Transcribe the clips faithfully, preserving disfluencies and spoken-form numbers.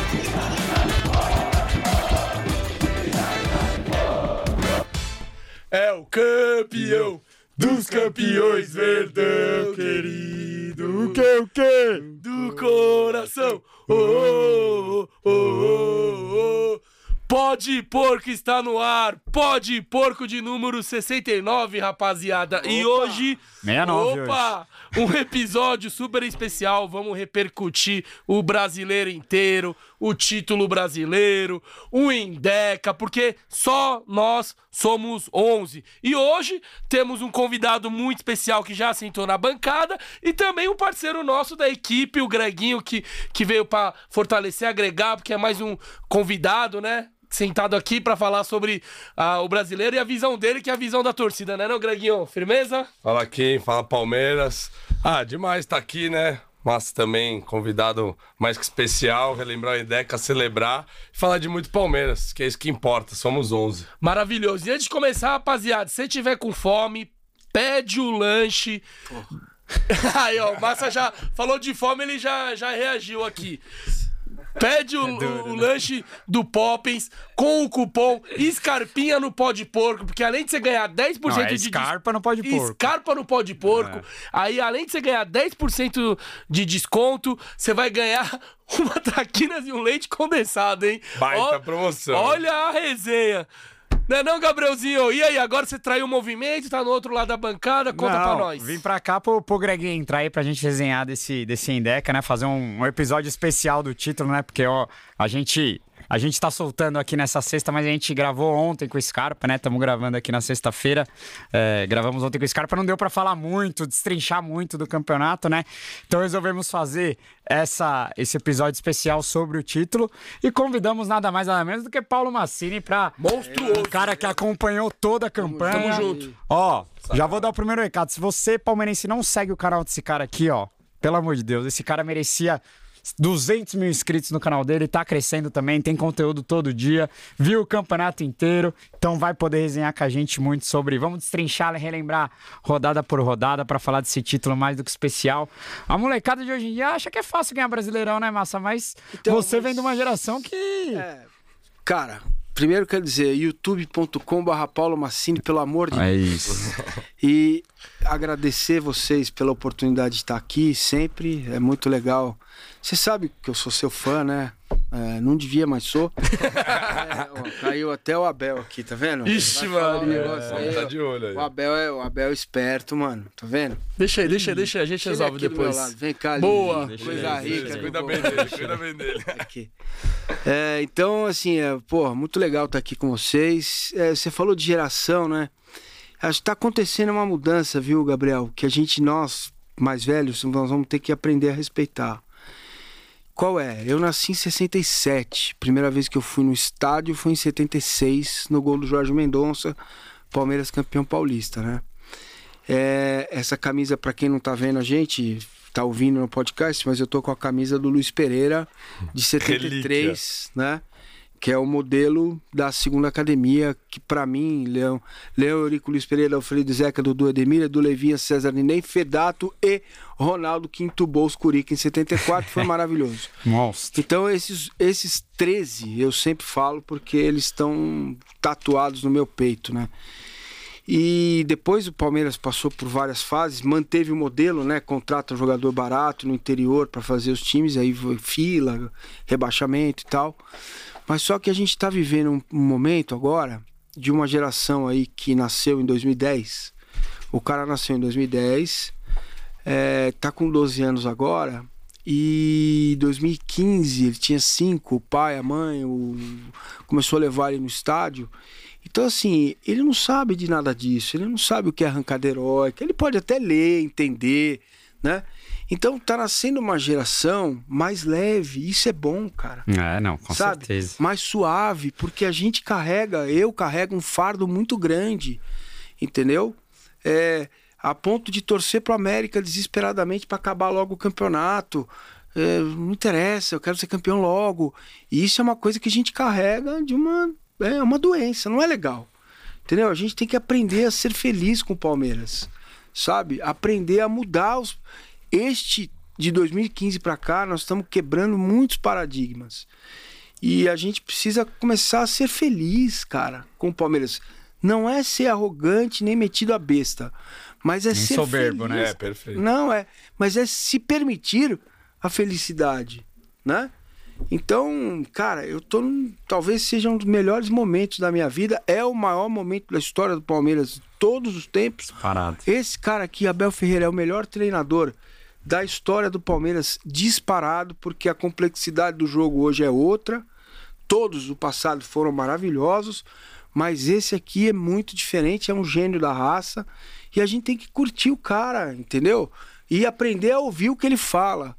É o campeão dos campeões, Verdão querido. O que, o que? Do coração. Oh, oh, oh, oh, oh. Pode Porco está no ar. Pode Porco de número sessenta e nove, rapaziada. Opa. E hoje... sessenta e nove Opa! Hoje. Um episódio super especial. Vamos repercutir o brasileiro inteiro, o título brasileiro, o Indeca, porque só nós somos onze. E hoje temos um convidado muito especial que já sentou na bancada e também um parceiro nosso da equipe, o Greguinho, que, que veio para fortalecer, agregar, porque é mais um convidado, né? Sentado aqui pra falar sobre uh, o brasileiro e a visão dele, que é a visão da torcida, né, não, Greguinho? Firmeza? Fala Kim, fala Palmeiras. Ah, demais tá aqui, né? Mas também convidado mais que especial, relembrar o Indeca, celebrar e falar de muito Palmeiras, que é isso que importa, somos onze. Maravilhoso. E antes de começar, rapaziada, se você tiver com fome, pede o lanche. Aí, ó, o Massa já falou de fome, ele já, já reagiu aqui. Pede o, é duro, o, o né? lanche do Poppins com o cupom Scarpinha no Pó de Porco, porque além de você ganhar dez por cento Não, é de... Scarpa no Pó de Porco. Scarpa no Pó de Porco. É. Aí, além de você ganhar dez por cento de desconto, você vai ganhar uma traquinas e um leite condensado, hein? Baita ó, promoção. Olha a resenha. Não é não, Gabrielzinho? E aí, agora você traiu o movimento, tá no outro lado da bancada, conta não, pra nós. Vim pra cá pro, pro Greguinho entrar aí pra gente resenhar desse, desse Indeca, né? Fazer um, um episódio especial do título, né? Porque, ó, a gente... A gente tá soltando aqui nessa sexta, mas a gente gravou ontem com o Scarpa, né? Estamos gravando aqui na sexta-feira. É, gravamos ontem com o Scarpa, não deu pra falar muito, destrinchar muito do campeonato, né? Então resolvemos fazer essa, esse episódio especial sobre o título e convidamos nada mais nada menos do que Paulo Massini pra... Monstruoso! O cara que acompanhou toda a campanha. Tamo junto. Ó, já vou dar o primeiro recado. Se você, palmeirense, não segue o canal desse cara aqui, ó, pelo amor de Deus, esse cara merecia... duzentos mil inscritos no canal dele, tá crescendo também, tem conteúdo todo dia, viu o campeonato inteiro, então vai poder resenhar com a gente muito sobre, vamos destrinchar e relembrar rodada por rodada pra falar desse título mais do que especial. A molecada de hoje em dia acha que é fácil ganhar Brasileirão, né, Massa? Mas então, você mas... vem de uma geração que... É, cara... Primeiro quero dizer, youtube ponto com barra Paulo Massini, pelo amor de é Deus. Isso. E agradecer vocês pela oportunidade de estar aqui sempre, é muito legal. Você sabe que eu sou seu fã, né? É, não devia, mas sou. É, ó, caiu até o Abel aqui, tá vendo? Ixi, Maria. É, tá de olho aí. O Abel é o Abel é esperto, mano. Tá vendo? Deixa aí, deixa aí, deixa aí. A gente resolve depois. Vem cá, boa. Lindo. Coisa aí, rica. Cuida bem dele, cuida bem dele. Aqui. É, então, assim, é, pô, muito legal estar aqui com vocês. É, você falou de geração, né? Acho que tá acontecendo uma mudança, viu, Gabriel? Que a gente, nós, mais velhos, nós vamos ter que aprender a respeitar. Qual é? Eu nasci em sessenta e sete. Primeira vez que eu fui no estádio foi em setenta e seis, no gol do Jorge Mendonça, Palmeiras campeão paulista, né? É, essa camisa, para quem não tá vendo a gente, tá ouvindo no podcast, mas eu tô com a camisa do Luiz Pereira, de setenta e três, né? Que é o modelo da segunda academia, que para mim, Leão, Leão, Eurico, Luiz Pereira, Alfredo Zeca, Dudu Edemir, Edu Levinha, César Ninem, Fedato e Ronaldo Quinto Bolso Curica em setenta e quatro, foi maravilhoso. Monstro. Então esses, esses treze eu sempre falo porque eles estão tatuados no meu peito, né? E depois o Palmeiras passou por várias fases, manteve o modelo, né? Contrata um jogador barato no interior para fazer os times, aí foi fila, rebaixamento e tal. Mas só que a gente está vivendo um, um momento agora de uma geração aí que nasceu em dois mil e dez. O cara nasceu em dois mil e dez, é, tá com doze anos agora, e em dois mil e quinze ele tinha cinco, o pai, a mãe, o... começou a levar ele no estádio. Então assim, ele não sabe de nada disso, ele não sabe o que é arrancada heróica, ele pode até ler, entender, né? Então tá nascendo uma geração mais leve, isso é bom, cara. É, não, com sabe? certeza. Mais suave, porque a gente carrega, eu carrego um fardo muito grande, entendeu? É, a ponto de torcer pro América desesperadamente para acabar logo o campeonato. É, não interessa, eu quero ser campeão logo. E isso é uma coisa que a gente carrega de uma, é, uma doença, não é legal. Entendeu? A gente tem que aprender a ser feliz com o Palmeiras, sabe? Aprender a mudar os... Este de dois mil e quinze para cá, nós estamos quebrando muitos paradigmas. E a gente precisa começar a ser feliz, cara, com o Palmeiras. Não é ser arrogante nem metido a besta, mas é Nem ser soberbo, feliz. né? É, perfeito. Não, é. Mas é se permitir a felicidade, né? Então, cara, eu tô num, talvez seja um dos melhores momentos da minha vida. É o maior momento da história do Palmeiras de todos os tempos. Parado. Esse cara aqui, Abel Ferreira, é o melhor treinador da história do Palmeiras, disparado, porque a complexidade do jogo hoje é outra. Todos do passado foram maravilhosos, mas esse aqui é muito diferente, é um gênio da raça. E a gente tem que curtir o cara, entendeu? E aprender a ouvir o que ele fala.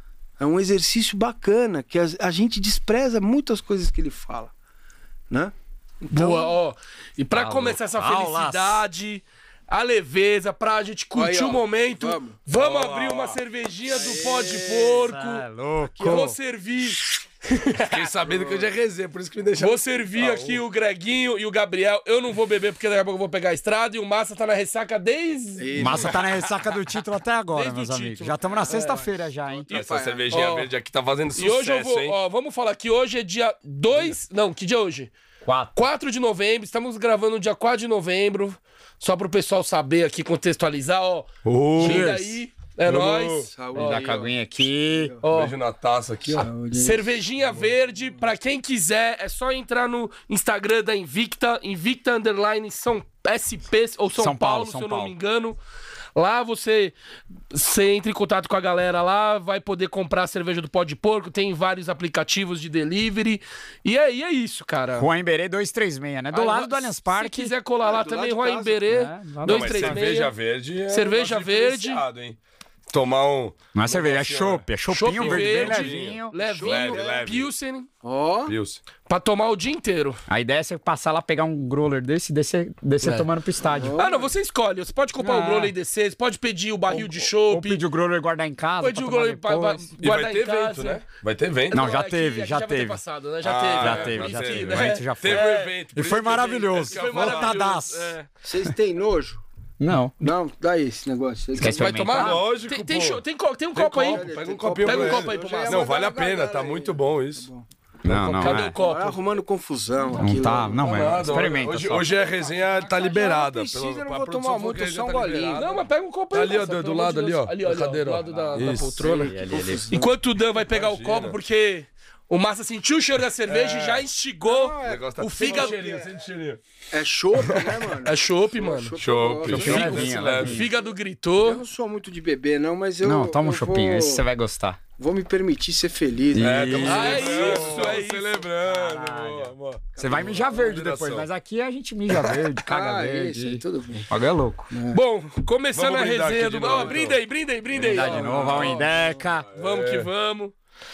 É um exercício bacana, que a, a gente despreza muitas coisas que ele fala, né? Então, Boa, ó. E pra Tá começar essa louco. felicidade, a leveza, pra gente curtir Aí, ó, o momento, vamos. vamos, Ó. abrir uma cervejinha do pó de porco. É louco. Vou servir, Fiquei sabendo que eu já resenha, por isso que me deixaram. vou servir aqui o Greguinho e o Gabriel. Eu não vou beber porque daqui a pouco eu vou pegar a estrada e o Massa tá na ressaca desde... Massa tá na ressaca do título até agora, Desde o meus amigos. título. Já estamos na sexta-feira já, hein? Essa pai, cervejinha ó. verde aqui tá fazendo E sucesso, hoje eu vou, hein? ó, vamos falar que hoje é dia dois, não, que dia é hoje? Quatro. quatro de novembro, estamos gravando no dia quatro de novembro, só pro pessoal saber aqui, contextualizar, ó. Chega aí, é Vamos. nóis. saúde Vou dar aí, com a ó. aguinha aqui. Ó, Beijo na taça aqui, ó. cervejinha verde, pra quem quiser, é só entrar no Instagram da Invicta, Invicta Underline São S P, ou São, São Paulo, Paulo, São se eu não Paulo. me engano. Lá você, você entra em contato com a galera lá, vai poder comprar a cerveja do Pó de Porco, tem vários aplicativos de delivery. E é, e é isso, cara. Juan Iberê duzentos e trinta e seis, né? Do Aí, lado do Allianz Parque. Se quiser colar lá do também, lado de Juan casa. Iberê, É, lá do- Não, dois mas três cerveja seis. verde é Cerveja um negócio verde. diferenciado, hein? Tomar um... Não é cerveja, é Nossa, chopp. É choppinho Chopp verde, bem verde, levinho. levinho, Leve, leve. Pilsen, Ó, Pilsen. pra tomar o dia inteiro. A ideia é você passar lá, pegar um growler desse e descer, descer É. tomando pro estádio. Ah, não, você escolhe. Você pode comprar Ah. o growler e descer, você pode pedir o barril de Ou chopp, pedir o growler e guardar em casa. pode pra o tomar growler pra, pra depois. E guardar vai ter em casa. evento, né? Vai ter evento. Não, já aqui- teve, aqui já vai ter teve. passado, né? Já Ah, teve. Já né? teve, já Enfim, teve. né? O evento já foi. Teve o É. evento. E por isso foi que eu dei- maravilhoso. isso que eu ia Foi falar. maravilhoso. Lotadaço. É. vocês têm nojo? Não. Não, dá esse negócio. Quer Vai tomar? Lógico, Tem, tem, pô. cho- tem, co- tem um Tem copo aí? copo, Pega um copinho Pega um pra copo aí ele. pro Márcio. Não, vale a pena, tá muito bom isso. Não, não, Cadê é. o copo? Vai arrumando confusão. Não aquilo, tá, né? não, Nada, é. Experimenta Hoje, só. hoje a resenha tá liberada. Não precisa, pelo- eu não a vou produção tomar falou muito, que a resenha só um tá golinho. liberada. Não, mas pega um copo Tá aí. ali, ó, moça, do- do pelo amor lado de ali, Deus. ó, Ali, na ali, ó, cadeira, do ó. lado da, da Isso. poltrona. Ali, ali, ali. Enquanto o Dan vai pegar o Imagina. copo, porque o Massa sentiu o cheiro da cerveja e já instigou O negócio tá o fígado. Sente cheirinho, sente cheirinho. É chopp, né, mano? É chopp, mano. Chopp, Chopp. eu gosto. Chopp Figa- levinho, o levinho. fígado Eu gritou. não sou muito de beber, não, mas eu. Não, toma um eu chopinho, vou- esse você vai gostar. Vou me permitir ser feliz. E- né? É, tamo Ah, é celebrando, isso, é tamo isso. celebrando. Caralho. boa, boa. Você vai mijar verde Moderação. depois, mas aqui a gente mija verde, caga Ah, verde. isso aí, tudo bem. O bagulho é louco. Bom, começando Vamos a brindar resenha aqui do. de novo, Ó, então. brinda aí, brinda aí, brinda aí. Dá ó. de novo, a Indeca. Vamos que vamos.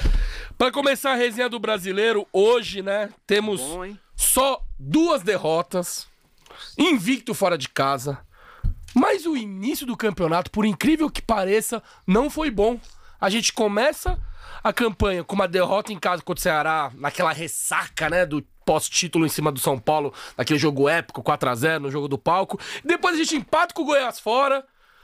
Pra começar a resenha do brasileiro, hoje, né, temos Bom, hein? só duas derrotas, invicto fora de casa, mas o início do campeonato, por incrível que pareça, não foi bom. A gente começa a campanha com uma derrota em casa contra o Ceará, naquela ressaca, né, do pós-título em cima do São Paulo, naquele jogo épico, quatro a zero, no jogo do palco. Depois a gente empata com o Goiás fora.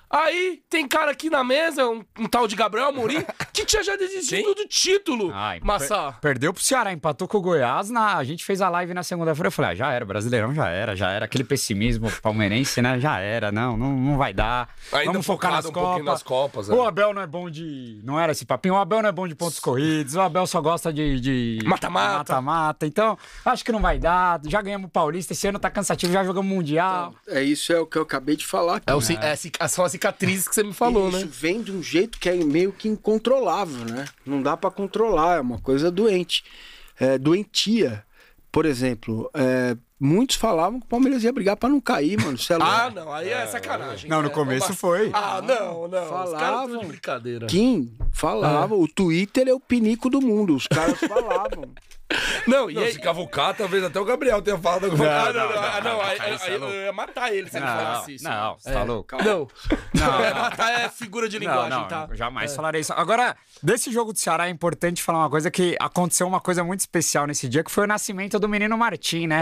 Aí tem cara aqui na mesa, um, um tal de Gabriel Amorim, que tinha já desistido do título, Ai, Massa. per- perdeu pro Ceará, empatou com o Goiás. Na, a gente fez a live na segunda-feira. Eu falei, ah, já era, Brasileirão já era, já era. Aquele pessimismo palmeirense, né? Já era, não, não, não vai dar. Ainda Vamos focar nas focado um pouquinho Copas. nas Copas, é. O Abel não é bom de. Não era esse papinho. O Abel não é bom de pontos corridos. O Abel só gosta de. de... Mata-mata. Mata-mata. Então, acho que não vai dar. Já ganhamos o Paulista. Esse ano tá cansativo. Já jogamos Mundial. É isso é o que eu acabei de falar. aqui. É, o, ci- é, ci- são as cicatrizes que você me falou, Isso né? vem de um jeito que é meio que incontrolável, né? Não dá pra controlar, é uma coisa doente. É, doentia. Por exemplo, é, muitos falavam que o Palmeiras ia brigar pra não cair, mano. Você é louco. Ah, não, aí é sacanagem. Não, no né? começo Uma- foi. Ah, não, não. Os caras Falavam. estão de brincadeira. Kim falava, o Twitter é o pinico do mundo, os caras falavam. Não, e Não, aí... se cavucar, talvez até o Gabriel tenha falado alguma Ah, coisa. não, não, ah, não, aí- cara, isso aí é eu louco. ia matar ele se ele falasse isso. não, você tá louco? Não, Não, é, não. matar é figura de Não, linguagem, não, tá? jamais falarei isso. Agora, desse jogo do Ceará é importante falar uma coisa, que aconteceu uma coisa muito especial nesse dia, que foi o nascimento do menino Martim, né? É,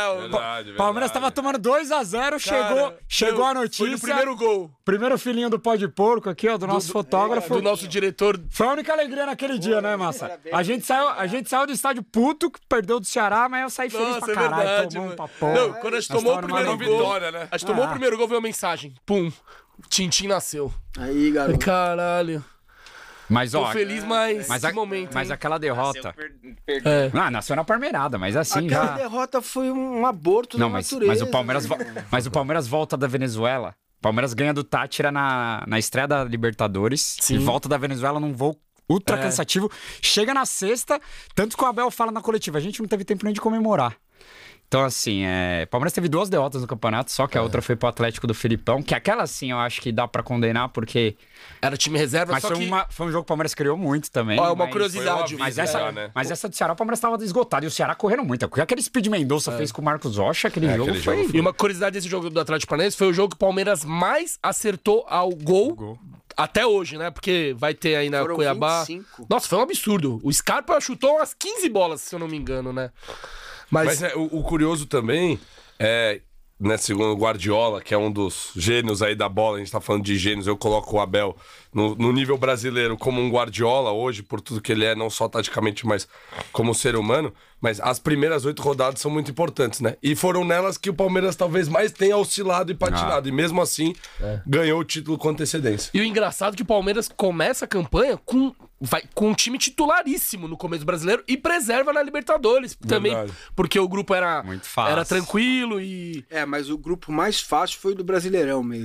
o Verdade, Palmeiras tava tomando dois a zero, chegou, chegou a notícia. Foi no primeiro gol. Primeiro filhinho do pó de porco aqui, ó, do nosso fotógrafo. Do nosso diretor. Foi a única alegria naquele dia, né, Massa? A gente, saiu, a gente saiu do estádio puto, que perdeu do Ceará, mas eu saí feliz Nossa, pra é caralho. verdade, Tomou um mano. papão. Não, quando a gente Nós tomou o tava numa primeiro gol, vitória, né? a gente tomou Ah. o primeiro gol, veio uma mensagem. Pum. Tintim nasceu. Aí, garoto. Caralho. Mas, Tô ó, feliz, mas mas, que a- momento. mas hein? aquela derrota... É. Ah, nasceu na Parmeirada, mas assim Aquela já... derrota foi um aborto Não, da mas, natureza. mas, o Palmeiras vo- né? mas o Palmeiras volta da Venezuela. O Palmeiras ganha do Tátira na, na estreia da Libertadores. Sim. E volta da Venezuela num voo ultra É. cansativo. Chega na sexta, tanto que o Abel fala na coletiva, a gente não teve tempo nem de comemorar. Então, assim, é... Palmeiras teve duas derrotas no campeonato, só que a outra foi pro Atlético do Filipão, que aquela, assim, eu acho que dá pra condenar, porque... Era time reserva, Mas só foi, que... uma, foi um jogo que o Palmeiras criou muito também. Ó, é uma mas- curiosidade. Mas Vida, essa, né? mas essa do Ceará, o Palmeiras tava esgotado. E o Ceará correndo muito. O que aquele Speed Mendonça fez com o Marcos Rocha, aquele É, jogo aquele foi... jogo E uma curiosidade desse jogo do Atlético Paranaense foi o jogo que o Palmeiras mais acertou ao gol, gol. até hoje, né? Porque vai ter aí na Foram Cuiabá. vinte e cinco. Nossa, foi um absurdo. O Scarpa chutou umas quinze bolas, se eu não me engano, né? Mas, Mas é, o, o curioso também é, né, segundo o Guardiola, que é um dos gênios aí da bola, a gente tá falando de gênios, eu coloco o Abel no, no nível brasileiro como um Guardiola hoje, por tudo que ele é, não só taticamente, mas como ser humano. Mas as primeiras oito rodadas são muito importantes, né? E foram nelas que o Palmeiras talvez mais tenha oscilado e patinado. E mesmo assim, ganhou o título com antecedência. E o engraçado é que o Palmeiras começa a campanha com, vai, com um time titularíssimo no começo do brasileiro e preserva na Libertadores também. Verdade. Porque o grupo era, Muito fácil. era tranquilo e. É, mas o grupo mais fácil foi o do Brasileirão mesmo.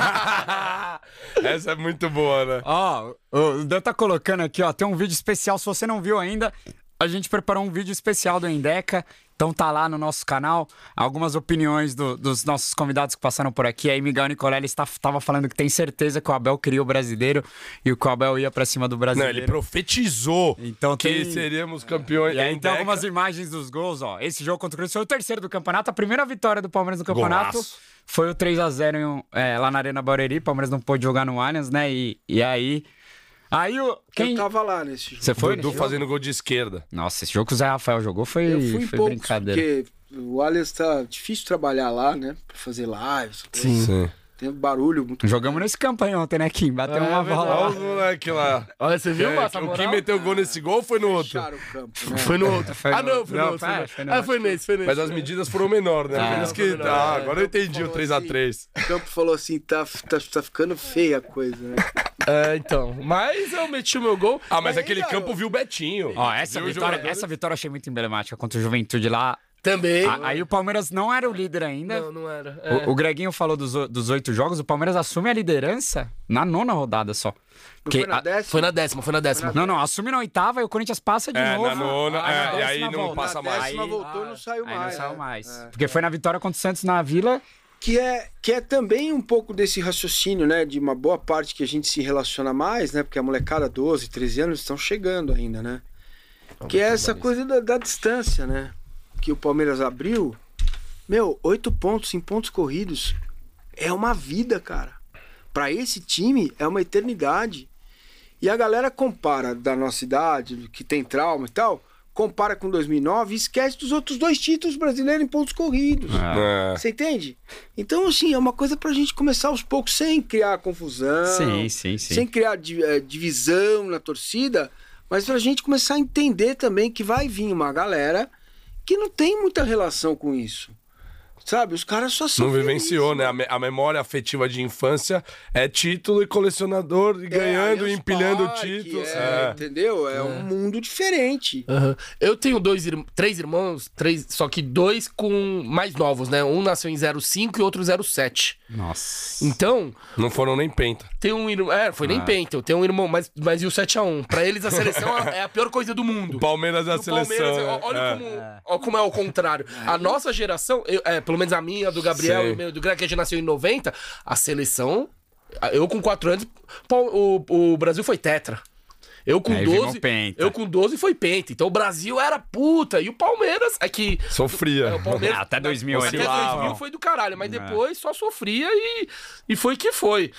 Essa é muito boa, né? Ó, o Dan tá colocando aqui, ó, tem um vídeo especial, se você não viu ainda, a gente preparou um vídeo especial do Endeca, então tá lá no nosso canal, algumas opiniões do- dos nossos convidados que passaram por aqui, aí Miguel Nicolelli está, tava falando que tem certeza que o Abel queria o brasileiro e que o Abel ia pra cima do Não, brasileiro. ele profetizou Então que tem- seríamos campeões. E aí em tem década. algumas imagens dos gols, ó. Esse jogo contra o Corinthians foi o terceiro do campeonato. A primeira vitória do Palmeiras no campeonato Golaço. foi o três a zero em um- é, lá na Arena Barueri. O Palmeiras não pôde jogar no Allianz, né? E, e aí... Aí o... Quem... Eu tava lá nesse jogo. Você foi Dudu nesse fazendo gol de esquerda. Nossa, esse jogo que o Zé Rafael jogou foi, Eu fui em foi poucos, brincadeira. porque o Allianz tá difícil trabalhar lá, né? Pra fazer lives. Sim. Tem barulho muito. Jogamos nesse campo aí ontem, né, Kim? Bateu É uma bola Olha lá. os moleques lá. Olha, você viu, É, Massa? o que meteu gol nesse gol foi no outro. Fecharam o campo, né? Foi no outro. Foi ah, no- não, foi no não, outro. é, Foi no... foi no Ah, outro. foi nesse, foi nesse. Mas as medidas foram menores, né? Ah, Por isso que. foi menor, Ah, é. agora eu entendi o Falou três a assim, três. O campo falou assim: tá, tá, tá ficando feia a coisa, né? É, então. Mas eu meti o meu gol. Ah, mas Aí, aquele garoto. campo viu o Betinho. Ó, essa Viu os vitória, jogadores? essa vitória eu achei muito emblemática contra o Juventude lá. Também. A- aí o Palmeiras não era o líder ainda. Não, não era. É. O, o Greguinho falou dos, o- dos oito jogos, o Palmeiras assume a liderança na nona rodada só. Não Porque foi na a- décima? Foi na décima, foi na décima. Não, não, assume na oitava e o Corinthians passa de É, novo. na nona, Aí é, na e aí décima não volta. passa Na mais. décima Aí- voltou e não saiu Aí mais. não saiu né? mais. É. Porque foi na vitória contra o Santos na Vila. Que é, que é também um pouco desse raciocínio, né? De uma boa parte que a gente se relaciona mais, né? Porque a molecada, doze, treze anos, estão chegando ainda, né? Que é essa coisa da, da distância, né? Que o Palmeiras abriu. Meu, oito pontos em pontos corridos é uma vida, cara. Pra esse time é uma eternidade. E a galera compara da nossa idade, que tem trauma e tal, compara com dois mil e nove e esquece dos outros dois títulos brasileiros em pontos corridos. É. Você entende? Então, assim, é uma coisa pra gente começar aos poucos, sem criar confusão, Sim, sim, sim. sem criar di- eh, divisão na torcida, mas pra gente começar a entender também que vai vir uma galera que não tem muita relação com isso. Sabe? Os caras só são Não vivenciou, felizes, né? A, me- a memória afetiva de infância é título e colecionador, e É, ganhando aí e os empilhando parques, títulos. é, É. Entendeu? É, um mundo diferente. Aham. Eu tenho dois, irm- três irmãos, três, só que dois com mais novos, né? Um nasceu em zero cinco e outro zero sete. Nossa. Então, Não foram nem penta. tem um irmão. É, foi nem Ah. penta. Eu tenho um irmão, mas, mas e o sete a um? Pra eles a seleção é a pior coisa do mundo. O Palmeiras é a E o Palmeiras, seleção. ó, olha é. como, ó como é o contrário. A nossa geração, eu- é, pelo menos a minha, a do Gabriel Sei. e meu, do Greg, que a gente nasceu em noventa, a seleção. Eu com quatro anos, Pau- o, o Brasil foi tetra. Eu com Aí virou doze. penta. Eu com doze foi penta. Então o Brasil era puta. E o Palmeiras é que. Sofria. É, o Palmeiras, É, até dois mil até ali. dois mil foi do caralho, mas depois só sofria e, e foi que foi.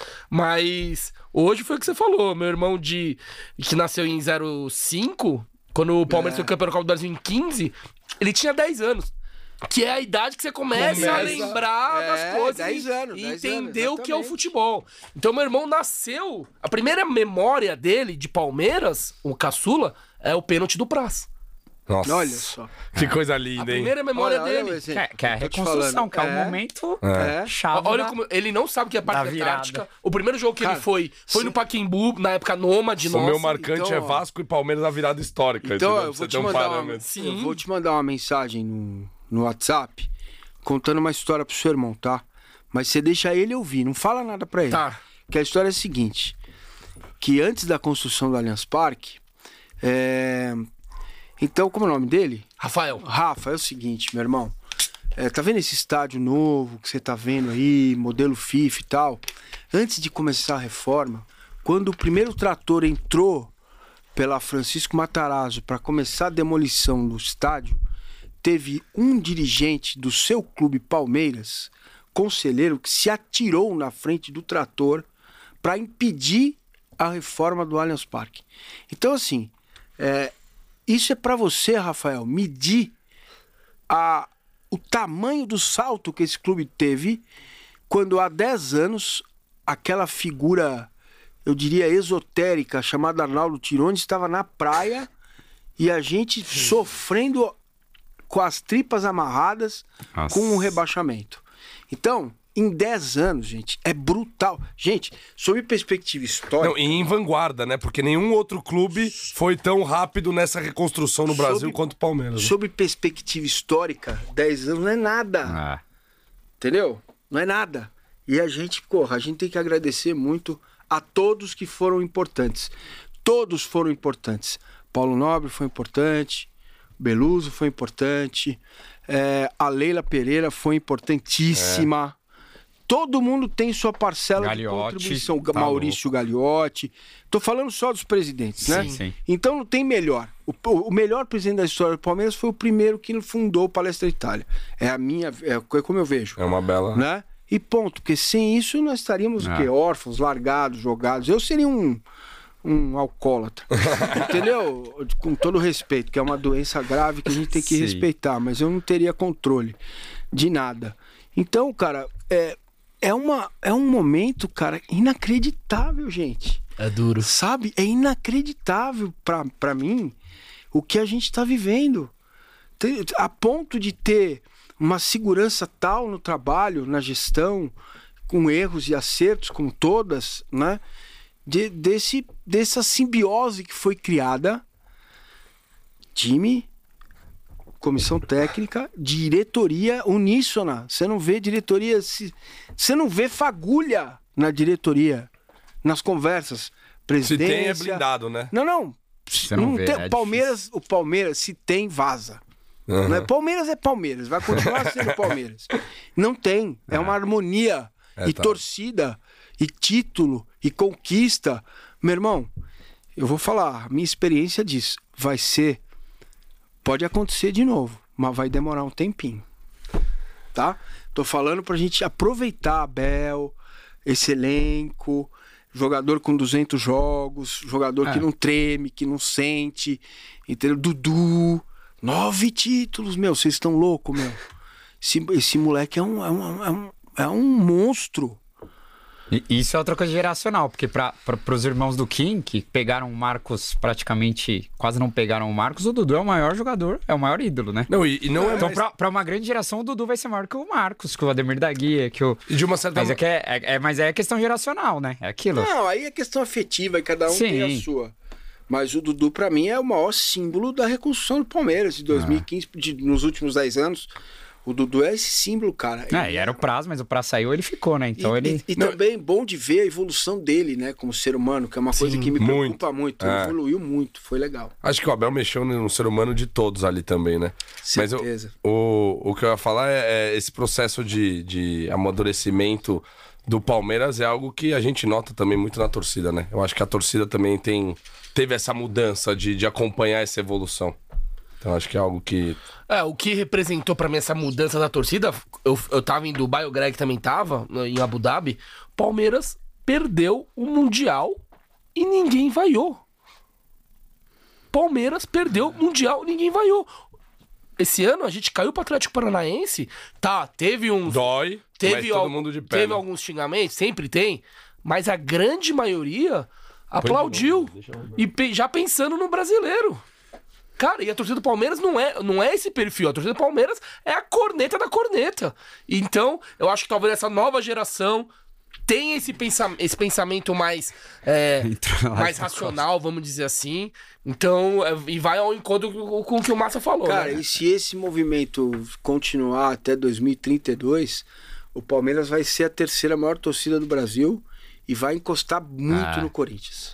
Mas hoje foi o que você falou. Meu irmão de que nasceu em zero cinco, quando o Palmeiras foi campeão da Copa do Brasil em quinze, ele tinha dez anos. Que é a idade que você começa, a Começa. lembrar É, das coisas dez e, anos, e dez entender anos, o que é o exatamente. futebol. Então, meu irmão nasceu. A primeira memória dele de Palmeiras, o caçula, é o pênalti do Praz. Nossa. Olha só. Que coisa A linda, hein? primeira memória Olha, olha dele. o exemplo. Que é, que é a Tô te reconstrução, falando. que é, É. o momento É. chave. Olha da- como ele não sabe o que é da parte virada. antártica. O primeiro jogo que Cara, ele foi foi sim. no Pacaembu, na época nômade O nossa. meu marcante então, é ó. Vasco e Palmeiras na virada histórica. Então, entendeu? eu Você vou, te tem um mandar uma, parâmetro. Sim. eu vou te mandar uma mensagem no, no WhatsApp contando uma história pro seu irmão, tá? Mas você deixa ele ouvir, não fala nada pra ele. Tá. Que a história é a seguinte, que antes da construção do Allianz Parque, é... então, como é o nome dele? Rafael. Rafa, é o seguinte, meu irmão. É, tá vendo esse estádio novo que você tá vendo aí, modelo FIFA e tal? Antes de começar a reforma, quando o primeiro trator entrou pela Francisco Matarazzo para começar a demolição do estádio, teve um dirigente do seu clube Palmeiras, conselheiro, que se atirou na frente do trator para impedir a reforma do Allianz Parque. Então, assim, é, isso é para você, Rafael, medir a, o tamanho do salto que esse clube teve quando há dez anos aquela figura, eu diria, esotérica, chamada Arnaldo Tironi, estava na praia e a gente sofrendo com as tripas amarradas Nossa. com o rebaixamento. Então, em dez anos, gente, é brutal. Gente, sob perspectiva histórica... Não, e em vanguarda, né? Porque nenhum outro clube foi tão rápido nessa reconstrução no Brasil Sob- quanto o Palmeiras. né? Sob perspectiva histórica, dez anos não é nada. Ah, Entendeu? Não é nada. E a gente, porra, a gente tem que agradecer muito a todos que foram importantes. Todos foram importantes. Paulo Nobre foi importante, Beluso foi importante, é, a Leila Pereira foi importantíssima. Todo mundo tem sua parcela Gagliotti, de contribuição. tá Maurício Gagliotti. Tô falando só dos presidentes, né? Sim, sim. Então não tem melhor. O, o melhor presidente da história do Palmeiras foi o primeiro que fundou o Palestra Itália. É a minha, é como eu vejo, É uma bela. né? E ponto, porque sem isso nós estaríamos o Ah. quê? Órfãos, largados, jogados. Eu seria um, um alcoólatra, entendeu? Com todo respeito, que é uma doença grave que a gente tem que Sim. respeitar, mas eu não teria controle de nada. Então, cara, é, é, uma, é um momento, cara, inacreditável, gente. É duro. Sabe? É inacreditável pra, pra mim o que a gente tá vivendo. Tem- A ponto de ter uma segurança tal no trabalho, na gestão, com erros e acertos, como todas, né? De, desse, dessa simbiose que foi criada, time, comissão técnica, diretoria uníssona. Você não vê diretoria, se- você não vê fagulha na diretoria, nas conversas. Se Presidência. tem, é blindado, né? Não, não. Você não vê, tem, é Palmeiras, o Palmeiras, se tem, vaza. Uhum. Né? Palmeiras é Palmeiras, vai continuar sendo Palmeiras. Não tem, é uma harmonia É, e tá. torcida e título e conquista. Meu irmão, eu vou falar, a minha experiência diz, vai ser, pode acontecer de novo, mas vai demorar um tempinho, tá? Tô falando pra gente aproveitar a Abel, esse elenco, jogador com duzentos jogos, jogador É. que não treme, que não sente, entendeu? Dudu, nove títulos, meu, vocês estão loucos, meu. Esse, esse moleque é um, é, um, é, um, é um monstro. E isso é outra coisa geracional, porque para os irmãos do Kim, que pegaram o Marcos praticamente, quase não pegaram o Marcos, o Dudu é o maior jogador, é o maior ídolo, né? Não, e, e não é Então, mais... pra, pra uma grande geração, o Dudu vai ser maior que o Marcos, que o Ademir da Guia, que o. E de uma certa Mas é, que é, é, é- mas é questão geracional, né? É aquilo. Não, aí é questão afetiva e cada um tem a Sim. sua. Mas o Dudu, pra mim, é o maior símbolo da reconstrução do Palmeiras de dois mil e quinze, de- nos últimos dez anos. O Dudu é esse símbolo, cara. É, e era o Praz, mas o Praz saiu, ele ficou, né? Então e, ele. e, e também bom de ver a evolução dele, né, como ser humano, que é uma coisa Sim, que me muito. preocupa muito. Ele É. evoluiu muito, foi legal. Acho que o Abel mexeu no ser humano de todos ali também, né? Mas eu- Certeza. o, o que eu ia falar é, é esse processo de, de amadurecimento do Palmeiras é algo que a gente nota também muito na torcida, né? Eu acho que a torcida também tem, teve essa mudança de, de acompanhar essa evolução. Então acho que é algo que... É, o que representou pra mim essa mudança da torcida, eu, eu tava em Dubai, o Greg também tava, em Abu Dhabi, Palmeiras perdeu o Mundial e ninguém vaiou. Palmeiras perdeu o Mundial e ninguém vaiou. esse ano a gente caiu pro Atlético Paranaense, tá, teve uns... Dói, teve mas todo al- mundo de pé. Teve né? alguns xingamentos, sempre tem, mas a grande maioria aplaudiu. E pe- já pensando no brasileiro. Cara, e a torcida do Palmeiras não é, não é esse perfil. A torcida do Palmeiras é a corneta da corneta. Então, eu acho que talvez essa nova geração tenha esse, pensa esse pensamento mais, é, Entra lá, mais tá racional, vamos dizer assim. Então, é, e vai ao encontro com, com o que o Massa falou. Cara, né? e se esse movimento continuar até dois mil e trinta e dois, o Palmeiras vai ser a terceira maior torcida do Brasil e vai encostar muito Ah. no Corinthians.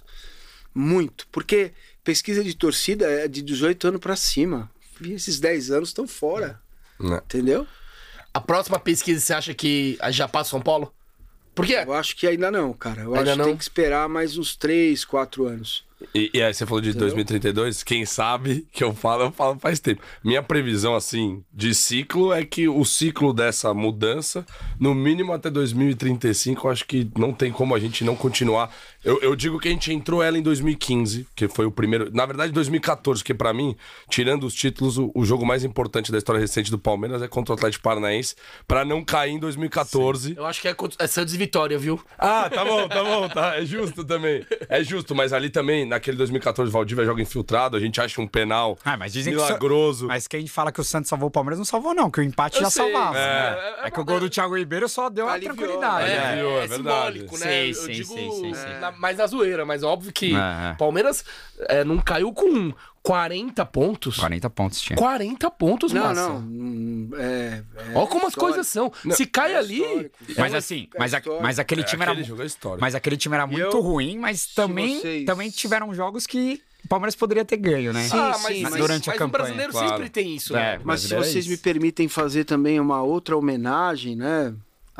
Muito. Porque pesquisa de torcida é de dezoito anos pra cima. E esses dez anos estão fora. Né? Entendeu? A próxima pesquisa, você acha que já passa São Paulo? Por quê? Eu acho que ainda não, cara. Eu Ainda acho não? que tem que esperar mais uns três, quatro anos. E, e aí você falou de dois mil e trinta e dois, quem sabe que eu falo, eu falo faz tempo. Minha previsão, assim, de ciclo é que o ciclo dessa mudança, no mínimo até dois mil e trinta e cinco, eu acho que não tem como a gente não continuar. Eu, eu digo que a gente entrou ela em dois mil e quinze, que foi o primeiro... Na verdade, dois mil e catorze, que pra mim, tirando os títulos, o, o jogo mais importante da história recente do Palmeiras é contra o Atlético Paranaense, pra não cair em dois mil e catorze. Eu acho que é, é Santos e Vitória, viu? Ah, tá bom, tá bom, tá. É justo também. É justo, mas ali também, naquele dois mil e catorze, Valdívia joga infiltrado, a gente acha um penal Ah, mas dizem que o milagroso. San- Mas quem fala que o Santos salvou o Palmeiras não salvou, não, que o empate Eu já sei, salvava. é, É, que o gol do Thiago Ribeiro só deu uma Aliviou, tranquilidade. É, né? Aliviou, é, é verdade. simbólico, né? Sim, eu sim, digo sim, sim, sim. na- mais na zoeira, mas óbvio que É, é. Palmeiras é, não caiu com quarenta pontos. quarenta pontos tinha. quarenta pontos, Não, massa. não. hum, É, é Olha como as histórico. coisas são. Se cai É ali... histórico. Mas assim, É mas, a- histórico. mas aquele É, time aquele era. jogo é histórico. Mas aquele time era muito eu- ruim, mas também, vocês- também tiveram jogos que o Palmeiras poderia ter ganho, né? Sim, ah, mas, sim, mas, mas- durante a mas o campanha, brasileiro claro. sempre tem isso, É, né? Mas se brasileiro é vocês isso. me permitem fazer também uma outra homenagem, né,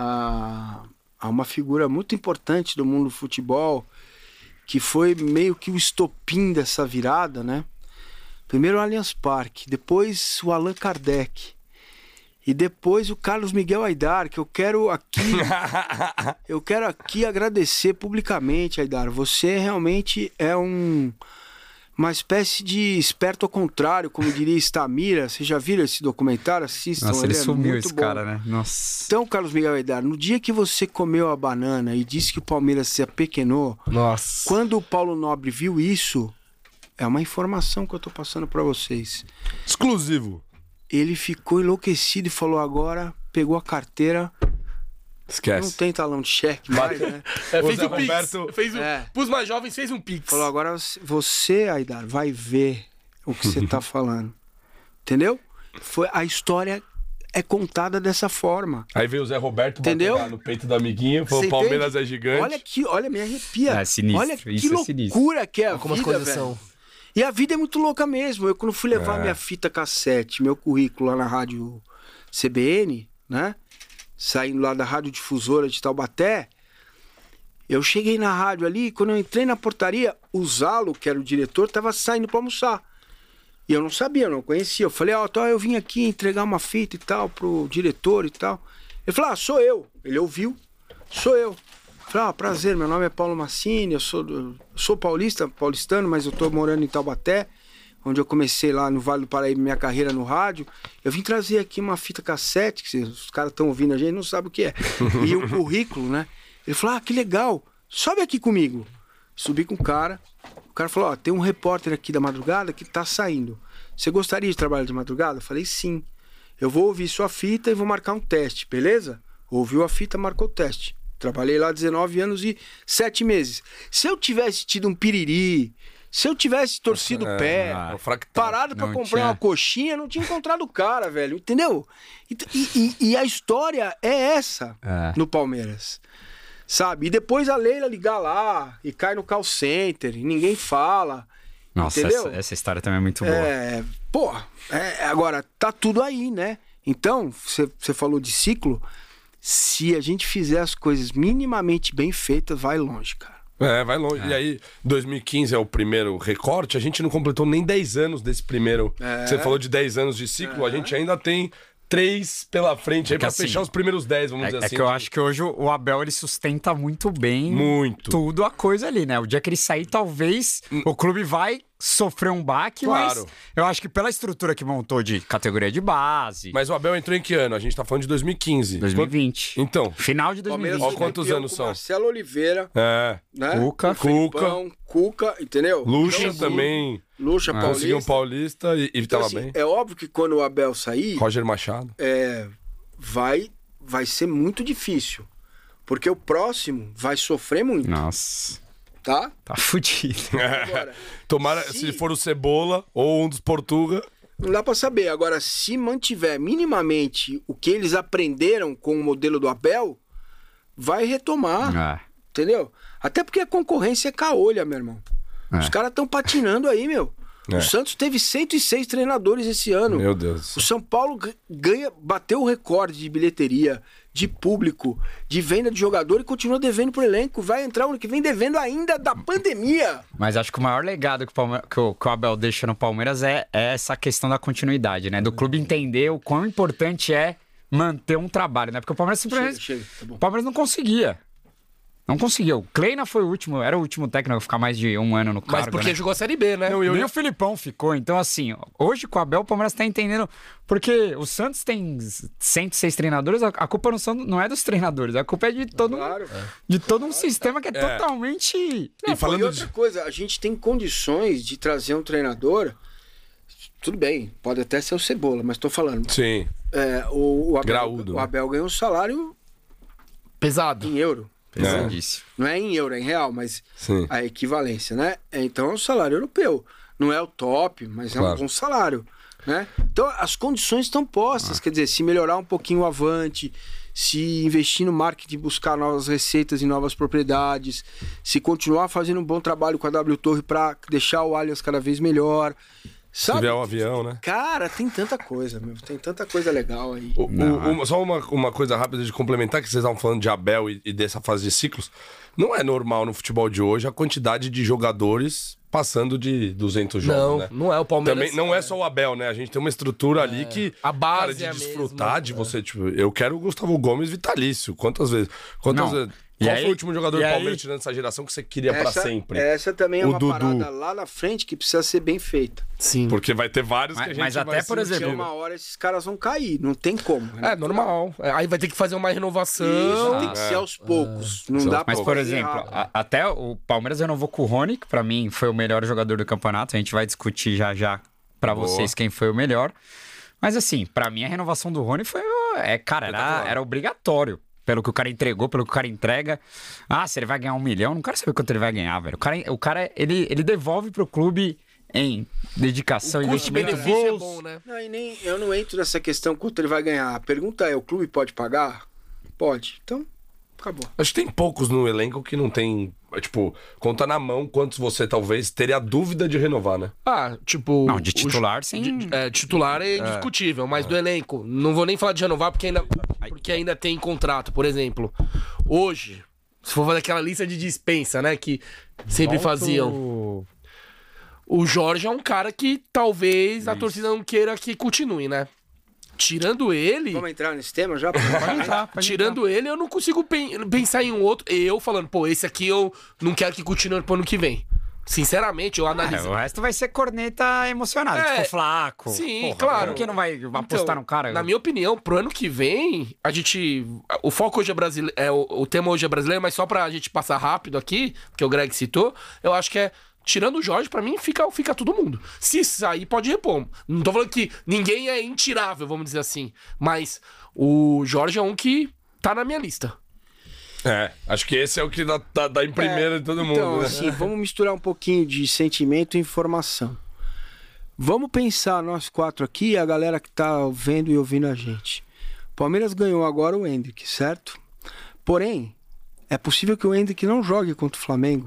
a, a uma figura muito importante do mundo do futebol, que foi meio que o estopim dessa virada, né? Primeiro o Allianz Parque, depois o Allan Kardec e depois o Carlos Miguel Aidar, que eu quero aqui eu quero aqui agradecer publicamente, Aidar. Você realmente é um uma espécie de esperto ao contrário, como diria Stamira. Vocês já viram esse documentário? Assistam, Nossa, ele é sumiu muito esse bom. cara, né? Nossa. Então, Carlos Miguel Aidar, no dia que você comeu a banana e disse que o Palmeiras se apequenou, Nossa. quando o Paulo Nobre viu isso, é uma informação que eu tô passando para vocês. Exclusivo. Ele ficou enlouquecido e falou agora, pegou a carteira, Esquece. não tem talão de cheque mais, né? É, O fez Zé um pix. Roberto- Fez um, É. Pros mais jovens, fez um pix. Falou, agora você, Aidar, vai ver o que você tá falando. Entendeu? Foi, a história é contada dessa forma. Aí veio o Zé Roberto bateu Entendeu? lá no peito do amiguinho, falou: Você Palmeiras entende? é gigante. Olha que, olha, me arrepia. É sinistro, Olha que isso é sinistro. loucura que é a Como as vida, coisas velho. são. E a vida é muito louca mesmo. Eu, quando fui levar É. minha fita cassete, meu currículo lá na rádio C B N, né? Saindo lá da rádio difusora de Taubaté, eu cheguei na rádio ali, quando eu entrei na portaria, o Zalo, que era o diretor, tava saindo pra almoçar. E eu não sabia, eu não conhecia. Eu falei, ó, oh, eu vim aqui entregar uma fita e tal pro diretor e tal. Ele falou, ah, sou eu. Ele ouviu, sou eu. Eu falei, ah, prazer, meu nome é Paulo Massini, eu sou, do, sou paulista, paulistano, mas eu tô morando em Taubaté, onde eu comecei lá no Vale do Paraíba minha carreira no rádio. Eu vim trazer aqui uma fita cassete, que os caras estão ouvindo a gente, não sabem o que é. E um currículo, né? Ele falou, ah, que legal, sobe aqui comigo. Subi com o cara, o cara falou, ó, tem um repórter aqui da madrugada que tá saindo. Você gostaria de trabalhar de madrugada? Eu falei, sim. Eu vou ouvir sua fita e vou marcar um teste, beleza? Ouviu a fita, marcou o teste. Trabalhei lá dezenove anos e sete meses. Se eu tivesse tido um piriri, se eu tivesse torcido o É, pé, ah, o fractal. parado pra Não comprar tinha. uma coxinha, não tinha encontrado o cara, velho, entendeu? E, e- e a história é essa É. no Palmeiras, sabe? E depois a Leila ligar lá e cai no call center e ninguém fala, Nossa, entendeu? essa, essa história também é muito boa. É, pô, é, agora tá tudo aí, né? Então, você falou de ciclo, se a gente fizer as coisas minimamente bem feitas, vai longe, cara. É, vai longe. E aí, dois mil e quinze é o primeiro recorte, a gente não completou nem dez anos desse primeiro. É. Você falou de dez anos de ciclo, a gente ainda tem três pela frente aí É que pra assim, fechar os primeiros dez, vamos É, dizer é assim. que eu acho que hoje o Abel ele sustenta muito bem Muito. tudo a coisa ali, né? O dia que ele sair, talvez o clube vai sofrer um baque, Claro. mas eu acho que pela estrutura que montou de categoria de base, Mas o Abel entrou em que ano? A gente tá falando de dois mil e quinze. dois mil e vinte. Então, Final de Palmeiras dois mil e Ó, vinte. foi quantos campeão anos com são? Marcelo Oliveira, é. né? Cuca. Com Felipão, Cuca, entendeu? Lucha Então, assim, também. Lucha Conseguiu um Paulista. paulista e, e Então, tava assim, bem. é óbvio que quando o Abel sair, Roger Machado. é, vai, vai ser muito difícil. Porque o próximo vai sofrer muito, Nossa, tá? tá fudido. Agora, Tomara, Se- se for o Cebola ou um dos Portuga. não dá pra saber. Agora, se mantiver minimamente o que eles aprenderam com o modelo do Abel, vai retomar, Ah, entendeu? Até porque a concorrência é caolha, meu irmão. É. Os caras estão patinando aí, meu. É. O Santos teve cento e seis treinadores esse ano. Meu Deus. O São Paulo g- ganha, bateu o recorde de bilheteria, de público, de venda de jogador e continua devendo pro elenco. Vai entrar o ano que vem devendo ainda da pandemia. mas acho que o maior legado que o, Palme- que o- que o Abel deixa no Palmeiras é, é essa questão da continuidade, né? Do clube entender o quão importante é manter um trabalho, né? Porque o Palmeiras simplesmente... Chega, chega, tá bom. O Palmeiras não conseguia. Não conseguiu. O Kleina foi o último, era o último técnico a ficar mais de um ano no cargo, Mas porque né? jogou a Série B, né? Nem o Filipão ficou. Então, assim, hoje com o Abel, o Palmeiras tá entendendo. Porque o Santos tem cento e seis treinadores, a, a culpa não, são, não é dos treinadores, a culpa é de todo, Claro. de todo um sistema que é, totalmente. E Não, falando e outra de- coisa, a gente tem condições de trazer um treinador. Tudo bem, pode até ser o Cebola, mas tô falando. Sim. É, o, o, Abel, Graúdo, o né? Abel ganhou um salário Pesado. em euro. Pesadíssimo. Não é em euro, é em real, mas Sim. a equivalência, né? É, então é um salário europeu. Não é o top, mas é Claro. um bom salário, né? Então as condições estão postas. Quer dizer, se melhorar um pouquinho o Avante, se investir no marketing, buscar novas receitas e novas propriedades, se continuar fazendo um bom trabalho com a W Torre para deixar o Allianz cada vez melhor. Se Sabe? tiver um avião, né? Cara, tem tanta coisa, meu. Tem tanta coisa legal aí. O- o- uma- só uma, uma coisa rápida de complementar, que vocês estavam falando de Abel e, e dessa fase de ciclos. Não é normal no futebol de hoje a quantidade de jogadores passando de duzentos Não, jogos, né? não é o Palmeiras. Também não é só o Abel, né? A gente tem uma estrutura ali que. A base cara, de é a desfrutar mesma, de é. você. Tipo, eu quero o Gustavo Gomes vitalício. Quantas vezes? Quantas Não. vezes? E Qual aí- foi o último jogador e do aí- Palmeiras tirando essa geração que você queria pra sempre? essa também é O uma Dudu. parada lá na frente que precisa ser bem feita. Sim. Porque vai ter vários Mas- que a gente mas até, vai por se exemplo, Porque iludindo. uma hora esses caras vão cair, não tem como. né? É normal. É, Aí vai ter que fazer uma renovação. Isso, tem que É. ser aos poucos. Não dá pra Mas, por correr exemplo, rápido. a- até o Palmeiras renovou com o Rony, que pra mim foi o melhor jogador do campeonato. A gente vai discutir já já pra Boa. vocês quem foi o melhor. Mas assim, pra mim a renovação do Rony foi. É, cara, era, Espetacular. era obrigatório. Pelo que o cara entregou, pelo que o cara entrega. Ah, se ele vai ganhar um milhão, não quero saber quanto ele vai ganhar, velho. O cara, o cara ele, ele devolve pro clube em dedicação, investimento, Custo-benefício é gols. bom, né? Não, e nem, eu não entro nessa questão quanto ele vai ganhar. A pergunta é, o clube pode pagar? Pode. Então, acabou. Acho que tem poucos no elenco que não tem. Tipo, conta na mão quantos você talvez teria a dúvida de renovar, né? Ah, tipo. Não, de o- titular, sem- de- é, titular é indiscutível, mas do elenco. Não vou nem falar de renovar porque ainda, porque ainda tem contrato. Por exemplo, hoje, se for fazer aquela lista de dispensa, né? Que sempre faziam. O- O Jorge é um cara que talvez a torcida não queira que continue, né? Tirando ele. Vamos entrar nesse tema já? Pode entrar, pode Tirando ele, eu não consigo pen- pensar em um outro. Eu falando, pô, esse aqui eu não quero que continue pro ano que vem. Sinceramente, eu É, analiso. o resto vai ser corneta emocionada, É, tipo flaco. sim, Porra, claro. Por que não vai apostar Então, no cara? Na minha opinião, pro ano que vem, a gente. O foco hoje é brasileiro. É, o, o tema hoje é brasileiro, mas só pra gente passar rápido aqui, que o Greg citou, eu acho que é. Tirando o Jorge, pra mim, fica, fica todo mundo. Se sair, pode repor. Não tô falando que ninguém é intirável, vamos dizer assim. Mas o Jorge é um que tá na minha lista. É, acho que esse é o que dá, dá, dá em primeiro de todo mundo, Então, né? assim, vamos misturar um pouquinho de sentimento e informação. Vamos pensar nós quatro aqui e a galera que tá vendo e ouvindo a gente. O Palmeiras ganhou agora o Endrick, certo? Porém, é possível que o Endrick não jogue contra o Flamengo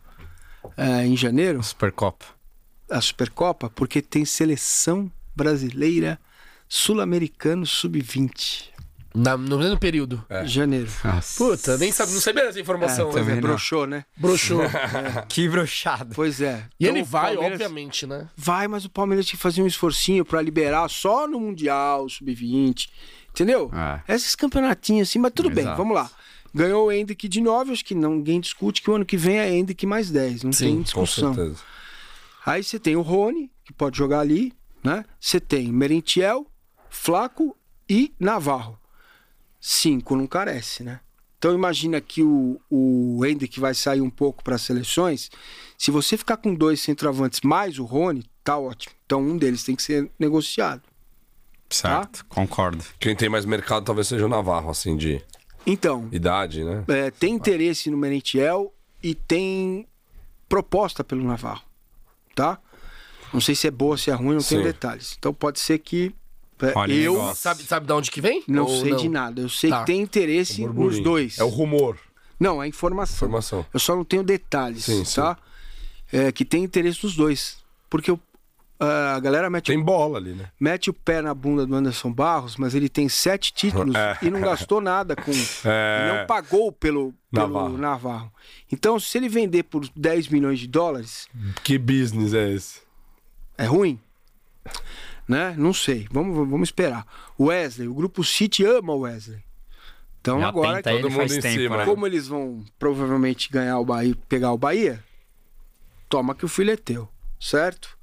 é, em janeiro, Supercopa. a Supercopa, porque tem seleção brasileira sul-americano sub vinte. Na, no mesmo período. É. Janeiro. Nossa. Puta, nem sabe, não sabia dessa informação. É, Pois é, também não. broxou, né? Broxou. Que broxado. Pois é. E Então, ele o vai, Palmeiras- obviamente, né? Vai, mas o Palmeiras tinha que fazer um esforcinho pra liberar só no Mundial, sub vinte. Entendeu? É. Esses campeonatinhos assim, mas tudo bem, Exato. vamos lá. Ganhou o Hendrick de nove, acho que ninguém discute que o ano que vem é Hendrick mais dez, não tem Com discussão. certeza. Aí você tem o Rony, que pode jogar ali, né? Você tem Merentiel, Flaco e Navarro. Cinco não carece, né? Então imagina que o, o Hendrick vai sair um pouco para as seleções. Se você ficar com dois centroavantes mais o Rony, tá ótimo. Então um deles tem que ser negociado. Certo, concordo. Quem tem mais mercado talvez seja o Navarro, assim, de Então, idade, né? é, tem interesse no Merentiel e tem proposta pelo Navarro, tá? Não sei se é boa, se é ruim, não tenho Sim. detalhes. Então pode ser que é, Olha o eu negócio. Sabe, sabe de onde que vem? não Ou sei de nada. Eu sei Tá. que tem interesse O nos burburinho. dois. É o rumor. Não, é informação. Informação. Eu só não tenho detalhes, Sim, sim. tá? É, que tem interesse nos dois. Porque o- a galera mete, Tem bola ali, né? mete o pé na bunda do Anderson Barros, mas ele tem sete títulos É. e não gastou nada com... É. e não pagou pelo, pelo Navarro. Navarro. Então, se ele vender por dez milhões de dólares, Que business é esse? é ruim? Né? Não sei. Vamos, vamos esperar. O Wesley, o grupo City ama o Wesley. Então Já agora, tenta ele todo faz mundo em tempo, cima, né? como eles vão provavelmente ganhar o Bahia, pegar o Bahia, toma que o filho é teu, certo?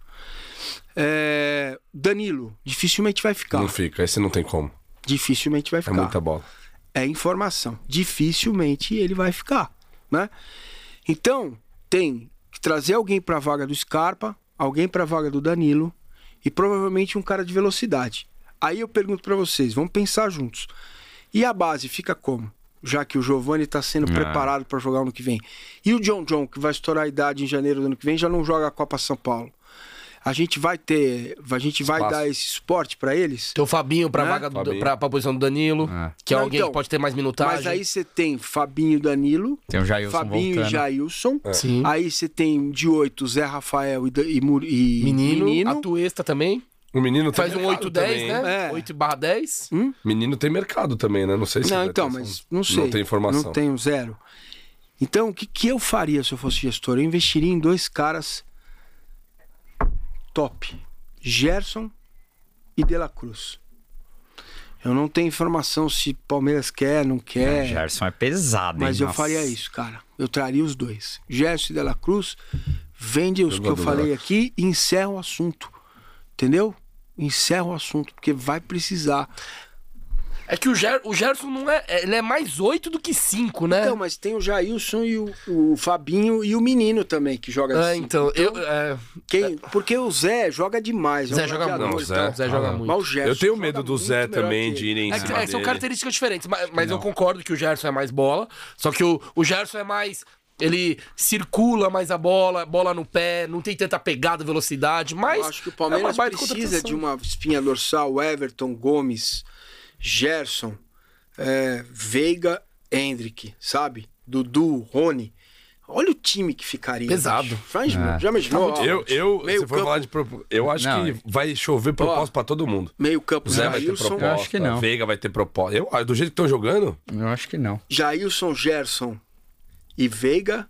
É, Danilo, dificilmente vai ficar. Não fica, esse não tem como. Dificilmente vai É ficar. muita bola. É informação. Dificilmente ele vai ficar, né? Então, tem que trazer alguém para a vaga do Scarpa, alguém para a vaga do Danilo e provavelmente um cara de velocidade. Aí eu pergunto para vocês, vamos pensar juntos. E a base fica como? Já que o Giovani está sendo Ah. preparado para jogar ano que vem. E o John John, que vai estourar a idade em janeiro do ano que vem, já não joga a Copa São Paulo. A gente vai ter, a gente vai Espaço. dar esse suporte para eles? Tem o Fabinho pra, Né? vaga do, Fabinho. pra, pra posição do Danilo, É. que é Não, alguém então, que pode ter mais minutagem. Mas aí você tem Fabinho, Danilo, Tem o Jailson Fabinho voltando. e Jailson. Sim. Aí você tem de oito Zé Rafael e, Da- e, Mur- e Menino, Menino. a Tuesta também. O menino tem Faz um mercado oito dez, também, hein? né? É. oito barra dez. Menino tem mercado também, né? Não sei se Não, vai então, ter mas essa- não sei. Não tem informação. Não tenho zero. Então, o que, que eu faria se eu fosse gestor? Eu investiria em dois caras top. Gerson e De La Cruz. Eu não tenho informação se Palmeiras quer, não É, quer. Gerson é pesado, hein? Mas eu Nossa. faria isso, cara. Eu traria os dois. Gerson e De La Cruz, vende os que eu Jogador. falei aqui e encerra o assunto. Entendeu? Encerra o assunto, porque vai precisar. É que o, Ger, o Gerson não é. Ele é mais oito do que cinco, né? Então, mas tem o Jailson e o, o Fabinho e o menino também, que joga É, assim. então, eu. É, Quem, porque o Zé joga demais. é Zé um joga gladiador muito. e Zé. tal. Não, Zé joga Ah, muito. Mas o Gerson Eu tenho joga medo do muito Zé melhor também que de ele. irem em É, que- cima é, são dele. características diferentes, mas, mas eu concordo que o Gerson é mais bola. Só que o, o Gerson é mais. Ele circula mais a bola, bola no pé, não tem tanta pegada, velocidade, mas. Eu acho que o é uma Palmeiras baita precisa contratação. de uma espinha dorsal, Everton, Gomes, Gerson, é, Veiga, Hendrick, sabe? Dudu, Rony. Olha o time que ficaria. Pesado. bicho. Faz, É. Já imaginou? Ó, Eu, eu Meio se for campo. falar de propo... eu acho Não, que é- vai chover proposta pra todo mundo. Meio campo, O Zé vai ter Jailson, proposta, Eu acho que não. a Veiga vai ter proposta. Eu, do jeito que estão jogando, Eu acho que não. Jailson, Gerson e Veiga,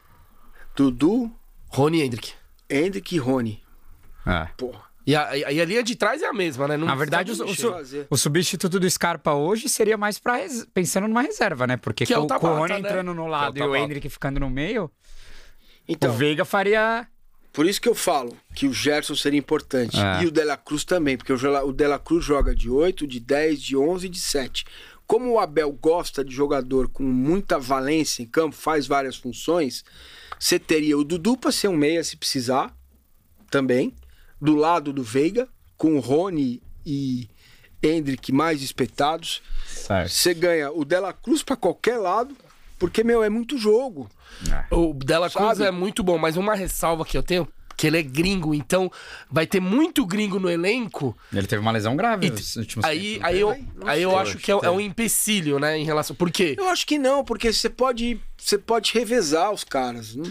Dudu, Rony Hendrick. Hendrick e Rony. É. Porra. E a, e a linha de trás é a mesma, né? Não Na verdade, o, sabe o, mexer. su- fazer. o substituto do Scarpa hoje seria mais pra res- pensando numa reserva, né? Porque Que é com, o com o Tabata, Rony né? entrando no lado Que é e o o Tabata. Hendrick ficando no meio, Então, o Veiga faria. por isso que eu falo que o Gerson seria importante. É. E o De La Cruz também, porque o Gela- o De La Cruz joga de oito, de dez, de onze e de sete. Como o Abel gosta de jogador com muita valência em campo, faz várias funções, você teria o Dudu para ser um meia se precisar, também, do lado do Veiga, com o Rony e Hendrick mais espetados. Certo. Você ganha o De La Cruz para qualquer lado, porque, meu, é muito jogo. O Dela Cruz Sabe? é muito bom, mas uma ressalva que eu tenho, que ele é gringo, então vai ter muito gringo no elenco. Ele teve uma lesão grave E nos últimos aí, tempos. aí eu, Não aí eu sei, acho que é, é um empecilho, né, em relação... Por quê? Eu acho que não, porque você pode, você pode revezar os caras. Né?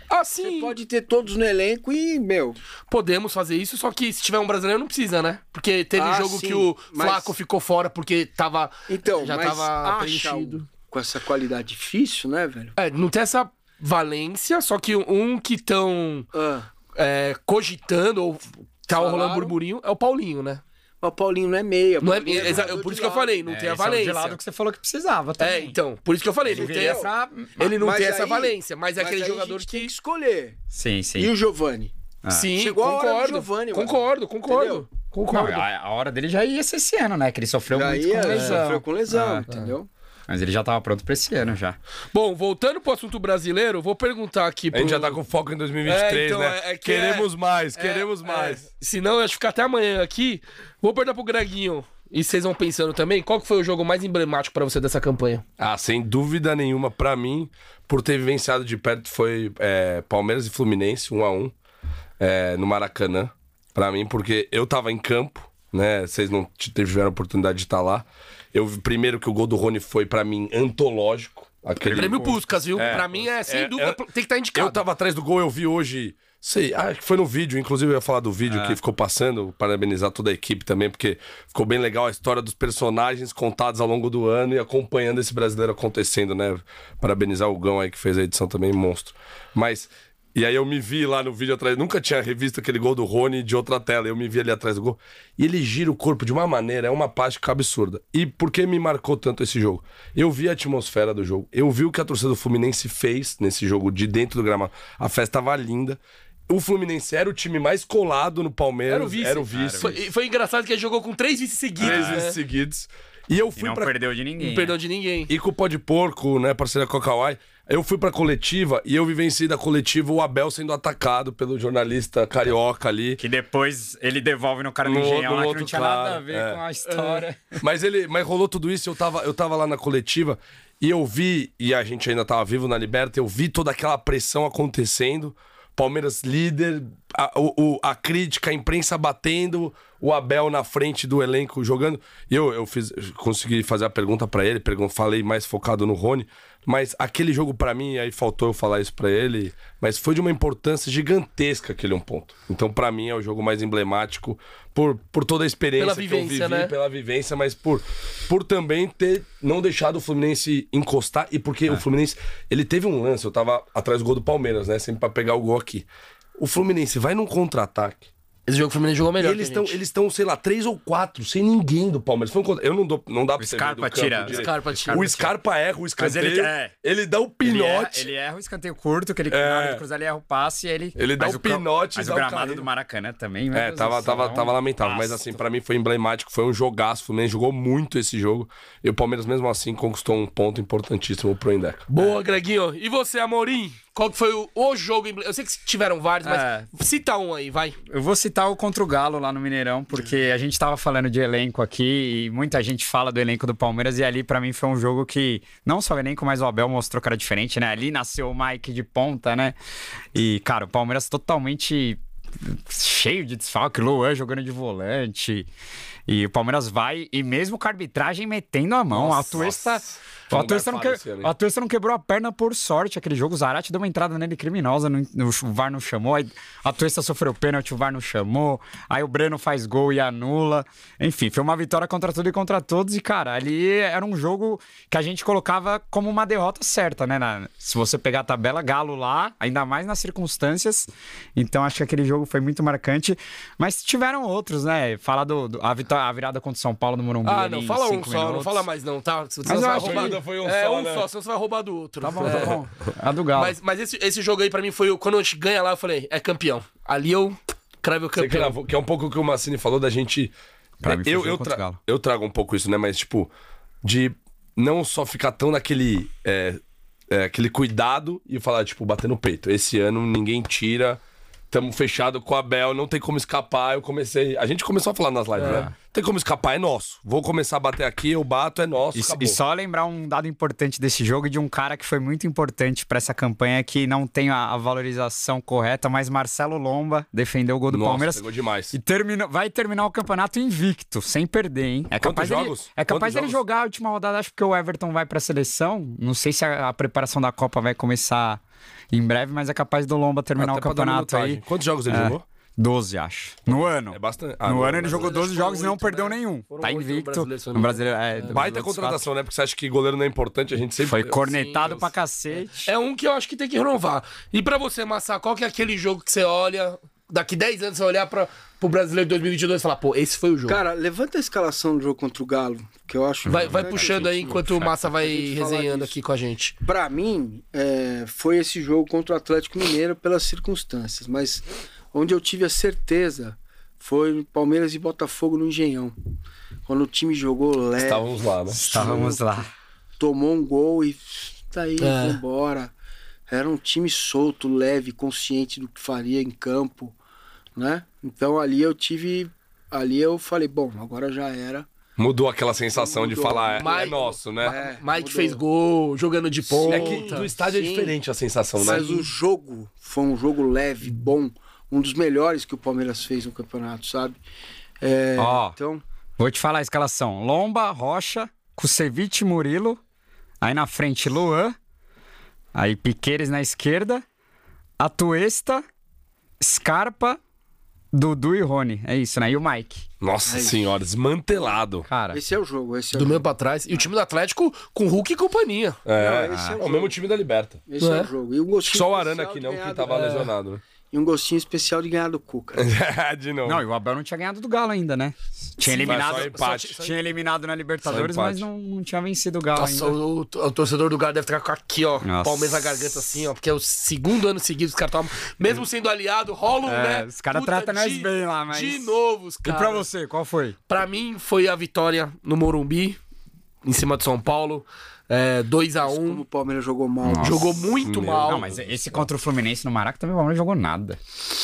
Ah, Você sim. pode ter todos no elenco e, meu... Podemos fazer isso, só que se tiver um brasileiro não precisa, né? Porque teve Ah, jogo sim, que o mas- Flaco ficou fora porque tava, Então, já mas tava acha preenchido. um, com essa qualidade difícil, né, velho? É, não tem essa valência, só que um que estão Ah, é, cogitando ou tá Falaram. rolando burburinho é o Paulinho, né? o Paulinho não é meia. Não é, Paulinho exa- jogador por de isso que eu lado. falei, não É, tem a esse é o de valência. lado que você falou que precisava também. É, então, por isso que eu falei, Ele não tem viria essa, pra... ele não Mas tem essa aí- valência, mas é mas aquele aí a jogador gente que... tem que escolher. Sim, sim. E o Giovani? Sim, Chegou a hora do concordo, Giovani, mano. concordo, concordo, Entendeu? concordo. Não, a, a hora dele já ia ser esse ano, né? Que ele sofreu Já muito ia, com lesão. sofreu com lesão, Ah, entendeu? Mas ele já tava pronto pra esse ano já. Bom, voltando pro assunto brasileiro, vou perguntar aqui A pro... gente já tá com foco em dois mil e vinte e três, É, então, né? é- é que queremos é- mais, É, queremos é, mais. senão eu acho que ficar até amanhã aqui. Vou perguntar pro Greguinho, e vocês vão pensando também, qual que foi o jogo mais emblemático pra você dessa campanha? Ah, sem dúvida nenhuma, pra mim, por ter vivenciado de perto, foi é, Palmeiras e Fluminense, um a um, é, no Maracanã. Pra mim, porque eu tava em campo, né? Vocês não t- tiveram a oportunidade de estar lá. Eu vi primeiro que o gol do Rony foi, pra mim, antológico. Aquele Prêmio Puskas, viu? É, pra mim é, sem é, dúvida, é- tem que estar indicado. Eu tava atrás do gol, eu vi hoje. Sei, acho que foi no vídeo, inclusive eu ia falar do vídeo que ficou passando, parabenizar toda a equipe também, porque ficou bem legal a história dos personagens contados ao longo do ano e acompanhando esse brasileiro acontecendo, né? Parabenizar o Gão aí que fez a edição também, monstro. Mas, e aí eu me vi lá no vídeo atrás, nunca tinha revisto aquele gol do Rony de outra tela, eu me vi ali atrás do gol. E ele gira o corpo de uma maneira, é uma plástica absurda. E por que me marcou tanto esse jogo? Eu vi a atmosfera do jogo, eu vi o que a torcida do Fluminense fez nesse jogo de dentro do gramado. A festa tava linda. O Fluminense era o time mais colado no Palmeiras. Era o vice. Era o vice. Foi, foi engraçado que ele jogou com três vices seguidos, Três né? vezes seguidos. E eu E fui não pra... perdeu de ninguém. Não perdeu de ninguém. E com o Pó de Porco, né, parceira com a Kawai, eu fui pra coletiva e eu vivenciei da coletiva o Abel sendo atacado pelo jornalista carioca ali. Que depois ele devolve no cara do No- engenhão no lá que outro não tinha cara, nada a ver é. com a história. Mas ele, mas rolou tudo isso, eu tava, eu tava lá na coletiva e eu vi, e a gente ainda tava vivo na Liberta, eu vi toda aquela pressão acontecendo. Palmeiras líder, a, o, o- a crítica, a imprensa batendo, o Abel na frente do elenco jogando. E eu, eu fiz, consegui fazer a pergunta pra ele, pergun- falei mais focado no Rony, mas aquele jogo pra mim, aí faltou eu falar isso pra ele, mas foi de uma importância gigantesca aquele um ponto. Então pra mim é o jogo mais emblemático por, por toda a experiência Pela que vivência, eu vivi, né? pela vivência, mas por, por também ter não deixado o Fluminense encostar e porque o Fluminense, ele teve um lance, eu tava atrás do gol do Palmeiras, né, sempre pra pegar o gol aqui. O Fluminense vai num contra-ataque. Esse jogo o Fluminense jogou E melhor. eles que a estão, gente. eles estão, sei lá, três ou quatro, sem ninguém do Palmeiras. Foi um contra... Eu não dou, não dá pra O você Scarpa ver do campo tira- direito. Scarpa tira. O Scarpa erra o Mas escanteio, ele- ele, é. dá o Ele erra, pinote. ele erra o escanteio curto, que ele É. na hora de cruzar ele erra o passe e ele... Ele dá mas o campo- pinote e Mas dá o o gramado carrinho. do Maracanã também, meu É, Deus tava, do céu, tava, é um tava lamentável. Mas pasto. assim, pra mim foi emblemático, foi um jogaço. O Fluminense jogou muito esse jogo. E o Palmeiras, mesmo assim, conquistou um ponto importantíssimo pro Indeca. Boa, Greguinho. E você, Amorim? Qual que foi o, o jogo? emble- Eu sei que tiveram vários, mas É. cita um aí, vai. Eu vou citar o contra o Galo lá no Mineirão, porque a gente tava falando de elenco aqui e muita gente fala do elenco do Palmeiras e ali pra mim foi um jogo que não só o elenco, mas o Abel mostrou cara diferente, né? Ali nasceu o Mike de ponta, né? E, cara, o Palmeiras totalmente cheio de desfalque, Luan jogando de volante. E o Palmeiras vai, e mesmo com a arbitragem metendo a mão. Nossa, a Atuesta, nossa. o Foi um Atuesta não, garfado que, esse ano, hein? o Atuesta não quebrou a perna por sorte aquele jogo. O Zarate deu uma entrada nele criminosa, no, no, o V A R não chamou. Aí a Atuesta sofreu pênalti, o V A R não chamou. Aí o Breno faz gol e anula. Enfim, foi uma vitória contra tudo e contra todos. E, cara, ali era um jogo que a gente colocava como uma derrota certa, né? Na- se você pegar a tabela, Galo lá, ainda mais nas circunstâncias. Então, acho que aquele jogo foi muito marcante. Mas tiveram outros, né? Falar do, do- a, vitó- a virada contra o São Paulo no Morumbi. Ah, ali não, em fala um cinco só, não minutos. fala mais não, tá? Senão Mas você eu vai acho roubar. que foi um é, só, um né? só, senão você vai roubar do outro. Tá bom, É. tá bom. A do Galo. Mas, mas esse, esse jogo aí pra mim foi o. Quando a gente ganha lá, eu falei, é campeão. Ali eu cravo o Você campeão. cravou, que é um pouco o que o Massini falou da gente. Pra é, mim foi eu, jogo eu, contra o tra- Galo. eu trago um pouco isso, né? Mas, tipo, de não só ficar tão naquele. é, é, aquele cuidado e falar, tipo, bater no peito. Esse ano ninguém tira. Tamo fechado com o Abel, não tem como escapar. Eu comecei. A gente começou a falar nas lives, né? Tem como escapar, é nosso. Vou começar a bater aqui, eu bato, é nosso. E, acabou. e só lembrar um dado importante desse jogo e de um cara que foi muito importante pra essa campanha que não tem a, a valorização correta, mas Marcelo Lomba defendeu o gol do Nossa, Palmeiras pegou demais. e termina, vai terminar o campeonato invicto, sem perder, hein? É capaz dele, jogos? é capaz Quantos dele jogos? jogar a última rodada, acho que o Everton vai pra seleção. Não sei se a, a preparação da Copa vai começar em breve, mas é capaz do Lomba terminar Até o pra dar campeonato aí. minutagem. Quantos jogos ele É. jogou? doze, acho. No ano. É bastante. Ah, no não, ano ele mas- jogou doze foram jogos e não oito, perdeu né? nenhum. Foram Tá oito no invicto. brasileiro, se eu não No me brasileiro, é, dos Baita outros contratação, né? Porque você acha que goleiro não é importante, a gente sempre... quatro. Foi cornetado Sim, pra cacete. É um que eu acho que tem que renovar. E pra você, Massa, qual que é aquele jogo que você olha, daqui dez anos você vai olhar pra, pro Brasileiro de dois mil e vinte e dois e falar, pô, esse foi o jogo. Cara, levanta a escalação do jogo contra o Galo, que eu acho... vai vai importante puxando a aí gente- enquanto o Massa vai gente falar resenhando disso. aqui com a gente. Pra mim, é, foi esse jogo contra o Atlético Mineiro pelas circunstâncias, mas onde eu tive a certeza foi Palmeiras e Botafogo no Engenhão. Quando o time jogou leve, Estávamos lá, né? Estávamos lá. tomou um gol e tá aí, É. vambora. Era um time solto, leve, consciente do que faria em campo, né? Então ali eu tive, ali eu falei, bom, agora já era. Mudou aquela sensação de Mudou. falar, é, Mas- é nosso, né? É, Mike mudou. fez gol, jogando de ponta. É que do estádio é Sim. diferente a sensação, né? Mas o jogo foi um jogo leve, bom, um dos melhores que o Palmeiras fez no campeonato, sabe? É, Ó. Então, Vou te falar a escalação. Lomba, Rocha, Kusevich, Murilo. Aí na frente, Luan. Aí Piqueires na esquerda. Atuesta, Scarpa, Dudu e Rony. É isso, né? E o Mike. Nossa É isso. senhora, desmantelado. Cara, esse é o jogo, esse é o Do jogo. meio pra trás. E o time do Atlético com Hulk e companhia. É, Não, esse é o é o jogo. mesmo time da Liberta. Esse é, É. o jogo. E um gostinho Só o Arana especial aqui de não, ganhar que do- tava é, lesionado, né? E um gostinho especial de ganhar do Cuca. De novo. não, e o Abel não tinha ganhado do Galo ainda, né? Tinha Sim, eliminado, mas só empate. só tinha eliminado na Libertadores, Só mas empate. não, não tinha vencido o Galo Nossa, ainda. o, o- o torcedor do Galo deve ficar com aqui, ó. Nossa. Palmeiras na garganta, assim, ó. Porque é o segundo ano seguido que os caras tomam. Mesmo sendo aliado, rolam, É, né? os caras Puta, tratam nós de- bem lá, mas- De novo, os E caras. pra você, qual foi? Pra mim, foi a vitória no Morumbi, em cima de São Paulo. É, dois a Como um. o Palmeiras jogou mal. Nossa, Jogou muito meu mal. Não, mas esse contra o Fluminense no Maraca também o Palmeiras não jogou nada.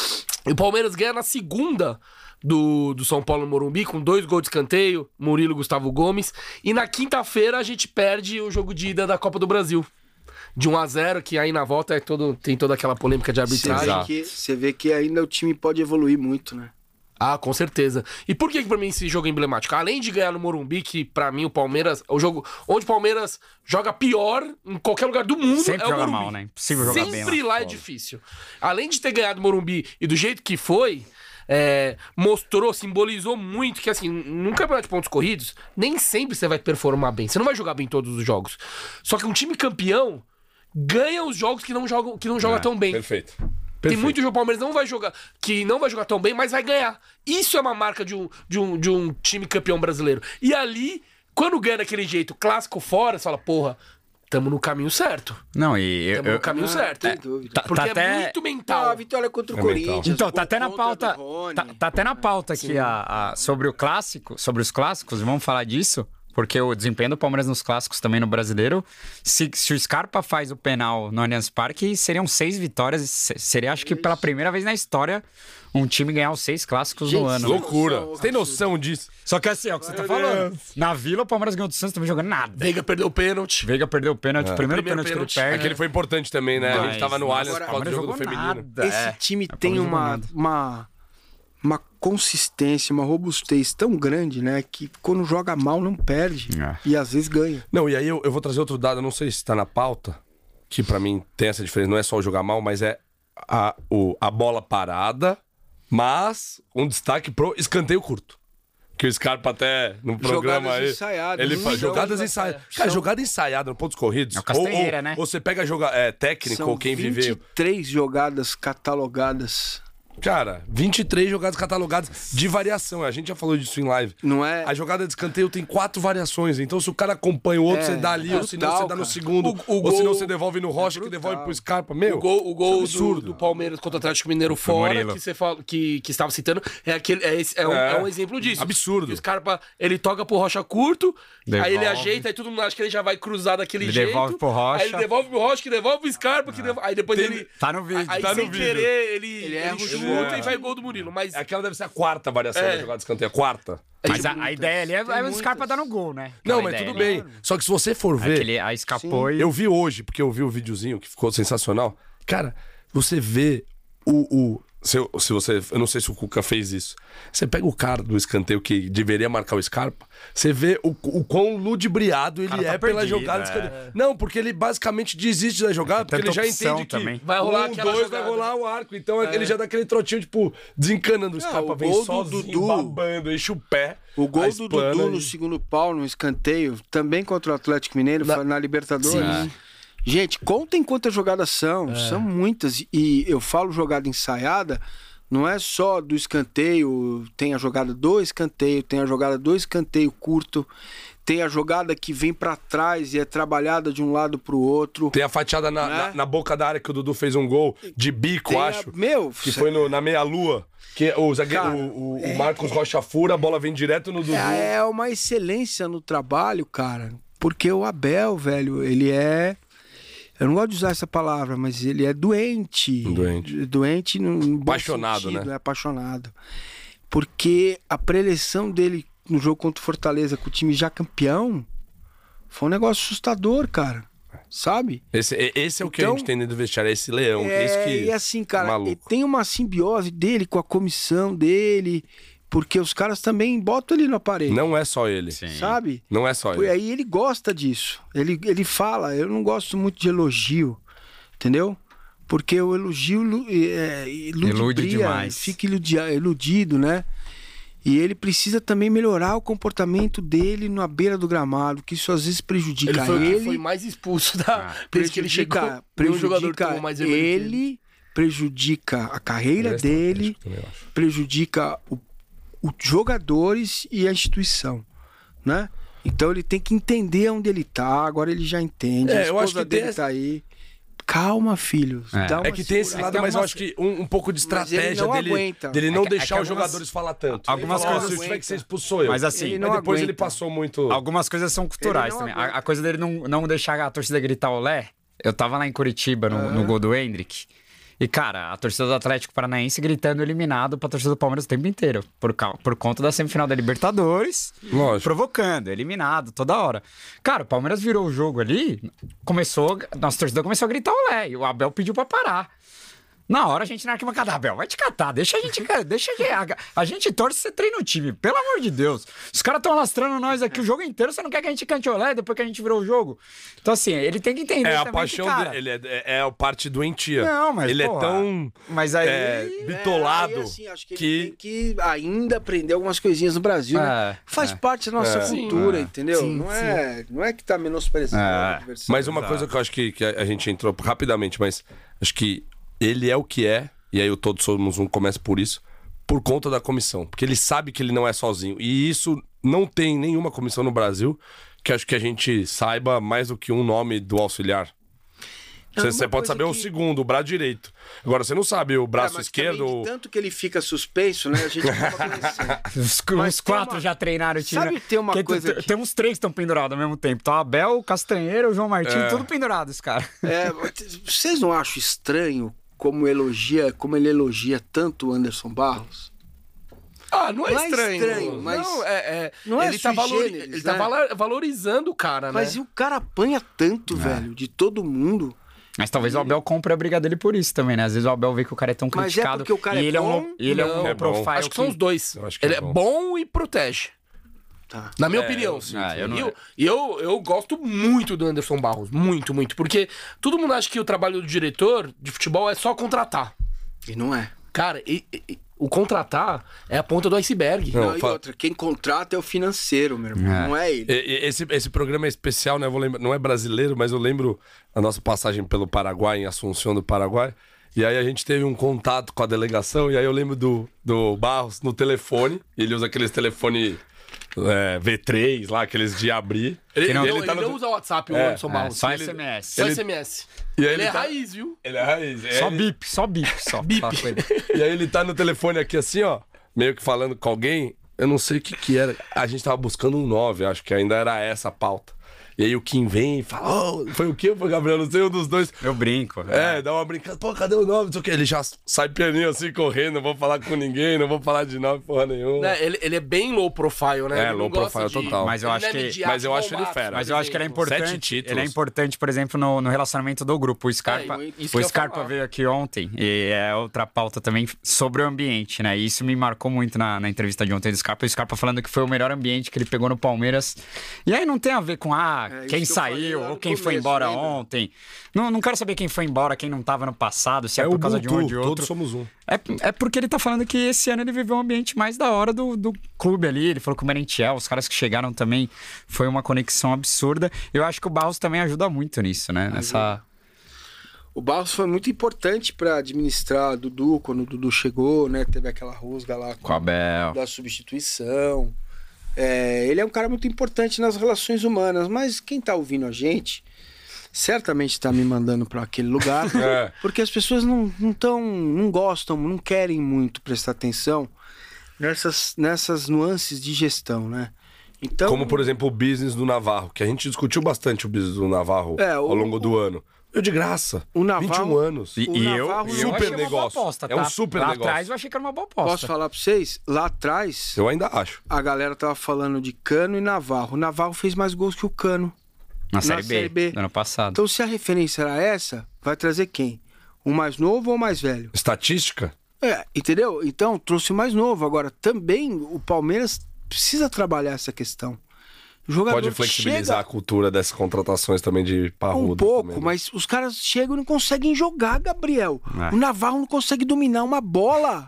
E o Palmeiras ganha na segunda do, do São Paulo no Morumbi, com dois gols de escanteio, Murilo e Gustavo Gomes. E na quinta-feira a gente perde o jogo de ida da Copa do Brasil. De um a zero, que aí na volta é todo, tem toda aquela polêmica de Você arbitragem. vê, que, você vê que ainda o time pode evoluir muito, né? Ah, com certeza. E por que que pra mim esse jogo é emblemático? Além de ganhar no Morumbi, que pra mim o Palmeiras, o jogo onde o Palmeiras joga pior em qualquer lugar do mundo, Sempre é o joga Morumbi. mal, né? Impossível jogar bem Sempre lá. lá é difícil. Além de ter ganhado o Morumbi e do jeito que foi, é, mostrou, simbolizou muito que, assim, num campeonato de pontos corridos, nem sempre você vai performar bem. Você não vai jogar bem em todos os jogos. Só que um time campeão ganha os jogos que não jogam, que não joga É, tão bem. Perfeito. Tem Perfeito. muito jogo que o Palmeiras não vai jogar, que não vai jogar tão bem, mas vai ganhar. Isso é uma marca de um, de um, de um time campeão brasileiro. E ali, quando ganha daquele jeito, clássico fora, você fala, porra, tamo no caminho certo. Não, e eu, Tamo no eu- caminho Ah, certo. tem dúvida. tá, Porque tá é até... muito Não, mental. a vitória contra o É mental. Corinthians. Então, o tá gol até na contra pauta. do Rony. Tá, tá até na pauta aqui a, a- sobre o clássico, sobre os clássicos, vamos falar disso, porque o desempenho do Palmeiras nos clássicos também no brasileiro. Se, se o Scarpa faz o penal no Allianz Parque, seriam seis vitórias. se- Seria, acho que pela primeira vez na história, um time ganhar os seis clássicos no Gente, ano. Loucura. Noção, Você tem noção disso? Só que assim, é o que você tá falando. Na Vila, o Palmeiras ganhou do Santos também jogando nada. Veiga perdeu o pênalti. Veiga perdeu o pênalti, o primeiro, Primeiro pênalti, pênalti. que ele perde. Aquele foi importante também, né? a gente Mas, tava no nossa, Allianz agora, por causa do jogo do jogou feminino. nada. Esse É, time o tem Palmeiras jogou uma, nada. uma, uma consistência, uma robustez tão grande, né? Que quando joga mal não perde. É. E às vezes ganha. Não, e aí eu, eu vou trazer outro dado, eu não sei se tá na pauta, que pra mim tem essa diferença, não é só o jogar mal, mas é a, o, a bola parada, mas um destaque pro escanteio curto. Que o Scarpa até no programa Jogadas aí. ensaiadas. Ele faz São- jogadas ensaiadas. Cara, são- jogada ensaiada no pontos corridos. É o Castanheira, ou, ou, né? ou você pega joga, é, técnico, São ou quem vinte viveu. e três jogadas catalogadas. Cara, vinte e três jogadas catalogadas de variação. A gente já falou disso em live. Não é? A jogada de escanteio tem quatro variações. Então, se o cara acompanha o outro, É, você dá ali, ou se não, brutal, você dá no cara. segundo. O- o ou se não, gol- você devolve no Rocha, que devolve pro Scarpa. Meu, O gol, o gol isso é absurdo. do, do Palmeiras contra o Atlético Mineiro fora, Murilo. que você fala, que, que estava citando, é, aquele, é, esse, é, um, É. é um exemplo disso. Absurdo. Que o Scarpa, ele toca pro Rocha curto, Devolve. aí ele ajeita, aí todo mundo acha que ele já vai cruzar daquele Ele jeito. devolve pro Rocha. Aí ele devolve pro Rocha, que devolve pro Scarpa, que devolve, aí depois Tem- ele... Tá no vídeo. Aí tá sem no vídeo. querer, ele, ele, erra o chuta chute. e vai gol do Murilo. Mas Aquela deve ser a quarta variação É. da jogada de escanteio. A quarta. Mas a, a ideia ali é, Tem é o muitas. Scarpa dar no gol, né? Não, Aquela mas ideia tudo ali. bem. Só que se você for ver. Aquele, aí escapou e... Eu vi hoje, porque eu vi o videozinho que ficou sensacional. Cara, você vê o, o- Se, se você, eu não sei se o Cuca fez isso. Você pega o cara do escanteio que deveria marcar o Scarpa, você vê o, o quão ludibriado ele tá é pela perdido, jogada de é. escanteio. Não, porque ele basicamente desiste da jogada, porque tanta ele já opção entende que também. Vai rolar um, aquela dois, jogada. vai rolar o arco. Então ele já dá aquele trotinho, tipo, desencanando. O Scarpa o vem gol do sozinho, Dudu. babando, enche o pé. O gol a do espana Dudu e- no segundo pau, no escanteio, também contra o Atlético Mineiro, Na- foi na Libertadores. Sim. Gente, contem quantas jogadas são. São muitas. E eu falo jogada ensaiada, não é só do escanteio. Tem a jogada do escanteio, tem a jogada do escanteio curto, tem a jogada que vem pra trás e é trabalhada de um lado pro outro. Tem a fatiada na, Né? na, na boca da área que o Dudu fez um gol de bico, Tem a- acho. Meu, Que foi no- na meia-lua. Que o, zagueiro, Cara, o, o- o Marcos Rocha fura, a bola vem direto no Dudu. É, é uma excelência no trabalho, cara. Porque o Abel, velho, ele é. Eu não gosto de usar essa palavra, mas ele é doente. Doente. Doente no, no bom Apaixonado, sentido, né? É apaixonado. Porque a preleção dele no jogo contra o Fortaleza com o time já campeão foi um negócio assustador, cara. Sabe? Esse, e- esse é o que a Então, gente tem dentro do vestiário, é esse leão. É, esse que... e assim, cara, maluco. e tem uma simbiose dele com a comissão dele, porque os caras também botam ele no aparelho, Não é só ele. sabe? Não é só Foi ele. aí ele gosta disso. Ele, ele fala, eu não gosto muito de elogio, entendeu? Porque o elogio lu- é, Ilude iludibria, demais. fica iludia- iludido, né? E ele precisa também melhorar o comportamento dele na beira do gramado, que isso às vezes prejudica Ele foi o ele. que foi mais expulso da. Ah, Desde que ele chegou. prejudica, Nenhum jogador prejudica tomou mais vermelho que ele. ele, prejudica a carreira Ele é dele, estratégico também, eu acho. prejudica o- os jogadores e a instituição, né? Então ele tem que entender onde ele tá, agora ele já entende, É, a eu acho esposa que tem dele essa- tá aí. Calma, filho. É. dá uma É que tem esse segurada. lado, mas eu acho que um, um pouco de Mas ele estratégia não dele, aguenta. dele É não que- é que deixar os algumas- jogadores falar tanto. algumas Ele fala, coisas- "Ó, se eu tiver que ser expulso, sou eu." Mas assim, Ele Mas não depois ele aguenta. passou muito... algumas coisas são culturais Ele não também. aguenta. A, a coisa dele não, não deixar a torcida gritar olé. Eu tava lá em Curitiba no, no gol do Hendrick. E, cara, a torcida do Atlético Paranaense gritando eliminado pra torcida do Palmeiras o tempo inteiro. Por, cau- por conta da semifinal da Libertadores. Lógico. Provocando, eliminado, toda hora. Cara, o Palmeiras virou o jogo ali, começou, nossa torcida começou a gritar olé. E o Abel pediu pra parar. Na hora a gente na arquibancada, Abel, vai te catar, deixa a gente, deixa a, a gente torce, você treina o time, pelo amor de Deus. Os caras estão lastrando nós aqui o jogo inteiro, você não quer que a gente cante olé depois que a gente virou o jogo? Então assim, ele tem que entender É a também paixão que, cara, dele, ele é, é a parte doentia. Não, mas, ele porra, é tão mas aí... é, bitolado É, aí, assim, acho que, que... ele tem que ainda aprender algumas coisinhas no Brasil, né? É, Faz é. parte da nossa É. cultura, Sim, entendeu? sim, não, é, não é que tá menosprezando É. o adversário. Mas uma coisa que eu acho que, que a gente entrou rapidamente, mas acho que ele é o que é, e aí o Todos Somos Um começa por isso, por conta da comissão. Porque ele sabe que ele não é sozinho. E isso não tem nenhuma comissão no Brasil que acho que a gente saiba mais do que um nome do auxiliar. Não, Você, uma você pode coisa saber o que- segundo, o braço direito. Agora, você não sabe o É, braço mas esquerdo. também, ou- de tanto que ele fica suspenso, né? A gente acaba conhecendo. Os, Mas os tem quatro uma- já treinaram o time. Sabe, tem uma Porque coisa tem, que- tem uns três que estão pendurados ao mesmo tempo. Então, Abel, o Castanheira, o João Martins, É. tudo pendurado, esse cara. É, vocês não acham estranho como elogia, como ele elogia tanto o Anderson Barros? Ah, não é Não é estranho. estranho, mas Não, é, é- não é ele tá, sui valori- generis, ele tá né? valo- valorizando o cara, né? Mas e o cara apanha tanto, velho, de todo mundo. Mas talvez o Abel compre a briga dele por isso também, né? Às vezes o Abel vê que o cara é tão Mas é criticado. porque o cara e é ele bom? é um, ele é um Não, low é bom. profile. Acho que são os dois. Eu acho que Ele é é bom. bom e protege. Tá. Na minha É, opinião. eu sinto. Ah, eu E não- eu, e eu, eu gosto muito do Anderson Barros. Muito, muito. Porque todo mundo acha que o trabalho do diretor de futebol é só contratar. E não é. Cara, e- e- o contratar é a ponta do iceberg. Não, Não, e fa- outra, quem contrata é o financeiro, meu irmão. É. Não é ele. E- e- Esse, esse programa é especial, né? Eu vou lembrar, não é brasileiro, mas eu lembro a nossa passagem pelo Paraguai, em Assunção do Paraguai. E aí a gente teve um contato com a delegação, e aí eu lembro do, do Barros no telefone. Ele usa aqueles telefone é, V três lá, aqueles de abrir. Ele, E não, ele ele tá no- não usa o WhatsApp, o É, Anderson Barros. só Ele- S M S. Só Ele- S M S. E aí Ele, ele é tá- raiz, viu? Ele é raiz. é, Só ele- bip, só bip, só. Bip. Fala com ele. E aí ele tá no telefone aqui assim, ó, meio que falando com alguém. Eu não sei o que que era. A gente tava buscando um nove, acho que ainda era essa a pauta. E aí o Kim vem e fala, oh, foi o quê? Foi o Gabriel, não sei, um dos dois. Eu brinco. É, dá uma brincada, pô, cadê o nome? Não sei o quê. Ele já sai pianinho assim, correndo, não vou falar com ninguém, não vou falar de nome, porra nenhuma. É, ele, ele é bem low profile, né? É, Ele não low gosta profile de- total. Mas eu ele acho não é que- midiático mas eu acho igual ele o fera. Matos, Mas eu acho que ele é por exemplo. Sete importante. títulos. Ele é importante, por exemplo, no, no relacionamento do grupo. O Scarpa, É, isso que eu o ia Scarpa falar. veio aqui ontem e é outra pauta também sobre o ambiente, né? E isso me marcou muito na, na entrevista de ontem do Scarpa. O Scarpa falando que foi o melhor ambiente que ele pegou no Palmeiras. E aí não tem a ver com ah, É, isso quem que eu falei saiu lá ou no quem foi começo, embora lembra? ontem. Não, não quero saber quem foi embora, quem não tava no passado, se é, É por o causa de um ou de Ubuntu, outro. todos somos um. É, é porque ele tá falando que esse ano ele viveu um ambiente mais da hora do, do clube ali. Ele falou que o Merentiel, os caras que chegaram também, foi uma conexão absurda. Eu acho que o Barros também ajuda muito nisso, né? Nessa... O Barros foi muito importante pra administrar Dudu, quando o Dudu chegou, né? Teve aquela rusga lá Com o Abel. da substituição. É, ele é um cara muito importante nas relações humanas, mas quem tá ouvindo a gente certamente tá me mandando pra aquele lugar, É. porque as pessoas não, não tão, não gostam, não querem muito prestar atenção nessas, nessas nuances de gestão, né? Então, Como, por exemplo, o business do Navarro, que a gente discutiu bastante o business do Navarro É, o- ao longo do ano. Eu de graça. O Navarro- vinte e um anos. E, O e eu, Navarro eu super achei uma boa negócio. aposta, É um tá? super Lá negócio. atrás eu achei que era uma boa aposta. posso falar pra vocês? Lá atrás, Eu ainda acho. a galera tava falando de Cano e Navarro. O Navarro fez mais gols que o Cano. Na, série, B, Série B. do ano passado. Então, se a referência era essa, vai trazer quem? O mais novo ou o mais velho? Estatística? É, entendeu? Então, trouxe o mais novo. Agora, também o Palmeiras precisa trabalhar essa questão. O jogador Pode flexibilizar a chega cultura dessas contratações também de parrudo. um pouco, também, né? mas os caras chegam e não conseguem jogar, Gabriel. É. O Navarro não consegue dominar uma bola.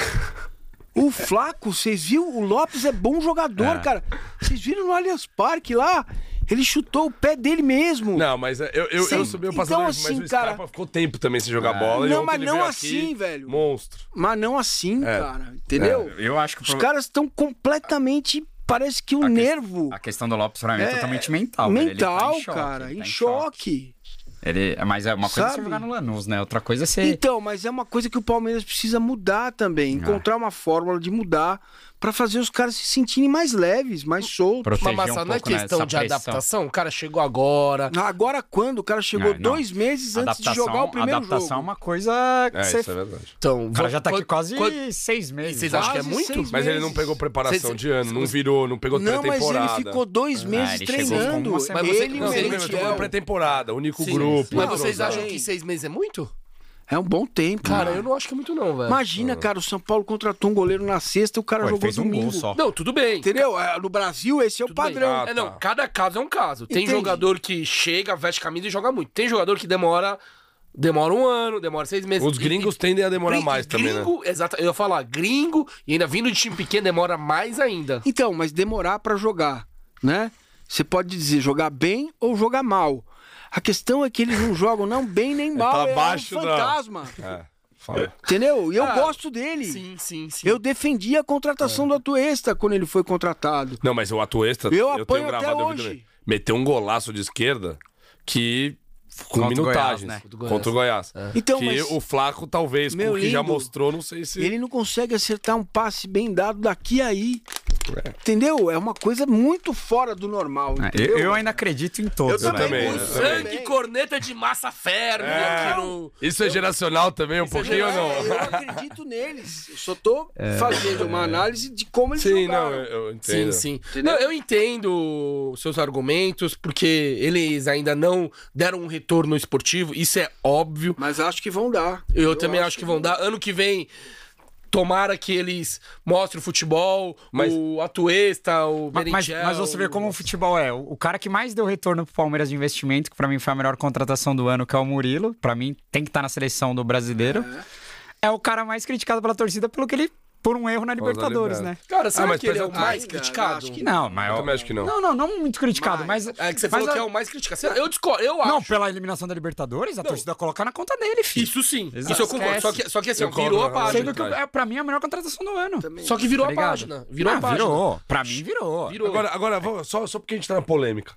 O Flaco, vocês viram? O Lopes é bom jogador, É. cara. Vocês viram no Allianz Parque lá? Ele chutou o pé dele mesmo. Não, mas eu, eu, Sim, eu subi o então, passador, assim, mas o cara- Scarpa ficou tempo também sem jogar bola. e Não, ontem mas ele não veio assim, aqui, velho. Monstro. Mas não assim, É. cara. Entendeu? Eu acho que o Os pro- caras estão completamente. Parece que o A que- nervo. a questão do Lopes pra mim é, É, totalmente mental. velho. Ele mental, tá em choque, cara. ele Em tá choque. Ele, mas é uma coisa é você Sabe? jogar no Lanús, né? Outra coisa é você... Então, mas é uma coisa que o Palmeiras precisa mudar também. Encontrar uma fórmula de mudar pra fazer os caras se sentirem mais leves, mais soltos. proteger Mas, um Massa, não é pouco, né, questão essa de pressão. adaptação. O cara chegou agora. Agora quando? O cara chegou Ah, não. dois meses antes de jogar o primeiro adaptação jogo. é uma coisa que É, você... isso é verdade. Então, O cara já tá aqui quase quando- seis meses. Vocês né? acham que é Quase muito? seis Mas ele não meses. pegou preparação Cês- de ano, não virou, não pegou Não, mas pré-temporada. ele ficou dois meses ele chegou com treinando. uma semana. Mas você- ele e não, o tudo bem, Tudo bem, mas eu tô falando Merentiel. pré-temporada, único Sim, grupo. Mas entrosado. vocês acham que seis meses é muito? É um bom tempo. Cara, né? eu não acho que é muito não, velho. Imagina, cara, o São Paulo contratou um goleiro na sexta e o cara Pô, ele jogou fez um domingo. gol só. Não, tudo bem. Entendeu? É, No Brasil, esse é o Tudo bem. padrão. Ah, É, não, tá. cada caso é um caso. Tem Entendi. jogador que chega, veste camisa e joga muito. Tem jogador que demora demora um ano, demora seis meses. Os gringos E- tendem a demorar gring- mais também, né? gringo, exato, eu ia falar, gringo e ainda vindo de time pequeno demora mais ainda. Então, mas demorar pra jogar, né? Você pode dizer jogar bem ou jogar mal. A questão é que eles não jogam não bem nem mal. tá É, abaixo um da- fantasma. É, fala. Entendeu? E eu Ah, gosto dele. Sim, sim, sim. Eu defendi a contratação do Atuesta quando ele foi contratado. Não, mas o Atuesta, Eu eu, apoio tenho até gravado o hoje. vídeo também. Meteu um golaço de esquerda que... Com Contra o minutagens. Goiás, né? Contra o Goiás. Então, que mas o Flaco, talvez, com Meu o que já lindo, mostrou, não sei se... ele não consegue acertar um passe bem dado daqui a aí. É. Entendeu? É uma coisa muito fora do normal. É, Entendeu? eu, eu ainda acredito em todos, Eu velho. também, O eu sangue também. corneta de massa ferve É. aqui no... Isso é geracional também, um pouquinho ou É, não? eu acredito neles. Eu só tô fazendo uma análise de como eles Sim, não, jogaram. eu, eu Sim, entendo. sim. Entendeu? Não, eu entendo os seus argumentos, porque eles ainda não deram um retorno esportivo, isso é óbvio. Mas acho que vão dar. Eu, também acho que vão dar. Ano que vem, tomara que eles mostrem o futebol, Mas- o Atuesta, o Mas, mas, Merentiel. mas você vê como o futebol é. O, o cara que mais deu retorno pro Palmeiras de investimento, que pra mim foi a melhor contratação do ano, que é o Murilo. Pra mim, tem que estar na seleção do brasileiro. É. o cara mais criticado pela torcida pelo que ele... Por um erro na causa da Libertadores, liberdade. né? Cara, será Ah, mas que ele é o pensa- mais Ainda, criticado? acho que Não, mas... Eu também acho que não. Não, não, não muito criticado, mas... É que você mas falou a- que é o mais criticado. Eu discordo, eu acho. Não, pela eliminação da Libertadores, a torcida coloca na conta dele, filho. Isso sim, Exato. isso eu concordo. Esquece. Só que, só que assim, Eu ó, virou a concordo, página. Sendo que é, pra mim é a melhor contratação do ano. Só que virou Tá a ligado? página. Virou Ah, a página. Virou. Pra mim, virou. Virou. Agora, agora vamos, só, só porque a gente tá na polêmica.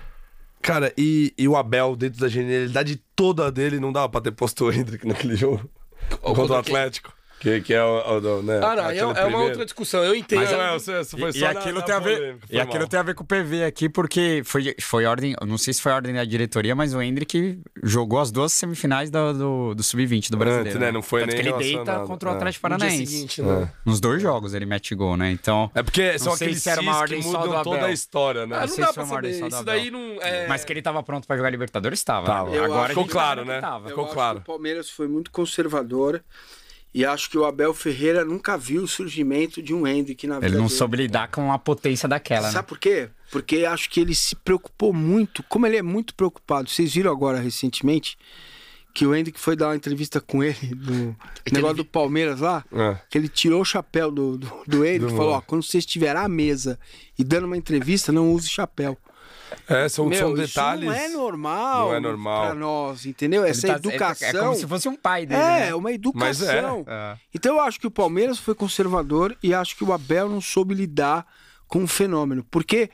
Cara, e, e o Abel, dentro da genialidade toda dele, não dava pra ter posto o Hendrick naquele jogo? Ou contra o quem? Atlético. Que, que é o, o, o né? Ah, não, é, é uma primeiro. outra discussão, eu entendo. Mas é, você, você foi E, só e na- aquilo, na tem, a ver, polêmica, foi e aquilo mal. tem a ver com o P V aqui, porque foi, foi ordem. Eu não sei se foi ordem da diretoria, mas o Hendrick jogou as duas semifinais do, do, do sub vinte do brasileiro. Antes, né? Não foi Tanto nem que ele deita relacionado. contra o É. Atlético No dia Paranaense. seguinte, né? Nos dois jogos ele mete gol, né? Então. É porque são Não sei aqueles se era uma cis ordem que só do mudam Abel. toda a história, né? Ah, não não sei dá se pra foi uma ordem saber. só do Isso Abel. daí não é... Mas que ele tava pronto pra jogar Libertadores, estava. Tava. Eu Agora acho- a gente Ficou claro, sabe que né? tava. Ficou Eu acho claro. que o Palmeiras foi muito conservador e acho que o Abel Ferreira nunca viu o surgimento de um Hendrick na vida Ele não dele. soube lidar com a potência daquela, né? Sabe por quê? Porque acho que ele se preocupou muito, como ele é muito preocupado. Vocês viram agora recentemente que o Hendrick foi dar uma entrevista com ele no negócio do Palmeiras lá, É. que ele tirou o chapéu do, do, do Hendrick e Do falou, mano. ó, quando você estiver à mesa e dando uma entrevista, não use chapéu. É, são, Meu, são isso detalhes. não é normal. Não é normal. Pra nós, entendeu? Essa Ele tá- educação. É como se fosse um pai dele. É, né? uma Mas é. educação. É. Então eu acho que o Palmeiras foi conservador e acho que o Abel não soube lidar com o fenômeno. Porque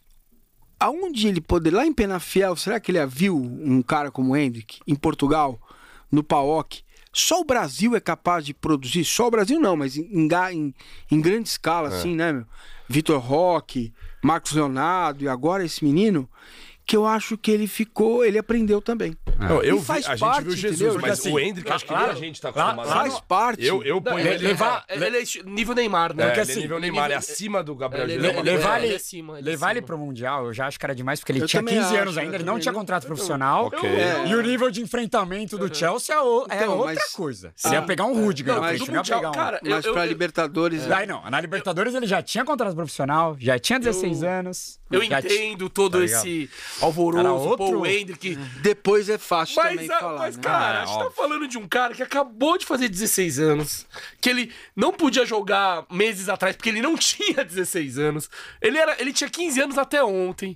aonde ele poderia... Lá em Penafiel, será que ele viu um cara como o Hendrick, em Portugal, no P A O C? Só o Brasil é capaz de produzir, só o Brasil não, mas em, em, ga- em, em grande escala, assim, né, meu? Vitor Roque, Marcos Leonardo e agora esse menino, que eu acho que ele ficou, ele aprendeu também. Não, eu E vi, faz a gente parte, viu Jesus, entendeu? mas Porque o assim, Hendrick, acho que claro, nem a gente tá claro, acostumado. claro. Faz parte. Eu, eu Não, ponho ele, ele... levar- ele, ele é nível Neymar, né? É, Porque ele é assim, nível ele Neymar, é nível- acima do Gabriel ele- Jesus. ele- Le- levar ele ele, é acima, ele é levar ele acima. pro Mundial, eu já acho que era demais, porque ele Eu tinha também quinze anos acho, ainda, eu ele não também tinha não- contrato profissional. Ok. É. E o nível de enfrentamento do Chelsea é, o- é Então, outra mas- coisa. Ele ia pegar um Rudiger Não, na mas frente, do não ia Mundial, pegar um... cara, Mas eu, pra eu, Libertadores... Aí não, na Libertadores ele já tinha contrato profissional, já tinha dezesseis anos. eu já tinha- entendo todo Tá ligado? esse Era alvoroço, outro- pô, o Hendrick... Depois é fácil Mas, também a- falar, mas né? cara, Ah, a gente tá óbvio. falando de um cara que acabou de fazer dezesseis anos, que ele não podia jogar meses atrás, porque ele não tinha dezesseis anos. Ele, era, ele tinha quinze anos até ontem.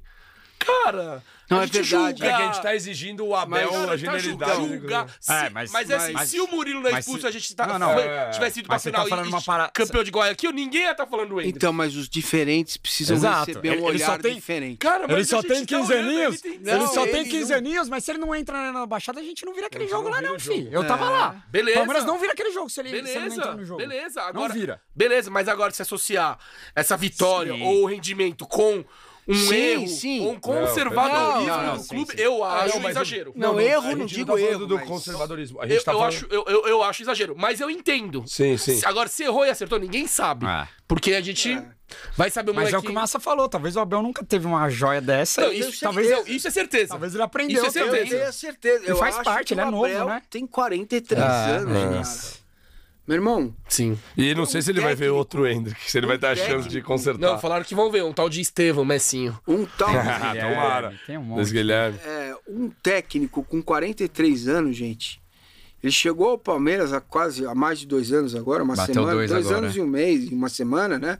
Cara, Não, a é gente verdade. julga... É que a gente tá exigindo o Abel, Mas, a Tá genialidade. julga, julga. Se- É, mas, mas- é assim, mas- se o Murilo não é mas expulso, se- a gente tá, Não, não, foi- é. tivesse ido pra Mas você final tá falando e, uma e para- campeão de Guayaquil, ninguém ia estar falando do Hendrick. Então, mas os diferentes precisam Exato. receber Ele- um ele só olhar tem- diferente. Cara, Ele mas só a gente tem tá quinze olhando, aninhos, tem- ele Não, só tem ele quinze não- aninhos, mas se ele não entra na Baixada, a gente não vira aquele gente jogo não lá vira não, o jogo. filho. Eu tava lá. Beleza. Palmeiras não vira aquele jogo se ele, se ele não Beleza, entra no jogo. beleza. Não Agora, vira. Beleza, mas agora se associar essa vitória Sim. ou o rendimento com um Sim, erro sim. ou um conservadorismo Não, não, no não, clube, sim, sim. eu acho Não, mas exagero. Não, a erro gente não tá digo falando erro, do mas- conservadorismo. A Eu, gente tá eu falando... acho, eu, eu, eu acho exagero, mas eu entendo. Sim, sim. Se- Agora, se errou e acertou, ninguém sabe. É. Porque a gente vai saber o Mas moleque... é o que o Massa falou, talvez o Abel nunca teve uma joia dessa. Não, e isso, talvez, talvez, isso é certeza. talvez ele aprendeu. Isso é Eu certeza. tenho certeza. Eu faz acho parte, que ele é o novo, Abel né? tem quarenta e três Ah, anos, é. cara. Meu irmão, Sim. E não sei se ele vai ver técnico- outro Hendrick, se ele vai ter a chance de técnico- consertar. Não, falaram que vão ver um tal de Estevão, Messinho. um tal... Ah, Guilherme, tomara. tem um monte. Luiz Guilherme. É, um técnico com quarenta e três anos, gente. Ele chegou ao Palmeiras há quase há mais de dois anos agora, uma Bateu semana, dois dois agora. anos e um mês, uma semana, né?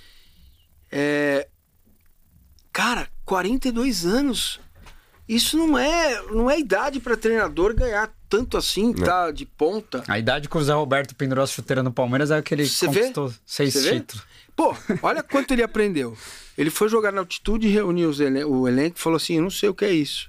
É, cara, quarenta e dois anos. Isso não é, não é idade para treinador ganhar tanto assim, tá de ponta. A idade que o Zé Roberto pendurou a chuteira no Palmeiras é que ele Você vê? conquistou seis Você vê? títulos. Pô, olha quanto ele aprendeu. Ele foi jogar na altitude, reuniu os elen- o elenco e falou assim: eu não sei o que é isso.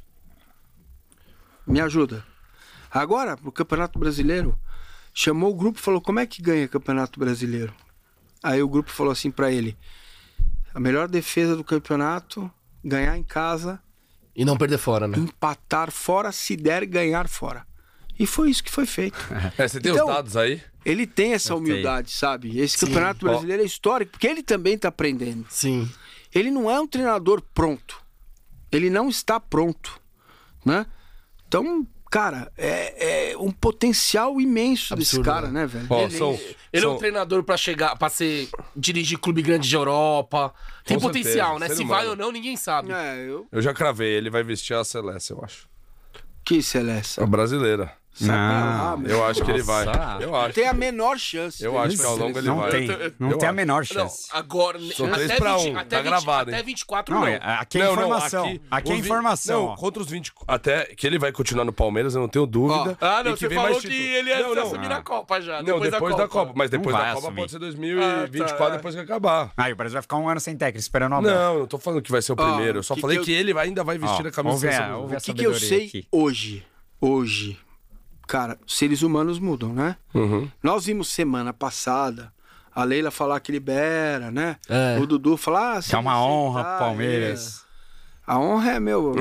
Me ajuda. Agora, pro Campeonato Brasileiro, chamou o grupo e falou: como é que ganha Campeonato Brasileiro? Aí o grupo falou assim pra ele: a melhor defesa do campeonato, ganhar em casa, E não perder fora, né? empatar fora, se der, ganhar fora. E foi isso que foi feito. É, você tem Então- os dados aí? Ele tem essa Eu tenho. humildade, sabe? Esse Sim. Campeonato Brasileiro é histórico, porque ele também tá aprendendo. Sim. Ele não é um treinador pronto. Ele não está pronto, né? Então, cara, é, é um potencial imenso desse Absurdo, cara, né, velho? Ó, Ele, são- ele é um são- treinador pra chegar, para ser dirigir clube grande de Europa. Tem Com potencial, certeza, né? ser Se humano. vai ou não, ninguém sabe. É, eu... Eu já cravei, ele vai vestir a Celeste, eu acho. Que Celeste. A brasileira. Sai pra lá, meu. Eu acho que ele vai. Nossa. Eu acho. Tem a menor chance. Eu acho que ao longo ele não vai. tem, Eu- eu- não eu tem a acho. menor Não, chance. agora. São até três pra vinte, um, até tá vinte, gravado, até hein? vinte e quatro, Não, não. é- aqui é informação. Aqui é os vi- informação. Não, ó. contra os vinte. Até que ele vai continuar no Palmeiras, eu não tenho dúvida. Ah, não, E que você vem falou mais que título. ele ia Não, não. assumir na Copa já. Não, depois, da, Copa. Mas depois Não da vai Copa assumir. pode ser dois mil e vinte e quatro, Ah, tá, é. depois que acabar. Aí o Brasil vai ficar um ano sem técnico, esperando o Abel. Não, não tô falando que vai ser o Ó, primeiro. Eu só que falei que que, eu- ele ainda vai vestir Ó, a camisa ouve da a- seleção. ouve a O que, que eu sabedoria sei aqui. hoje, hoje, cara, seres humanos mudam, né? Uhum. Nós vimos semana passada a Leila falar que libera, né? É. O Dudu falar... Ah, se Que é uma você honra tá, pro Palmeiras. é. A honra é meu.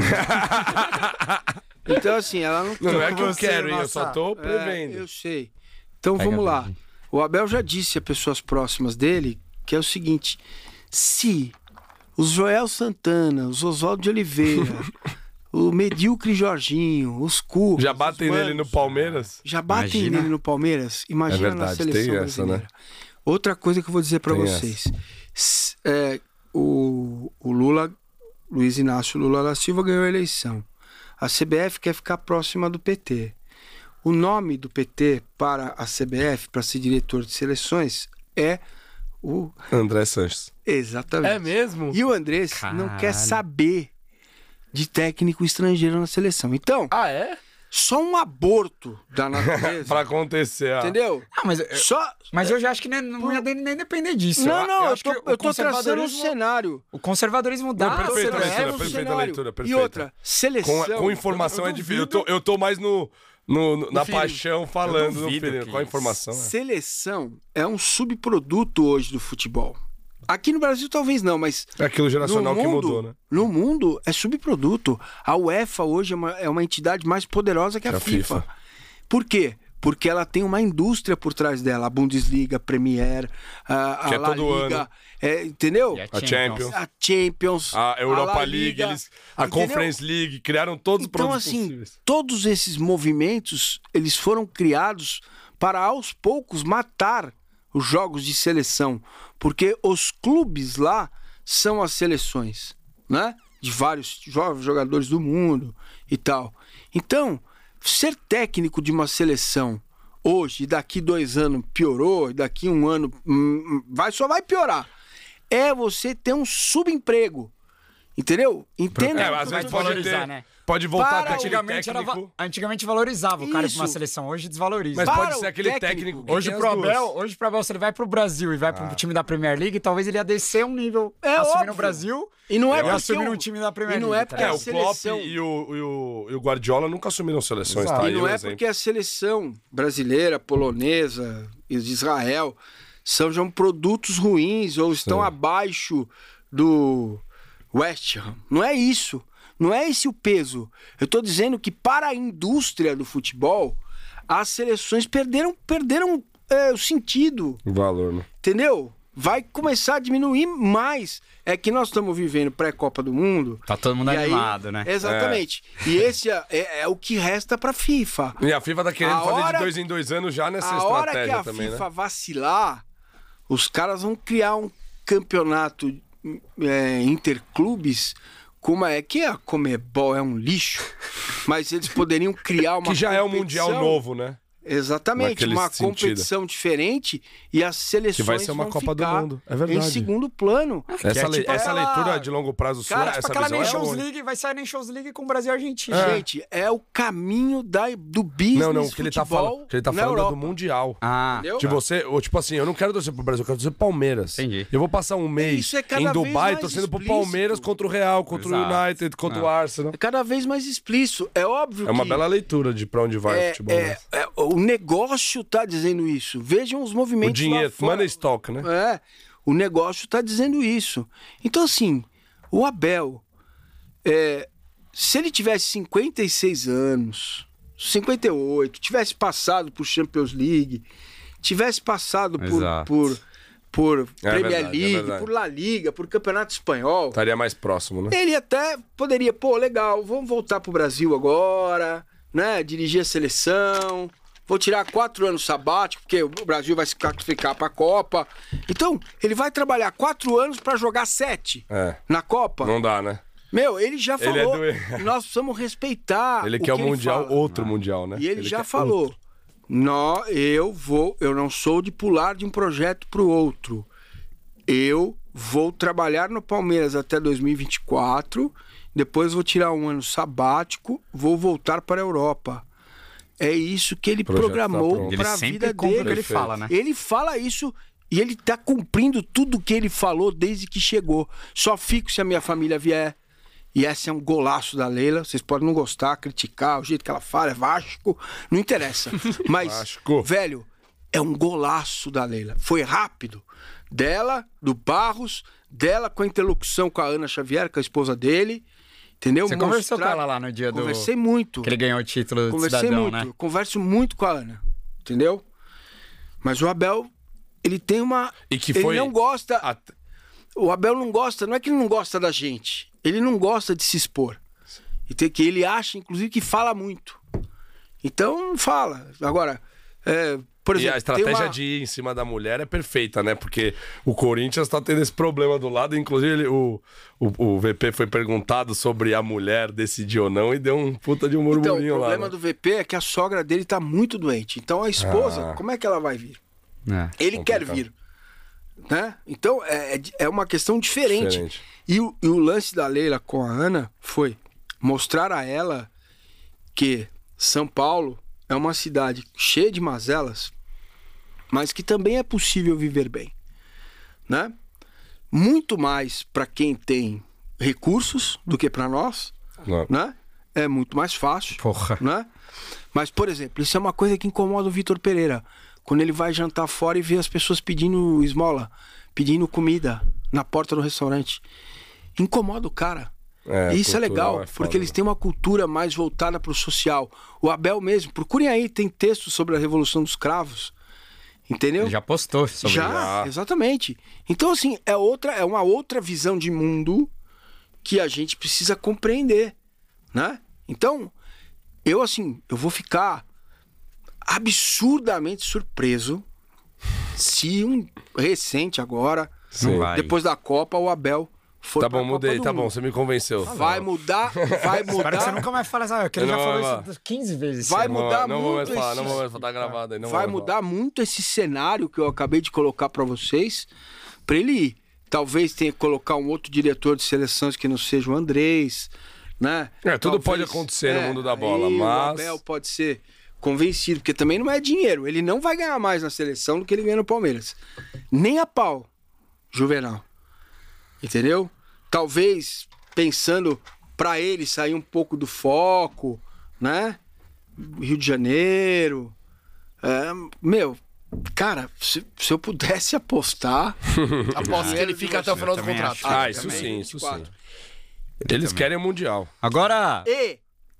Então, assim, ela não... Não, não é com que eu você, quero, hein? Eu nossa. só tô É, prevendo. eu sei. Então, Pega vamos a lá. verde. O Abel já disse a pessoas próximas dele que é o seguinte... Se os Joel Santana, os Oswaldo de Oliveira, o medíocre Jorginho, os Cu... Já os batem Manos, nele no Palmeiras? Já batem Imagina. nele no Palmeiras? Imagina É verdade, na seleção tem essa, brasileira. né? Outra coisa que eu vou dizer pra Tem vocês. S- é, o, o Lula, Luiz Inácio Lula da Silva ganhou a eleição. A C B F quer ficar próxima do P T. O nome do P T para a C B F, para ser diretor de seleções, é o... André Sanches. Exatamente. É mesmo? E o Andrés não quer Caralho. saber de técnico estrangeiro na seleção. Então, Ah, é? só um aborto da natureza. Pra acontecer, ó. Entendeu? Ah, mas, eu- Só... mas eu já acho que nem, não ia nem, nem depender disso. Não, não, eu, acho tô, que o eu tô traçando um conservadorismo- cenário. O conservadorismo dá Não, pra perfeito, seleção. leitura, um perfeita cenário. leitura, perfeita. E outra, seleção. Com, com informação eu- é eu difícil. Eu tô, eu tô mais no, no, no- na feeling. paixão falando no duvido feeling. que Qual a isso. informação? É? Seleção é um subproduto hoje do futebol. Aqui no Brasil talvez não, mas É aquilo geracional no que mundo, mudou, né? no mundo é subproduto. A UEFA hoje é uma, é uma entidade mais poderosa que a, Que a FIFA. FIFA. Por quê? Porque ela tem uma indústria por trás dela. A Bundesliga, a Premier, a, a Que é La todo Liga, ano. é, entendeu? E a A Champions. A Champions, A Europa La League, Liga, eles, a entendeu? Conference League, criaram todos os Então, produtos assim, possíveis. todos esses movimentos, eles foram criados para, aos poucos, matar os jogos de seleção. Porque os clubes lá são as seleções, né? De vários jovens jogadores do mundo e tal. Então, ser técnico de uma seleção hoje, daqui dois anos piorou, e daqui um ano hum, vai, só vai piorar. É você ter um subemprego. Entendeu? Entenda. É, às vezes pode valorizar, ter, né? pode voltar Para até aquele Antigamente, era va- técnico. antigamente valorizava o cara Isso. pra uma seleção, hoje desvaloriza. Mas Para pode o ser aquele técnico. técnico que Hoje tem pro, as duas. Abel, hoje pro Abel, se ele vai pro Brasil e vai pro time da Premier League, talvez ele ia descer um nível É assumindo óbvio. o Brasil E não é e porque assumindo o- um time da Premier e não League. é tá porque É, ligado? o Klopp seleção- e o, e, o, e o Guardiola nunca assumiram seleções, Exato. tá? E Aí não o é exemplo. porque a seleção brasileira, polonesa e de Israel sejam produtos ruins ou estão Sim. abaixo do West Ham. Não é isso. Não é esse o peso. Eu tô dizendo que para a indústria do futebol, as seleções perderam, perderam é, o sentido. O valor, né? Entendeu? Vai começar a diminuir mais. É que nós estamos vivendo pré-Copa do Mundo. Tá todo mundo e aí- animado, né? Exatamente. E esse é, é- é o que resta pra FIFA. E a FIFA tá querendo A fazer hora- de dois em dois anos já nessa A hora que estratégia a também, FIFA né? vacilar, os caras vão criar um campeonato é, interclubes. Como é que a Comebol é um lixo, mas eles poderiam criar uma Que já é um competição- mundial novo, né? Exatamente, Naquele uma sentido. competição diferente e as seleções Que vai ser uma vão Copa do ficar Mundo, é verdade. em segundo plano. Essa, é le- tipo essa aquela- leitura de longo prazo sua, Cara, Tipo essa aquela visão é Nations boa. League, vai sair Nations League com Brasil e Argentina. É. Gente, é o caminho da, do business Não, não, o que ele tá futebol falando, o que ele tá na falando é Europa. do Mundial. Ah, Entendeu? De você, ou, tipo assim, eu não quero torcer pro Brasil, eu quero torcer pro Palmeiras. Entendi. Eu vou passar um mês Isso é cada em vez Dubai mais torcendo pro explícito. Palmeiras contra o Real, contra o Exato. United, contra o Ah. Arsenal. É cada vez mais explícito. É óbvio É uma que bela leitura de pra onde vai o é, futebol. é- né? é- o negócio tá dizendo isso. Vejam os movimentos O dinheiro, lá fora. money stock, né? É, o negócio tá dizendo isso. Então, assim, o Abel, é, se ele tivesse cinquenta e seis anos, cinquenta e oito, tivesse passado por Champions League, tivesse passado por, Exato. por, por Premier verdade, é League, verdade. por La Liga, por Campeonato Espanhol, Estaria mais próximo, né? ele até poderia, pô, legal, vamos voltar pro Brasil agora, né? Dirigir a seleção. Vou tirar quatro anos sabático, porque o Brasil vai se classificar pra Copa. Então, ele vai trabalhar quatro anos pra jogar sete É. na Copa. Não dá, né? Meu, ele já Ele é falou. do- Nós precisamos respeitar. Ele o quer o que Mundial, fala. outro Mundial, né? E ele, já quer falou. Nó, eu vou, eu não sou de pular de um projeto pro outro. Eu vou trabalhar no Palmeiras até dois mil e vinte e quatro, depois vou tirar um ano sabático, vou voltar para a Europa. É isso que ele Projeto tá programou pronto. ele para a sempre vida cumpre o que dele. ele fala, né? Ele fala isso e ele tá cumprindo tudo que ele falou desde que chegou. Só fico se a minha família vier. E esse é um golaço da Leila. Vocês podem não gostar, criticar, o jeito que ela fala, é Vasco, não interessa. Mas, Vasco. velho, é um golaço da Leila. Foi rápido. Dela, do Barros, dela com a interlocução com a Ana Xavier, que é a esposa dele. Entendeu? Você Mostrar... conversou com ela lá no dia do... Conversei muito. Que ele ganhou o título de Conversei cidadão, muito. né? Eu converso muito com a Ana. Entendeu? Mas o Abel, ele tem uma... E que ele foi... não gosta... a- O Abel não gosta... Não é que ele não gosta da gente. Ele não gosta de se expor. E tem que ele acha, inclusive, que fala muito. Então, fala. Agora, é, por exemplo... E a estratégia tem uma... de ir em cima da mulher é perfeita, né? Porque o Corinthians tá tendo esse problema do lado. Inclusive, ele- o, o, o V P foi perguntado sobre a mulher decidir ou não e deu um puta de um Então, o murmurinho lá. problema né? do V P é que a sogra dele tá muito doente. Então, a esposa, Ah. como é que ela vai vir? É. Ele Complicado. quer vir. Né? Então, é, é- é uma questão diferente. Diferente. E, o, e o lance da Leila com a Ana foi mostrar a ela que São Paulo é uma cidade cheia de mazelas, mas que também é possível viver bem. Né? Muito mais para quem tem recursos do que para nós. Não. Né? É muito mais fácil. Porra. Né? Mas, por exemplo, isso é uma coisa que incomoda o Vitor Pereira. Quando ele vai jantar fora e vê as pessoas pedindo esmola, pedindo comida na porta do restaurante. Incomoda o cara. É, E isso é cultural legal, é foda, porque eles né? têm uma cultura mais voltada para o social. O Abel mesmo, procurem aí, tem textos sobre a Revolução dos Cravos. Entendeu? Ele já postou sobre Já, isso. Já. exatamente. Então, assim, é, outra, é uma outra visão de mundo que a gente precisa compreender, né? Então, eu, assim, eu vou ficar absurdamente surpreso se um recente agora, Não vai. depois da Copa, o Abel for Tá pra bom, Copa mudei, do tá bom, Mundo. você me convenceu. Vai mudar, vai Espero que você mudar, nunca mais fale essa... Que ele Não, já falou não, isso quinze vezes. vai esse ano. mudar não vou mais muito falar, não esse- vou mais falar, tá gravado aí. Não vai vou mais mudar muito esse cenário que eu acabei de colocar pra vocês, pra ele ir. Talvez tenha que colocar um outro diretor de seleções que não seja o Andrés, né? É, tudo Talvez- pode acontecer no mundo da bola, aí mas- o Abel pode ser convencido, porque também não é dinheiro. Ele não vai ganhar mais na seleção do que ele ganha no Palmeiras. Nem a pau, Juvenal. Entendeu? Talvez pensando pra ele sair um pouco do foco, né? Rio de Janeiro. É, meu, cara, se, se eu pudesse apostar. Aposto que ele fica até o final do também contrato. acho. Ah, isso também, sim, isso vinte e quatro. sim. Eles querem o Mundial. Agora, E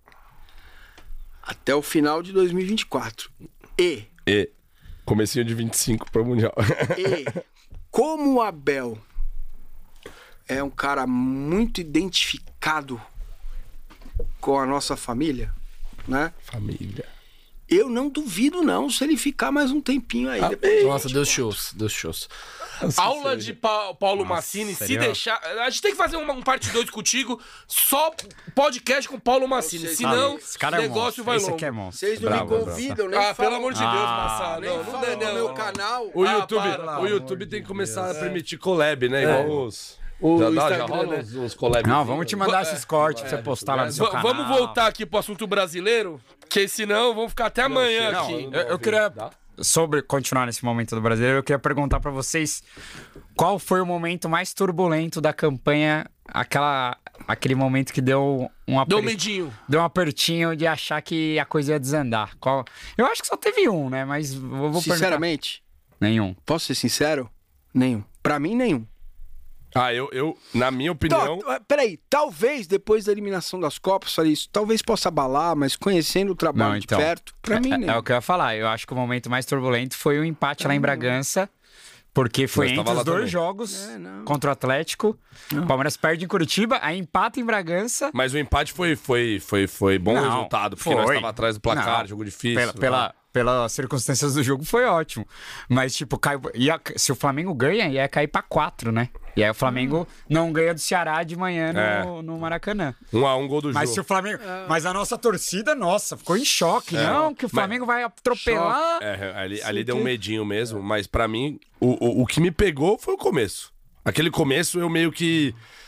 até o final de dois mil e vinte e quatro. E, E comecinho de vinte e cinco para o Mundial. e como o Abel é um cara muito identificado com a nossa família, né? Família. Eu não duvido não se ele ficar mais um tempinho aí. Ah, depois de Nossa, vinte e Deus quatro. shows, Deus shows. Assim Aula seja. de Pa- Paulo Massini, se seria- deixar. A gente tem que fazer uma, um parte dois contigo, só podcast com Paulo Massini. sei, Senão, esse cara o é negócio monstro. vai Esse longo. aqui é monstro. Vocês não Bravo, me bravo. convidam, nem Ah, pelo falam- amor de Deus, Ah, Massa. nem Não, não, falam não, no não, meu não. canal. O Ah, YouTube, para, o YouTube tem que começar a permitir collab, né? Igual os. O já dá, já Instagram, rola né? uns, uns collab. não, vamos te mandar esses cortes pra você postar lá no seu V- canal. Vamos voltar aqui pro assunto brasileiro, porque senão vamos ficar até amanhã chega. aqui. Não, Eu, eu queria, sobre continuar nesse momento do brasileiro, eu queria perguntar pra vocês qual foi o momento mais turbulento da campanha, aquela, aquele momento que deu um, Deu aperi- medinho. deu um apertinho de achar que a coisa ia desandar. Qual... Eu acho que só teve um, né? Mas vou, vou perguntar. Sinceramente, Nenhum. posso ser sincero? Nenhum. Pra mim, nenhum. Ah, eu, eu, na minha opinião. Tá, peraí, talvez depois da eliminação das Copas, falei isso, talvez possa abalar, mas conhecendo o trabalho Não, de então. perto, pra mim, É, nem. é o que eu ia falar. Eu acho que o momento mais turbulento foi o empate lá em Bragança. Porque foi Nós tava entre lá os dois também. jogos É, não. contra o Atlético. O Palmeiras perde em Curitiba, aí empata em Bragança. Mas o empate foi, foi, foi, foi bom Não, resultado, porque nós foi. estávamos atrás do placar, Não, jogo difícil. Pela, pela, pelas circunstâncias do jogo foi ótimo. Mas, tipo, caiu, ia, se o Flamengo ganha, ia cair pra quatro, né? E aí o Flamengo não ganha do Ceará de manhã no, É. no Maracanã. Um a um gol do Mas se jogo. o Flamengo. Mas a nossa torcida, nossa, ficou em choque. Não, que o Flamengo vai atropelar. É, ali, Sei ali deu um que- medinho mesmo, mas pra mim, o, o, o que me pegou foi o começo. Aquele começo eu meio que.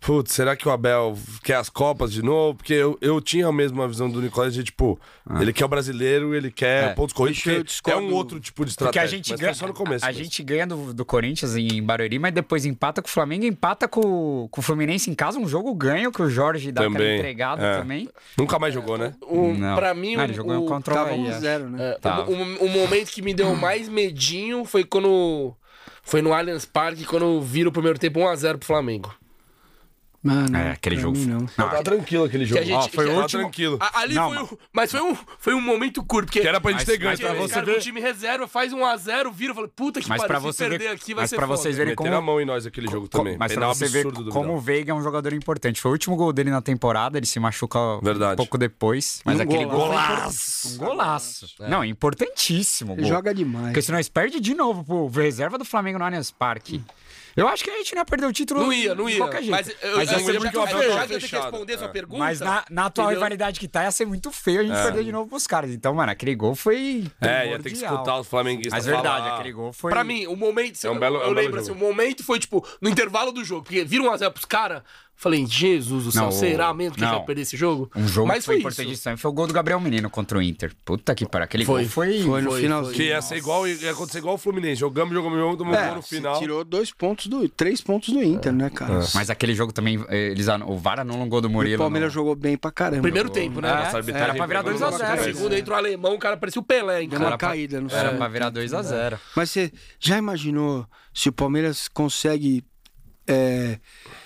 putz, será que o Abel quer as Copas de novo? Porque eu, eu tinha a mesma visão do Nicolás de, tipo, ah. ele quer o brasileiro, ele quer é. pontos corridos, porque é um outro tipo de estratégia. Porque a gente mas ganha, só no começo, a, a gente ganha do, do Corinthians em Barueri, mas depois empata com o Flamengo, empata com, com o Fluminense em casa, um jogo ganho que o Jorge dá também, aquela entregada é. também. Nunca mais jogou, né? O, Não. Pra mim, Não, ele jogou o, contra o tava Bahia. um zero, né? É, Tá. o, o, o momento que me deu mais medinho foi quando... Foi no Allianz Parque, quando vira o primeiro tempo um a zero pro Flamengo. Mano, É, aquele pra jogo. mim, não. Não, tá tranquilo aquele jogo. Que a gente- Ó, foi que- o Tá último. tranquilo. A- ali Não, foi mas- um, mas foi um, foi um momento curto, porque... Que era pra gente Mas- ter ganho. mas pra também. você cara, ver- o time reserva faz um a zero, vira e fala, puta que Mas pariu, pra se você perder ver- aqui vai mas ser pra foda. vocês verem Meteram como- a mão em nós aquele jogo Co- também. Mas Era pra um você ver absurdo do como Vidal. o Veiga é um jogador importante. Foi o último gol dele na temporada, ele se machuca Verdade. um pouco depois. Mas Um aquele gol foi Golaço! um golaço. Não, importantíssimo. Ele Gol. joga demais. Porque senão nós perde de novo pro reserva do Flamengo no Allianz Parque. Eu acho que a gente não ia perder o título Não ia, não de ia. qualquer jeito. Mas, eu, Mas eu, ia ser eu, muito já, óbvio. já que eu tenho que fechado. responder a sua É. pergunta... Mas na, na atual entendeu? rivalidade que tá, ia ser muito feio a gente perder de novo pros caras. Então, mano, aquele gol foi É, ia ter que primordial. escutar os flamenguistas Mas verdade, falar. aquele gol foi... Pra mim, o momento... É um belo- eu é um belo lembro assim, jogo. o momento foi, tipo, no intervalo do jogo. Porque vira um a zero pros caras... Falei, Jesus do céu, Não, será mesmo que a gente não. vai perder esse jogo? Um jogo Mas que foi foi importantíssimo foi o gol do Gabriel Menino contra o Inter. Puta que pariu, aquele Foi. gol foi... Foi no Foi, finalzinho. Que ia ser igual, ia acontecer igual o Fluminense. Jogamos, jogamos, jogamos, tomamos É, gol no você final. tirou dois pontos do... Três pontos do Inter, né, cara? Mas aquele jogo também, eles, o V A R anulou um gol do O Murilo. Palmeiras no- jogou bem pra caramba. Primeiro tempo, né? É, Nossa, a arbitragem era pra virar pegou dois a no zero. nosso No pé. segundo entrou o alemão, o cara parecia o Pelé, hein, Deu cara. uma caída, não Era sei. pra virar dois a zero. Mas você já imaginou se o Palmeiras consegue é,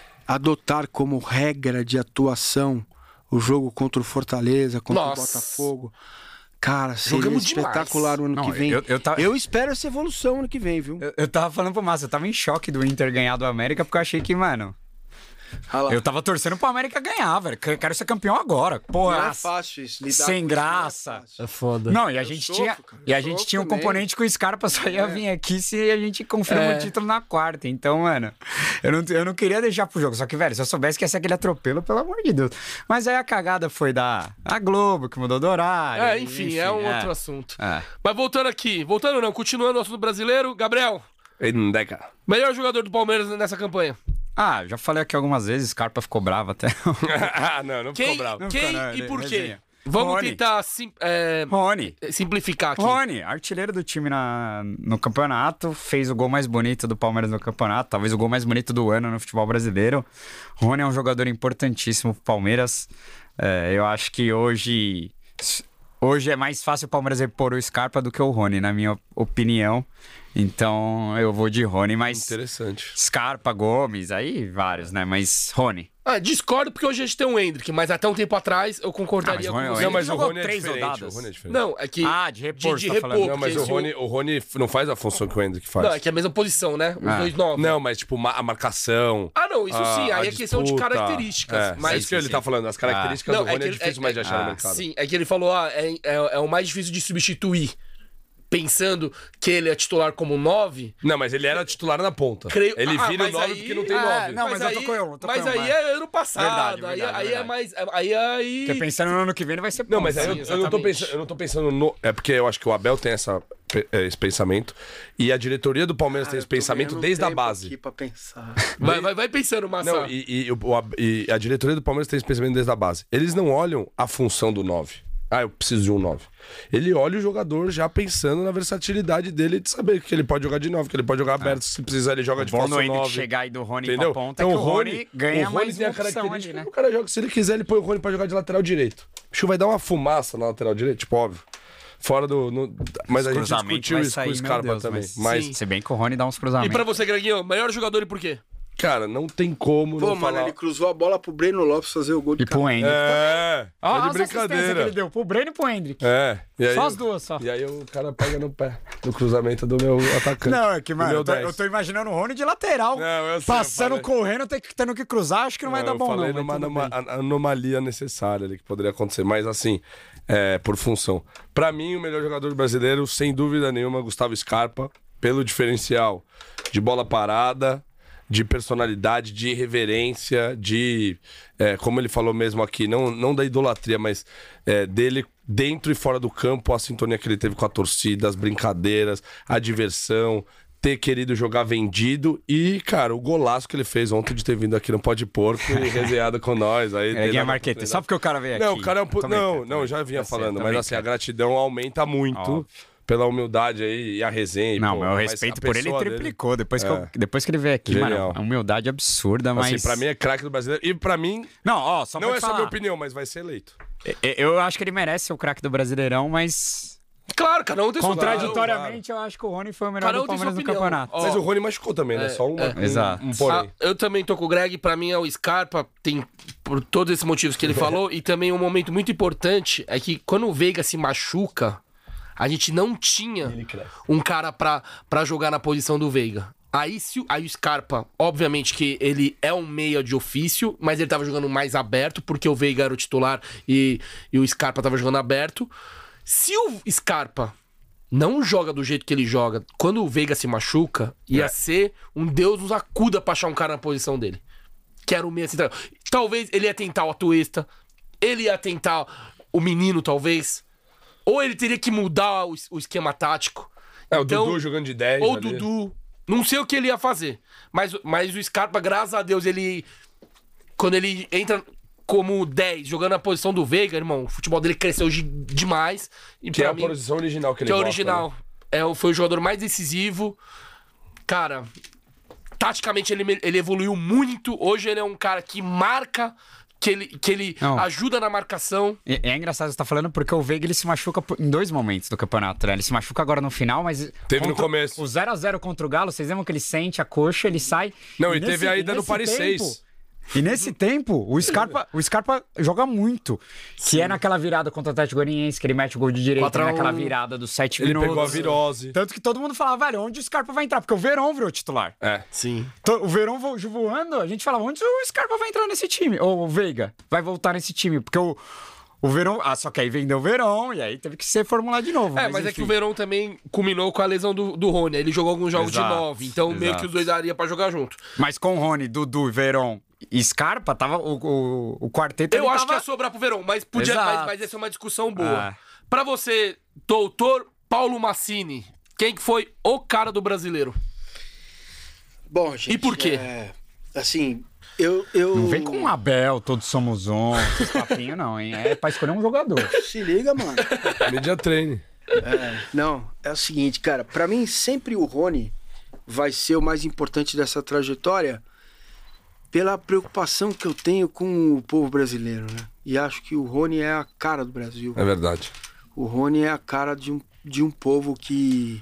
adotar como regra de atuação o jogo contra o Fortaleza, contra Nossa. o Botafogo? Cara, seria Jogamos demais. espetacular o ano Não, que vem. eu- eu tava- espero essa evolução ano que vem, viu? Eu, eu tava falando pro Márcio, eu tava em choque do Inter ganhar do América, porque eu achei que, mano... Olha lá. Eu tava torcendo pro América ganhar, velho. Eu quero ser campeão agora. Porra, Não é fácil isso. lidar sem com isso não é graça. fácil. É foda. Não, e a Eu gente sofro, tinha, cara. e a Eu gente sofro tinha um também. componente que o Scarpa só ia vir aqui se a gente confirma É. o título na quarta. Então, mano, eu não, eu não queria deixar pro jogo. Só que, velho, se eu soubesse que ia ser aquele atropelo, pelo amor de Deus. Mas aí a cagada foi da a Globo, que mudou do horário. É, enfim, é um outro assunto. É. Mas voltando aqui, voltando não, continuando o assunto brasileiro, Gabriel, Endeca. melhor jogador do Palmeiras nessa campanha. Ah, já falei aqui algumas vezes, Scarpa ficou bravo até. Ah, não, não Quem, ficou bravo. Não quem ficou, não, e ele- por quê? resenha. Vamos Rony. tentar sim- é, Rony. simplificar aqui. Rony, artilheiro do time na, no campeonato, fez o gol mais bonito do Palmeiras no campeonato, talvez o gol mais bonito do ano no futebol brasileiro. Rony é um jogador importantíssimo pro Palmeiras. É, eu acho que hoje, hoje é mais fácil o Palmeiras repor o Scarpa do que o Rony, na minha opinião. Então eu vou de Rony, mas Interessante. Scarpa, Gomes, aí vários, né? Mas Rony. Ah, discordo porque hoje a gente tem um Hendrick, mas até um tempo atrás eu concordaria Ah, mas com o Rony- você. Não, mas o jogou Rony é três diferente. rodadas. O Rony é diferente. Não, é que... Ah, de repor, de, você tá repor. falando. Não, mas porque o se Rony, o Rony não faz a função que o Hendrick faz. Não, é que é a mesma posição, né? Os Ah. dois novos. Não, mas tipo, ma- a marcação. Ah, não, isso a- sim, aí a é questão de disputa. características. É, mas é isso que ele sim, tá sim. falando. As características Não, do é Rony é, que ele- difícil é- mais de achar ah, no mercado. Sim, é que ele falou, ah, é, é, é o mais difícil de substituir. Pensando que ele é titular como nove, Não, mas ele era titular na ponta. creio... Ele ah, vira o mas nove aí- porque não tem Ah, nove. não, mas eu tô aí, com eu, eu tô mas com eu, aí mas- é ano passado, Verdade, aí, verdade, aí é verdade. mais... Aí, aí... Porque pensando no ano que vem ele vai ser Não, bom, mas aí né? eu, Sim, eu não tô exatamente. pensando, eu não tô pensando no. É porque eu acho que o Abel tem essa, eh, esse pensamento. E a diretoria do Palmeiras tem esse pensamento desde a base. Aqui pra pensar. Vai, vai, vai pensando, Massa. Não, e, e, o- o Ab- e a diretoria do Palmeiras tem esse pensamento desde a base. Eles não olham a função do nove. Ah, eu preciso de um nove. Ele olha o jogador já pensando na versatilidade dele de saber que ele pode jogar de nove, que ele pode jogar aberto. Se precisar, ele joga de bom falso no Hendrick nove. chegar aí do Rony Entendeu? pra ponta, Então é o que o Rony, Rony ganha o Rony mais tem a uma opção característica ali, né? que o cara joga. Se ele quiser, ele põe o Rony pra jogar de lateral direito. O bicho vai dar uma fumaça na lateral direito, tipo, óbvio. Fora do... no- Mas a gente Cruzamento discutiu vai isso sair, com o meu Scarpa Deus, também. mas- Mas, Sim. Se bem que o Rony dá uns E cruzamentos. pra você, Greguinho, melhor jogador e por quê? cara, não tem como Pô, não mano, falar... ele cruzou a bola pro Breno Lopes fazer o gol de E pro Hendrick. É, Ó, é as de assistências que brincadeira. ele deu pro Breno e pro Hendrick. É. E aí, Só as duas, só. E aí o cara pega no pé do cruzamento do meu atacante. Não, é que, do mano, meu eu tô, dez. eu tô imaginando o Rony de lateral. Não, eu sei, passando, eu falei. correndo, tem que- tendo que cruzar, acho que não vai dar eu bom, falei não. numa mas tudo anoma- bem. an- anomalia necessária ali que poderia acontecer, mas assim, é, por função. Pra mim, o melhor jogador brasileiro, sem dúvida nenhuma, Gustavo Scarpa, pelo diferencial de bola parada, de personalidade, de irreverência, de, é, como ele falou mesmo aqui, não, não da idolatria, mas é, dele dentro e fora do campo, a sintonia que ele teve com a torcida, as brincadeiras, a diversão. ter querido jogar vendido e, cara, o golaço que ele fez ontem de ter vindo aqui no Pó de Porco e resenhado com nós. Aí, É Guia Marquete, só porque o cara veio aqui. Não, o cara é um pouco. Também Não, quero, não, também já vinha quero. falando, Tá mas certo, assim, a também gratidão aumenta muito Óbvio. pela humildade aí e a resenha. e, Não, pô, meu mas respeito a por ele pessoa dele- triplicou. Depois, que É. eu- depois que ele veio aqui, Genial. mano, a humildade absurda, mas... Assim, pra mim é craque do brasileiro. E pra mim, Não, ó, só não pra é te só falar. minha opinião, mas vai ser eleito. E- e- Eu acho que ele merece ser o craque do Brasileirão, mas... Claro, cada um tem sua opinião. Contraditoriamente, eu acho que o Rony foi o melhor Cada um do tem sua Palmeiras no opinião. campeonato. Ó, Mas o Rony machucou também, né? é, Só um, é. um, Exato. um porém. Ah, eu também tô com o Greg, pra mim é o Scarpa, tem por todos esses motivos que ele falou, e também um momento muito importante é que quando o Veiga se machuca, a gente não tinha um cara pra, pra jogar na posição do Veiga. Aí, se, o- aí o Scarpa, obviamente que ele é um meia de ofício, mas ele tava jogando mais aberto, porque o Veiga era o titular e, e o Scarpa tava jogando aberto. Se o Scarpa não joga do jeito que ele joga, quando o Veiga se machuca, ia É. ser um Deus nos acuda pra achar um cara na posição dele. Que era o meia central. Talvez ele ia tentar o Atuesta, ele ia tentar o menino, talvez. Ou ele teria que mudar o, es- o esquema tático. É, o Então, Dudu jogando de dez. Ou o ali. Dudu. Não sei o que ele ia fazer. Mas, mas o Scarpa, graças a Deus, ele. Quando ele entra como dez, jogando na posição do Veiga, irmão, o futebol dele cresceu gi- demais. E Que é pra a mim, posição original que ele que é o gosta, original. né? É, o- foi o jogador mais decisivo. Cara, taticamente ele, me- ele evoluiu muito. Hoje ele é um cara que marca, que ele, que ele Não. ajuda na marcação. E- É engraçado você estar falando porque o Veiga ele se machuca por- em dois momentos do campeonato, né? Ele se machuca agora no final, mas. Teve no contra- começo. O zero a zero contra o Galo, vocês lembram que ele sente a coxa, ele sai. Não, e nesse- teve a ida no nesse Paris tempo- seis. E nesse tempo, o Scarpa, o Scarpa joga muito. Que é naquela virada contra o Atlético Goianiense, que ele mete o gol de direita, quatro a um. naquela virada dos sete Ele minutos. pegou a virose. Tanto que todo mundo falava, velho, onde o Scarpa vai entrar? Porque o Verón virou titular. É. Sim. To- O Verón vo- voando, a gente falava, onde o Scarpa vai entrar nesse time? Ou o Veiga vai voltar nesse time? Porque o, o Verón... Ah, só que aí vendeu o Verón e aí teve que ser formulado de novo. É, mas, é que enfim. o Verón também culminou com a lesão do, do Rony. Ele jogou alguns jogos Exato, de nove. Então meio exato. que os dois daria pra jogar junto. Mas com o Rony, Dudu, Verón e Scarpa, tava, o, o, o quarteto Eu ele acho tava... que ia sobrar pro Verón, mas podia. Exato. Mas, mas essa é uma discussão boa. Ah. Pra você, doutor Paulo Massini, quem que foi o cara do brasileiro? Bom, gente. E por quê? é, assim, eu, eu. Não vem com um Abel, todos somos um, esses papinhos não, hein? É pra escolher um jogador. Se liga, mano. Media treine. Não, é o seguinte, cara. Pra mim, sempre o Rony vai ser o mais importante dessa trajetória pela preocupação que eu tenho com o povo brasileiro, né? E acho que o Rony é a cara do Brasil. É verdade. O Rony é a cara de um, de um povo que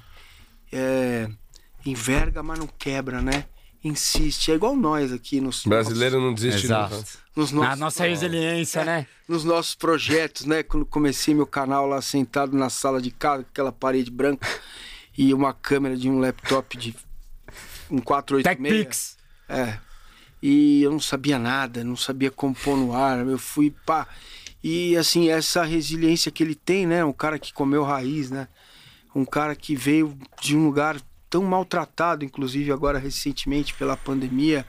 é, enverga, mas não quebra, né? Insiste. É igual nós aqui nos Brasileiro não desiste Exato. nunca. nos A nossos, nossa resiliência, né? nos nossos projetos, né? Quando comecei meu canal lá sentado na sala de casa, com aquela parede branca e uma câmera de um laptop de um quatro oito seis. TechPix. É. E eu não sabia nada, não sabia como pôr no ar. Eu fui pá. E assim, essa resiliência que ele tem, né? Um cara que comeu raiz, né? Um cara que veio de um lugar tão maltratado, inclusive agora recentemente pela pandemia,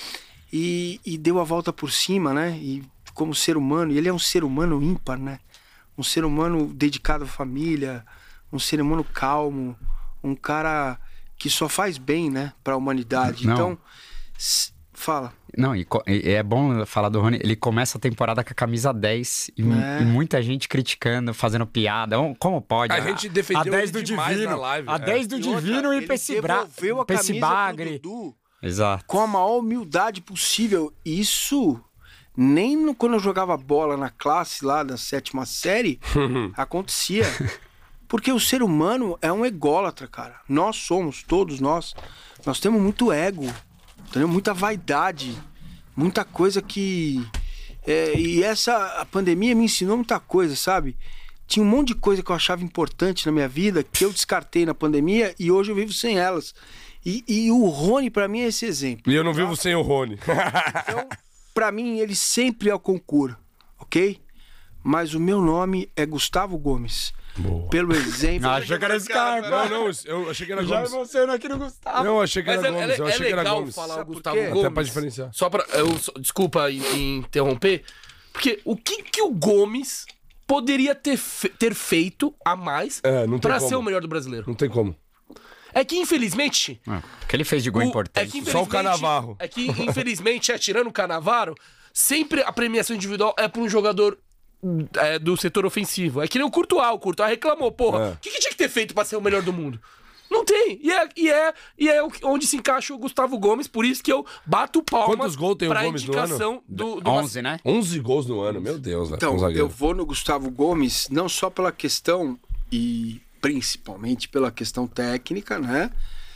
e, e deu a volta por cima, né? E como ser humano, e ele é um ser humano ímpar, né? Um ser humano dedicado à família, um ser humano calmo, um cara que só faz bem, né? Para a humanidade. Não. Então, s- fala. Não, e, co- e é bom falar do Rony, ele começa a temporada com a camisa dez e, É. e muita gente criticando, fazendo piada. Oh, como pode? A gente defendeu a dez ele do demais Divino, na live, a é. dez do E outra, Divino e ele Pesse Bra... devolveu a Pesse camisa Bagre. pro Dudu Exato. com a maior humildade possível. Isso nem no- quando eu jogava bola na classe lá da sétima série acontecia. Porque o ser humano é um ególatra, cara. Nós somos, todos nós. Nós temos muito ego, entendeu? Muita vaidade, muita coisa que... é, e essa a pandemia me ensinou muita coisa, sabe? Tinha um monte de coisa que eu achava importante na minha vida que eu descartei na pandemia e hoje eu vivo sem elas. E, e o Rony, pra mim, é esse exemplo. E eu não vivo sem o Rony. Então, pra mim, ele sempre é o concurso, ok? Mas o meu nome é Gustavo Gomes. Boa. Pelo exemplo... Ah, achei que era Scarpa. Não, não, eu achei que era Já Gomes. emociono aqui no Gustavo. Não, eu achei que Mas era é, Gomes. é- Eu é achei que era legal Gomes. falar o Sabe por Gustavo quê? Gomes. Até pra diferenciar. Só pra. Eu, só- desculpa in- in- interromper. Porque o que, que o Gomes poderia ter, fe- ter feito a mais É, não tem pra como. ser o melhor do brasileiro? Não tem como. É que, infelizmente... Ah, o que ele fez de gol o- importante. É que, Só o infelizmente- Cannavaro. É que, infelizmente, é, tirando o Cannavaro, sempre a premiação individual é pra um jogador é, do setor ofensivo. É que nem o Courtois. O Courtois reclamou, porra, É. o que, que tinha que ter feito pra ser o melhor do mundo? Não tem. E é, e é, e é o- onde se encaixa o Gustavo Gomes, por isso que eu bato palmas Quantos gols tem o pra Gomes no indicação do, do onze, né? onze gols no ano, meu Deus, velho. Então, um zagueiro. eu vou no Gustavo Gomes não só pela questão, e principalmente pela questão técnica, né?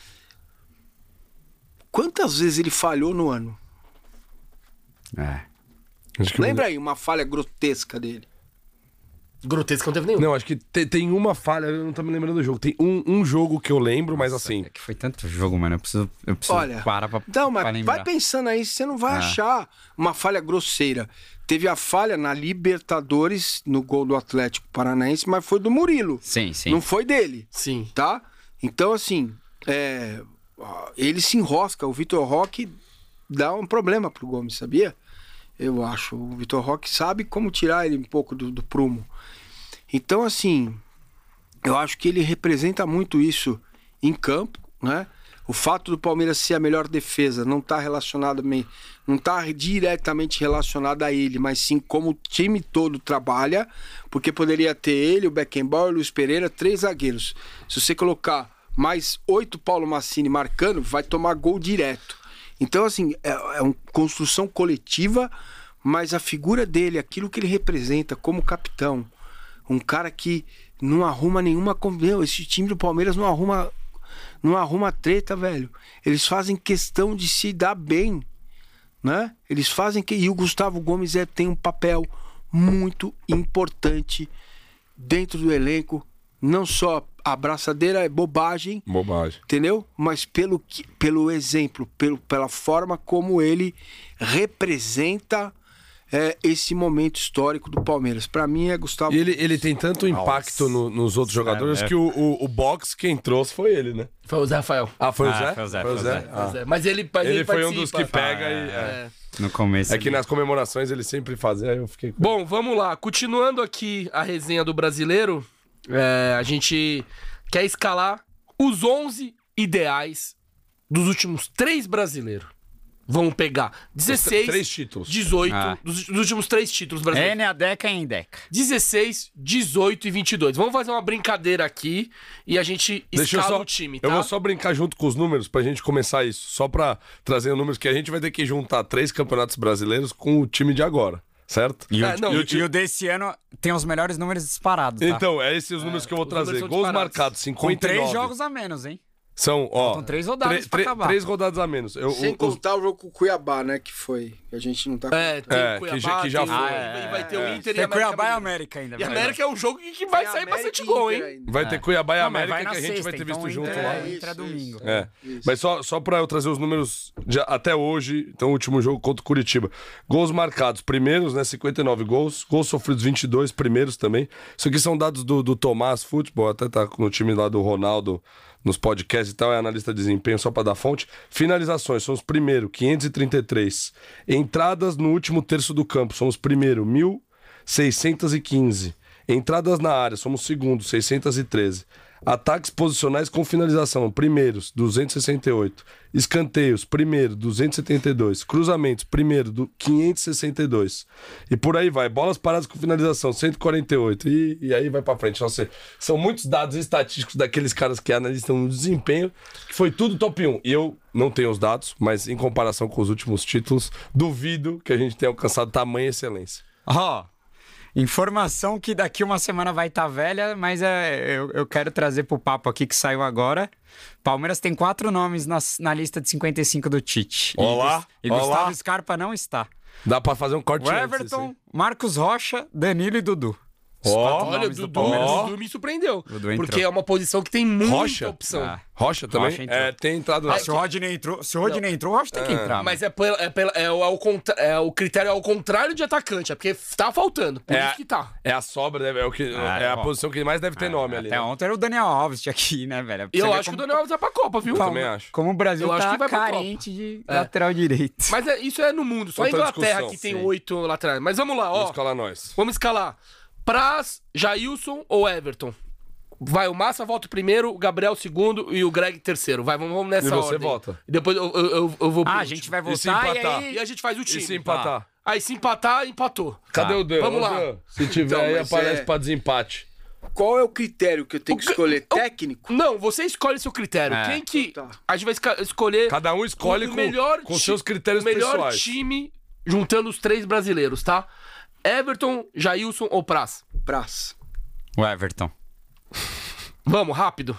Quantas vezes ele falhou no ano? É. Acho que- Lembra aí uma falha grotesca dele? Grotesco não teve nenhum. Não, acho que te- tem uma falha, eu não tô me lembrando do jogo. Tem um, um jogo que eu lembro, mas assim. É que foi tanto jogo, mano. Eu preciso, eu preciso Olha, parar pra, Não, pra mas lembrar. vai pensando aí, você não vai Ah. achar uma falha grosseira. Teve a falha na Libertadores, no gol do Atlético Paranaense, mas foi do Murilo. Sim, sim. Não foi dele, Sim. tá? Então, assim, é, ó, ele se enrosca. O Vitor Roque dá um problema pro Gomes, sabia? Eu acho. O Vitor Roque sabe como tirar ele um pouco do, do prumo. Então, assim, eu acho que ele representa muito isso em campo, né? O fato do Palmeiras ser a melhor defesa não está relacionado, me- não tá diretamente relacionado a ele, mas sim como o time todo trabalha, porque poderia ter ele, o Beckenbauer, o Luiz Pereira, três zagueiros. Se você colocar mais oito Paulo Massini marcando, vai tomar gol direto. Então, assim, é, é uma construção coletiva, mas a figura dele, aquilo que ele representa como capitão, um cara que não arruma nenhuma... con- Meu, esse time do Palmeiras não arruma, não arruma treta, velho. Eles fazem questão de se dar bem, né? Eles fazem que... E o Gustavo Gomes é, tem um papel muito importante dentro do elenco. Não só a abraçadeira é bobagem, Bobagem. entendeu? Mas pelo, que, pelo exemplo, pelo, pela forma como ele representa é, esse momento histórico do Palmeiras. Pra mim é Gustavo. E ele, ele tem tanto impacto no- nos outros jogadores é. que o, o, o box quem trouxe foi ele, né? Foi o Zé Rafael. Ah, foi o Ah, Zé? foi o Zé, foi o Zé. Ah. Zé. Mas ele, mas Ele foi um dos que participa. pega e. É. É. No começo. É que nas comemorações ele sempre fazia, aí eu fiquei. Bom, vamos lá. Continuando aqui a resenha do brasileiro, é, a gente quer escalar os onze ideais dos últimos três brasileiros. Vamos pegar dezesseis, Três títulos. dezoito, Ah. dos, dos últimos três títulos brasileiros. N a Deca em Deca. dezesseis, dezoito e vinte e dois. Vamos fazer uma brincadeira aqui e a gente Deixa eu escala só. o time, tá? Eu vou só brincar junto com os números pra gente começar isso. Só pra trazer números que a gente vai ter que juntar três campeonatos brasileiros com o time de agora, certo? E, É, o, não, e o e- ti- e o desse ano tem os melhores números disparados, tá? Então, é esses os números que eu vou os números trazer. são Gols disparados. marcados, Com cinquenta e nove. três jogos a menos, hein? São, ó. Faltam três rodadas tre- pra tre- acabar. Três rodadas a menos. Eu, Sem o- os- contar o jogo com o Cuiabá, né? Que foi. Que a gente não tá. É, tem É, o Cuiabá, que já- que já tem o- foi. e vai ter o É. Inter e Tem América Cuiabá e Mineiro. América ainda. E vai. América é um jogo que vai Tem sair América bastante e gol, Inter hein? ainda. Vai ter Cuiabá e Não, mas América vai na que a gente sexta, vai ter visto então junto Inter- lá. é, Inter é Isso, domingo. É. Isso. Mas só, só pra eu trazer os números de, até hoje, então o último jogo contra o Curitiba. Gols marcados, primeiros, né? cinquenta e nove gols. Gols sofridos, vinte e dois, primeiros também. Isso aqui são dados do, do Tomás Futebol, até tá no time lá do Ronaldo, nos podcasts e tal, é analista de desempenho, só pra dar fonte. Finalizações, somos primeiro, quinhentos e trinta e três. Entradas no último terço do campo, somos primeiro, mil seiscentos e quinze. Entradas na área, somos segundo, seiscentos e treze. Ataques posicionais com finalização, primeiros, duzentos e sessenta e oito. Escanteios, primeiro, duzentos e setenta e dois. Cruzamentos, primeiro, do quinhentos e sessenta e dois. E por aí vai. Bolas paradas com finalização, cento e quarenta e oito. E, e aí vai pra frente. Ou seja, são muitos dados estatísticos daqueles caras que analisam o desempenho, que foi tudo top um. E eu não tenho os dados, mas em comparação com os últimos títulos, duvido que a gente tenha alcançado tamanha excelência. Ó, informação que daqui uma semana vai estar velha, mas é, eu, eu quero trazer pro papo aqui que saiu agora. Palmeiras tem quatro nomes na, na lista de cinquenta e cinco do Tite. E Olá, Gus- E, olá. Gustavo Scarpa não está. Dá pra fazer um corte O antes, Everton, assim. Marcos Rocha, Danilo e Dudu. Os Ó, quatro Olha, o nomes do Dudu, Palmeiras. o Dudu me surpreendeu. Dudu entrou. Porque é uma posição que tem muita Rocha? opção. Ah. Rocha também? Rocha entrou. é, tem entrado na... Ah, se o Rodney entrou, se o Rodney entrou, o Rocha tem que entrar. Mas é, pela, é, pela, é, o, ao contra- é o critério ao contrário de atacante, é porque tá faltando. Por É, isso que tá. é a sobra, né? É, o que, Ah, é a ó. posição que mais deve ter nome ali. Até né? ontem era o Daniel Alves aqui, né, velho? E Você eu vê acho como- que o Daniel Alves vai pra Copa, viu? Eu também acho. Como o Brasil Eu acho tá que vai pra carente de É. lateral direito. Mas é- isso é no mundo, só a Outra Inglaterra discussão, que tem sim. oito laterais. Mas vamos lá, ó. Vamos escalar nós. Vamos escalar. Praz, Jailson ou Everton? Vai, o Massa volta o primeiro, o Gabriel o segundo e o Greg terceiro. Vai, vamos, vamos nessa E você ordem. volta. E depois eu, eu, eu, eu vou pro Ah, a último. gente vai E se votar e, empatar? aí... E a gente faz o E time. se empatar? Aí se empatar, empatou. Cadê o Dan? Vamos Ô, lá. Dan, se tiver Então, aí, mas aparece é- pra desempate. Qual é o critério que eu tenho O que que- escolher? o- Técnico? Não, você escolhe seu critério. É. Quem que... Tá. A gente vai esca- escolher... Cada um escolhe o com, melhor com ti- seus critérios o melhor pessoais. time juntando os três brasileiros, tá? Everton, Jailson ou Praz? Praz. O Everton. Vamos, rápido.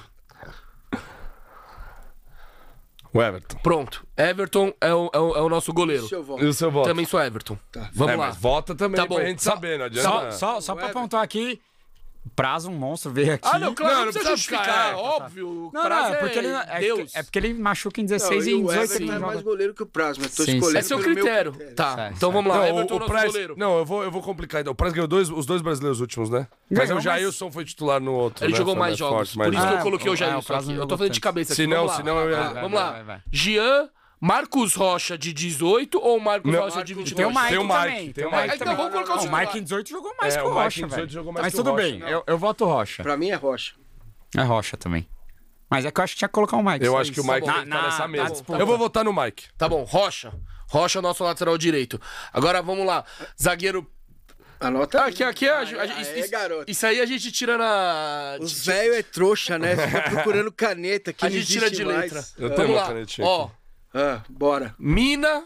O Everton. Pronto. Everton é o, é o, é o nosso goleiro. Se eu volto. E o seu voto? Também sou Everton. Tá. Vamos é, lá. mas vota também Tá bom. pra gente Só- saber, não adianta. Só, só, só O pra Everton. pontuar aqui, Prazo, um monstro, veio aqui. Ah, não, claro, Não, não, não precisa precisa justificar, ficar, é, óbvio. O Não, Praz não, é porque, ele, é, Deus. que- é porque ele machuca em Não, dezesseis e e em o dezoito Everton ele é joga. mais goleiro que o Praz, mas tô Sim, sim. escolhendo É seu pelo meu critério. critério. Tá, Certo, então vamos lá. Não, Everton é o, o o nosso Praz, goleiro. não, eu vou, eu vou complicar então. O Praz ganhou dois, os dois brasileiros últimos, né? Mas Ganhou, o Jailson foi titular no outro. Ele né? jogou Foi mais jogos, forte, por mais isso que jogos. eu coloquei o Ah, o Jailson Praz aqui. não Eu tô jogou falando de tanto. cabeça aqui. Se não, vamos lá. se não eu ia- Vai, Vai, Vamos vai, lá. vai, vai. Jean, Marcos Rocha de dezoito ou Marcos Não, Rocha de Marcos- vinte e Tem o dois? Mike Tem o Mike, também. tem o o Mike Mike Então também. vamos colocar o Não, o titular. Mike em dezoito jogou mais É, que o o Mike Rocha, em dezoito velho. jogou mais Mas que o tudo Rocha. bem, eu, eu voto Rocha. Pra mim é Rocha. É Rocha também. Mas é que eu acho que tinha que colocar o Mike. Eu só acho que o isso. Mike Tá tem bom. que estar Na- nessa na- mesa. na disputa. Eu vou votar no Mike. Tá bom, Rocha. Rocha é o nosso lateral direito. Agora vamos lá. Zagueiro. Anota. Ah, aqui, aqui a, a, Aí, isso, aí, isso- garoto. isso aí a gente tira na. Os velhos é trouxa, né? Fica procurando caneta que A não gente tira existe de mais. letra. Eu Ah, tenho Vamos uma lá. canetinha Ó, aqui. ah, bora. Mina.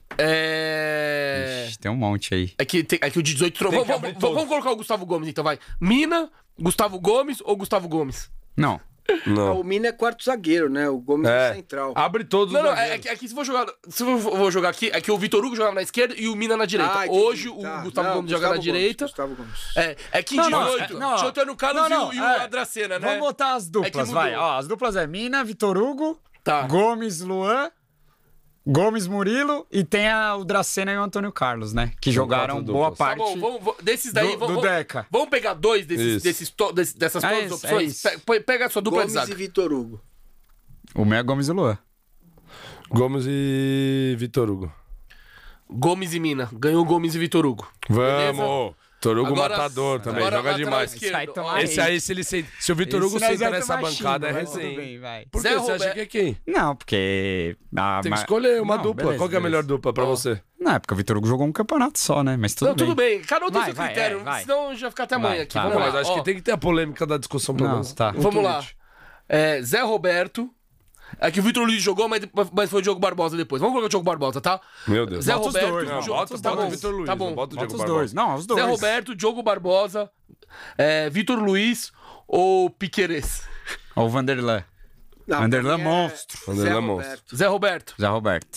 É. Ixi, tem um monte aí. É que, tem, é que o de dezoito trocou. Tem que Vamos, abrir vamos, todos. vamos colocar o Gustavo Gomes então, vai. Mina, Gustavo Gomes ou Gustavo Gomes? Não. Ah, Não. o Mina é quarto zagueiro, né? O Gomes é, É. central. Abre todos Não, os não, é, é zagueiros. que, é que se for jogar. Se eu vou jogar aqui, é que o Vitor Hugo jogava na esquerda e o Mina na direita. Ah, entendi. Hoje o Tá. Gustavo Não, Gomes joga na Gustavo Gomes, direita. Gustavo Gomes. É, é que em Não, não, dezoito. é- não. Tinha o Antônio Carlos Não, não, e o, e o é. Adracena, né? Vamos botar as É que duplas, mudou. vai. Ó, as duplas é Mina, Vitor Hugo, Tá. Gomes, Luan, Gomes, Murilo e tem a, o Dracena e o Antônio Carlos, né? Que jogaram quatro boa duplas. Tá parte bom, vamos, vamos- desses daí. do, vamos, do vamos- Deca. Vamos pegar dois desses, Isso. desses to- desse- dessas É todas as isso, é opções? isso. Pe- põe- Pega a sua dupla de Gomes e zaga. Vitor Hugo. O meu é Gomes e Luan. Gomes e Vitor Hugo. Gomes e Mina. Ganhou Gomes e Vitor Hugo. Vamos! Vitor Hugo Agora- matador também, agora joga lateral demais. esquerdo. Isso aí toma Ó, aí. Esse aí, se, ele se, se o Vitor Hugo Esse nós senta vai nessa tomar bancada, xingo, é mas tudo resenha. bem, vai. Por que Zé você acha Roberto- que é quem? Não, porque... a- Tem que ma- escolher uma Não, dupla. beleza, Qual que é a melhor beleza. dupla pra Ó. você? Não, é porque o Vitor Hugo jogou um campeonato só, né? Mas tudo Não, bem. tudo bem. Cada um tem Vai, seu vai, critério. é, vai. Senão já fica até amanhã Vai, aqui. tá. Vamos Não, lá. mas acho ó. que tem que ter a polêmica da discussão pelo Não, menos. tá. um Vamos lá. tweet. É, Zé Roberto. É que o Vitor Luiz jogou, mas, mas foi o Diogo Barbosa depois. Vamos colocar o Diogo Barbosa, tá? Meu Deus. Zé Bota os Roberto. dois, Não, Diogo- bota, tá bota bom, o Vitor Luiz, tá bom. não bota o Bota Diego os Barbosa. dois. Não, os dois. Zé Roberto, Diogo Barbosa, é, Vitor Luiz ou Piquerez? Ou o Vanderlan. Não, Vanderlan pra mim é monstro. Vanderlan Zé monstro. Roberto. Zé Roberto. Zé Roberto.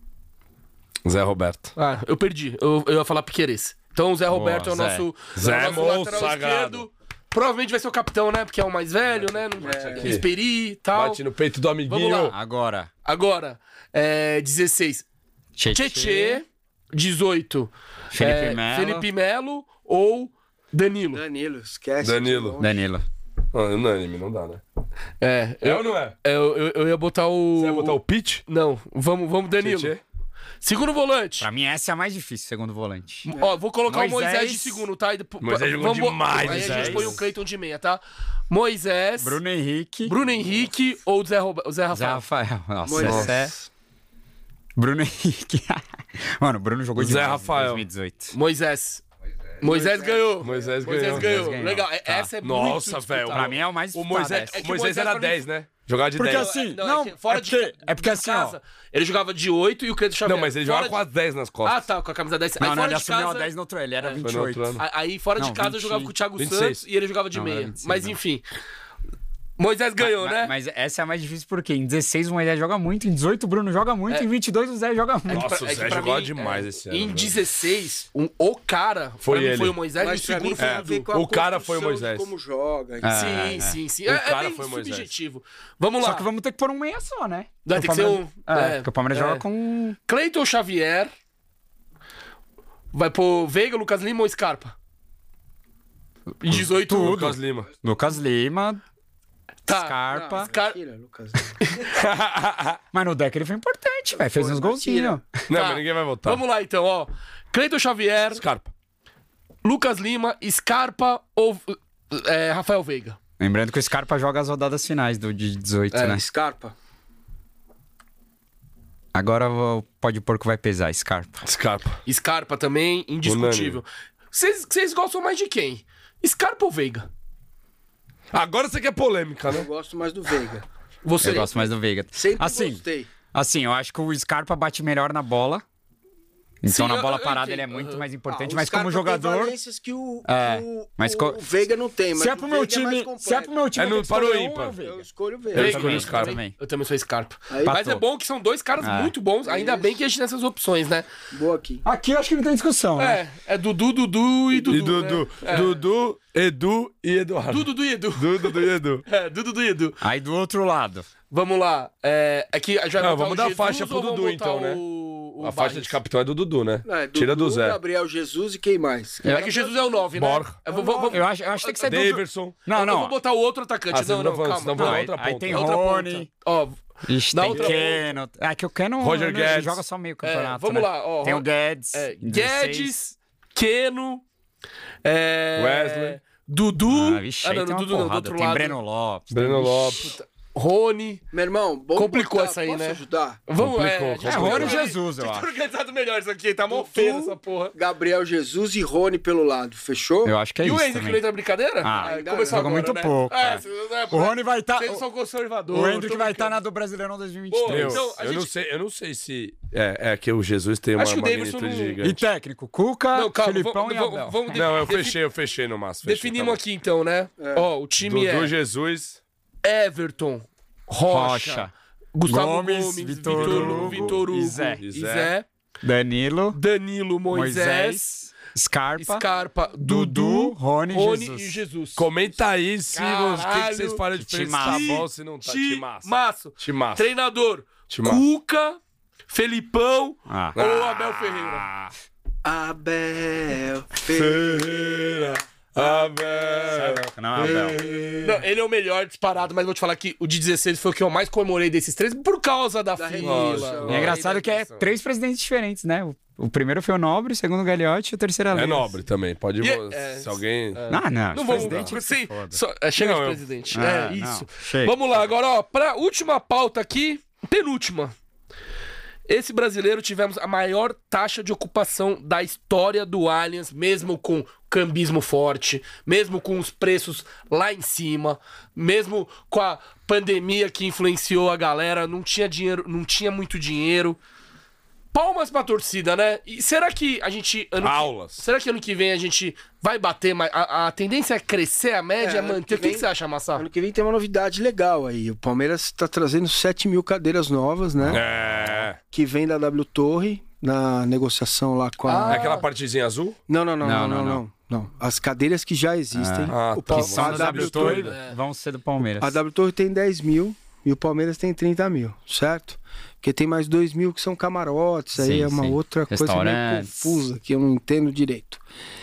Zé Roberto. Ah, eu perdi. Eu, eu ia falar Piquerez. Então o Zé Roberto é o Zé. nosso, Zé é o nosso monstro lateral sagrado. esquerdo. Provavelmente vai ser o capitão, né? Porque é o mais velho, né? Não aqui. Esperi e tal. Bate no peito do amiguinho. Vamos lá. Agora. Agora, é, dezesseis. Tietê. dezoito. Felipe é, Melo. Felipe Melo ou Danilo. Danilo, esquece. Danilo. Danilo. Ah, unânime, não dá, né? É, É eu, ou não é? eu, eu, eu ia botar o. Você vai botar o Pitch? Não, vamos, vamos Danilo. Tietê? Segundo volante. Pra mim, essa é a mais difícil, segundo volante. Ó, vou colocar o Moisés. Moisés de segundo, tá? E depois, Moisés jogou vamos bo- demais, Aí a gente Moisés. põe o Cleiton de meia, tá? Moisés, Bruno, Bruno Henrique. Henrique ou Zé, Rob... Zé Zé Rafael. Rafael. Nossa, Moisés. essa é... Bruno Henrique. Mano, o Bruno jogou Zé demais Rafael. em dois mil e dezoito. Moisés. Moisés ganhou. Moisés Moisés ganhou. ganhou. Moisés ganhou. Legal. é- Tá. Essa é muito Nossa, disputada. velho. Pra mim é o mais O disputado Moisés, essa. É que o Moisés Moisés era pra mim- dez, né? Jogar de Porque dez. assim, Não, não, é que fora é porque, de, é porque de assim, casa, ó. ele jogava de oito e o Cleiton Xavier. Não, mas ele Fora jogava de- com as dez nas Ah, costas. tá, com a camisa dez. Aí Não, não, fora ele de assumiu casa... a dez no outro, ele era É, vinte foi e no oito. outro ano. A- Aí fora de Não, casa eu vinte jogava com o Thiago vinte e Santos seis. e ele jogava de Não, meia. era vinte e seis, Mas não. enfim. Moisés ganhou, Ma- né? Mas essa é a mais difícil porque em dezesseis o Moisés joga muito, em dezoito o Bruno joga muito, É. em vinte e dois o Zé joga muito. Nossa, o É que Zé pra jogou mim, demais é, esse ano. Em velho. dezesseis, um, o cara Foi pra mim ele. foi o Moisés e Mas o pra mim segundo tem foi a o ver Edu. com a O cara foi o construção de Moisés. como joga. Ah, Sim, é. sim, sim. O É, é cara bem foi o Moisés. subjetivo. Vamos lá. Só que vamos ter que pôr um meia só, né? Vai ter Porque que o ser Palmeiras- um- É, é, porque o Palmeiras é. joga com... Cleiton Xavier. Vai pôr Veiga, Lucas Lima ou Scarpa? Em dezoito. Tudo. Lucas Lima. Lucas Lima, Tá. Scarpa. Scar- Tira, Lucas. Mas no deck ele foi importante, velho. Fez Foi, uns mas golzinhos. Não, Tá. mas ninguém vai votar. Vamos lá então, ó. Cleiton Xavier, Scarpa. Lucas Lima, Scarpa ou é, Rafael Veiga? Lembrando que o Scarpa joga as rodadas finais do de dezoito, É. né? Scarpa. Agora o pó de porco vai pesar, Scarpa. Scarpa. Scarpa também, indiscutível. Vocês vocês gostam mais de quem? Scarpa ou Veiga? Agora você quer polêmica, Eu né? gosto mais do Veiga. Você. Eu gosto mais do Veiga. Sempre Assim, gostei. assim, eu acho que o Scarpa bate melhor na bola. Então Sim, na bola eu- eu parada entendo. ele é muito Aham. mais importante, Ah, o mas como Scarpa jogador... tem valências que o, É, que o, mas o, co- o Veiga não tem, mas Se é o pro meu Veiga é mais time, completo. se é pro meu time, É no- tem que para o escolher um, ímpar. é o Eu Veiga. escolho o Eu Veiga. escolho o Scarpa. também. Eu também sou Scarpa. Aí- Mas é Tô. bom que são dois caras É. muito bons. Ainda Isso. bem que a gente tem essas opções, né? Boa aqui. Aqui eu acho que não tem discussão, né? É, é Dudu, Dudu e Dudu. E Dudu. né? É. Dudu, Edu e Eduardo. Dudu, Dudu e Edu. Dudu, Dudu e Edu. É, Dudu, Dudu e Edu. Aí do outro lado. Vamos lá. É, é que já Não, botar vamos o dar Jesus faixa pro ou vamos Dudu, botar então, né? o- o A faixa Barres? de capitão é do Dudu, né? Não, é Tira do Dudu, Zé. Gabriel Jesus e quem mais? É que Jesus é o nove, né? Borja. Eu vou, vou- vou- Eu acho, eu acho que tem que ser Dudu. Daverson. Não, eu não. vou botar o outro atacante. Ah, vocês não, não não, vão- calma. senão vão calma. na Aí, outra aí ponta. tem Na outra Rony. ponta. Ó, Ixi, Na tem outra- Keno. É que o Keno Roger né, Guedes. joga só meio campeonato, vamos né? lá, ó, Tem Ro- o Guedes. é, em dezesseis. Guedes, Keno, é, Wesley. Dudu. Ah, vixe, ah, aí não, tem uma Dudu não, do porrada. outro Tem lado. Breno Lopes. Breno Lopes. Rony. Meu irmão, bom Complicou botar- essa aí, posso né? ajudar? Vamos, Complicou, é, a gente complicou. tá É, Rony organizado- Jesus, eu a gente tá acho. organizado melhor isso aqui, tá mó Dudu, feio essa porra. Gabriel Jesus e Rony pelo lado, fechou? Eu acho que é E o isso Hendrick não também. entra na brincadeira? Ah, Ah, começou jogou agora, muito né? pouco, É, é. vocês- né, O Rony vai estar... Vocês são conservadores. O Hendrick tô vai estar brincando. na do Brasileirão dois mil e vinte e Boa, três. então, a eu, gente- não sei, eu não sei se é, é que o Jesus tem uma Acho que o Davidson magnitude não- E gigante. técnico, Cuca, Não, calma, Filipão vamos, e vamos, Abel. vamos de- Não, eu defi- fechei, eu fechei no máximo. fechei, Definimos tá bom. aqui então, né? Ó, o time Dudu, é Jesus. Everton, Rocha, Rocha, Gustavo Gomes, Gomes, Vitor Vitor Hugo, Hugo, Vitor Hugo, e Zé. e E Zé, Zé. Danilo, Danilo, Moisés, Moisés, Scarpa, Scarpa, Dudu, Dudu, Rony, Rony Jesus. e Jesus. Comenta aí se Caralho, os, o que, que vocês falam de que pensar. Tá timaço. bom, se não tá. Timaço. Timaço. Timaço. Treinador, Timaço. Cuca, Felipão Ah. ou Abel Ferreira. Abel. Ferreira, Abel. Não, Abel. Não, ele é o melhor disparado, mas vou te falar que o de dezesseis foi o que eu mais comemorei desses três por causa da, Da fila. rendição. E é engraçado que é três presidentes diferentes, né? O, o primeiro foi o Nobre, o segundo o Gagliotti e o terceiro a É Leis. nobre também. Pode. E- vo- é, se alguém. Não, não. Não os vamos. presidentes que se Sim, foda. só- é, chega Não, de eu- presidente. Ah, é não, isso. chega. Vamos lá, agora, ó, pra última pauta aqui, penúltima. Esse brasileiro tivemos a maior taxa de ocupação da história do Allianz, mesmo com cambismo forte, mesmo com os preços lá em cima, mesmo com a pandemia que influenciou a galera, não tinha dinheiro, não tinha muito dinheiro. Palmas pra torcida, né? E será que a gente ano que- Aulas. será que ano que vem a gente vai bater mais? A, a tendência é crescer a média, É, ano manter. que O que, que vem- você acha, Massa? Ano que vem tem uma novidade legal aí. O Palmeiras tá trazendo sete mil cadeiras novas, né? É. Que vem da W Torre, na negociação lá com a... Ah. É aquela partezinha azul? Não, não, não, Não, não, não, não, não, não. As cadeiras que já existem. Ah, o tá. Pal- Que São a da W W Torre, Torre, é. vão ser do Palmeiras. a W Torre tem dez mil e o Palmeiras tem trinta mil, certo? Porque tem mais dois mil que são camarotes, aí Sim, é uma sim. outra coisa meio Restaurantes. confusa que eu não entendo direito.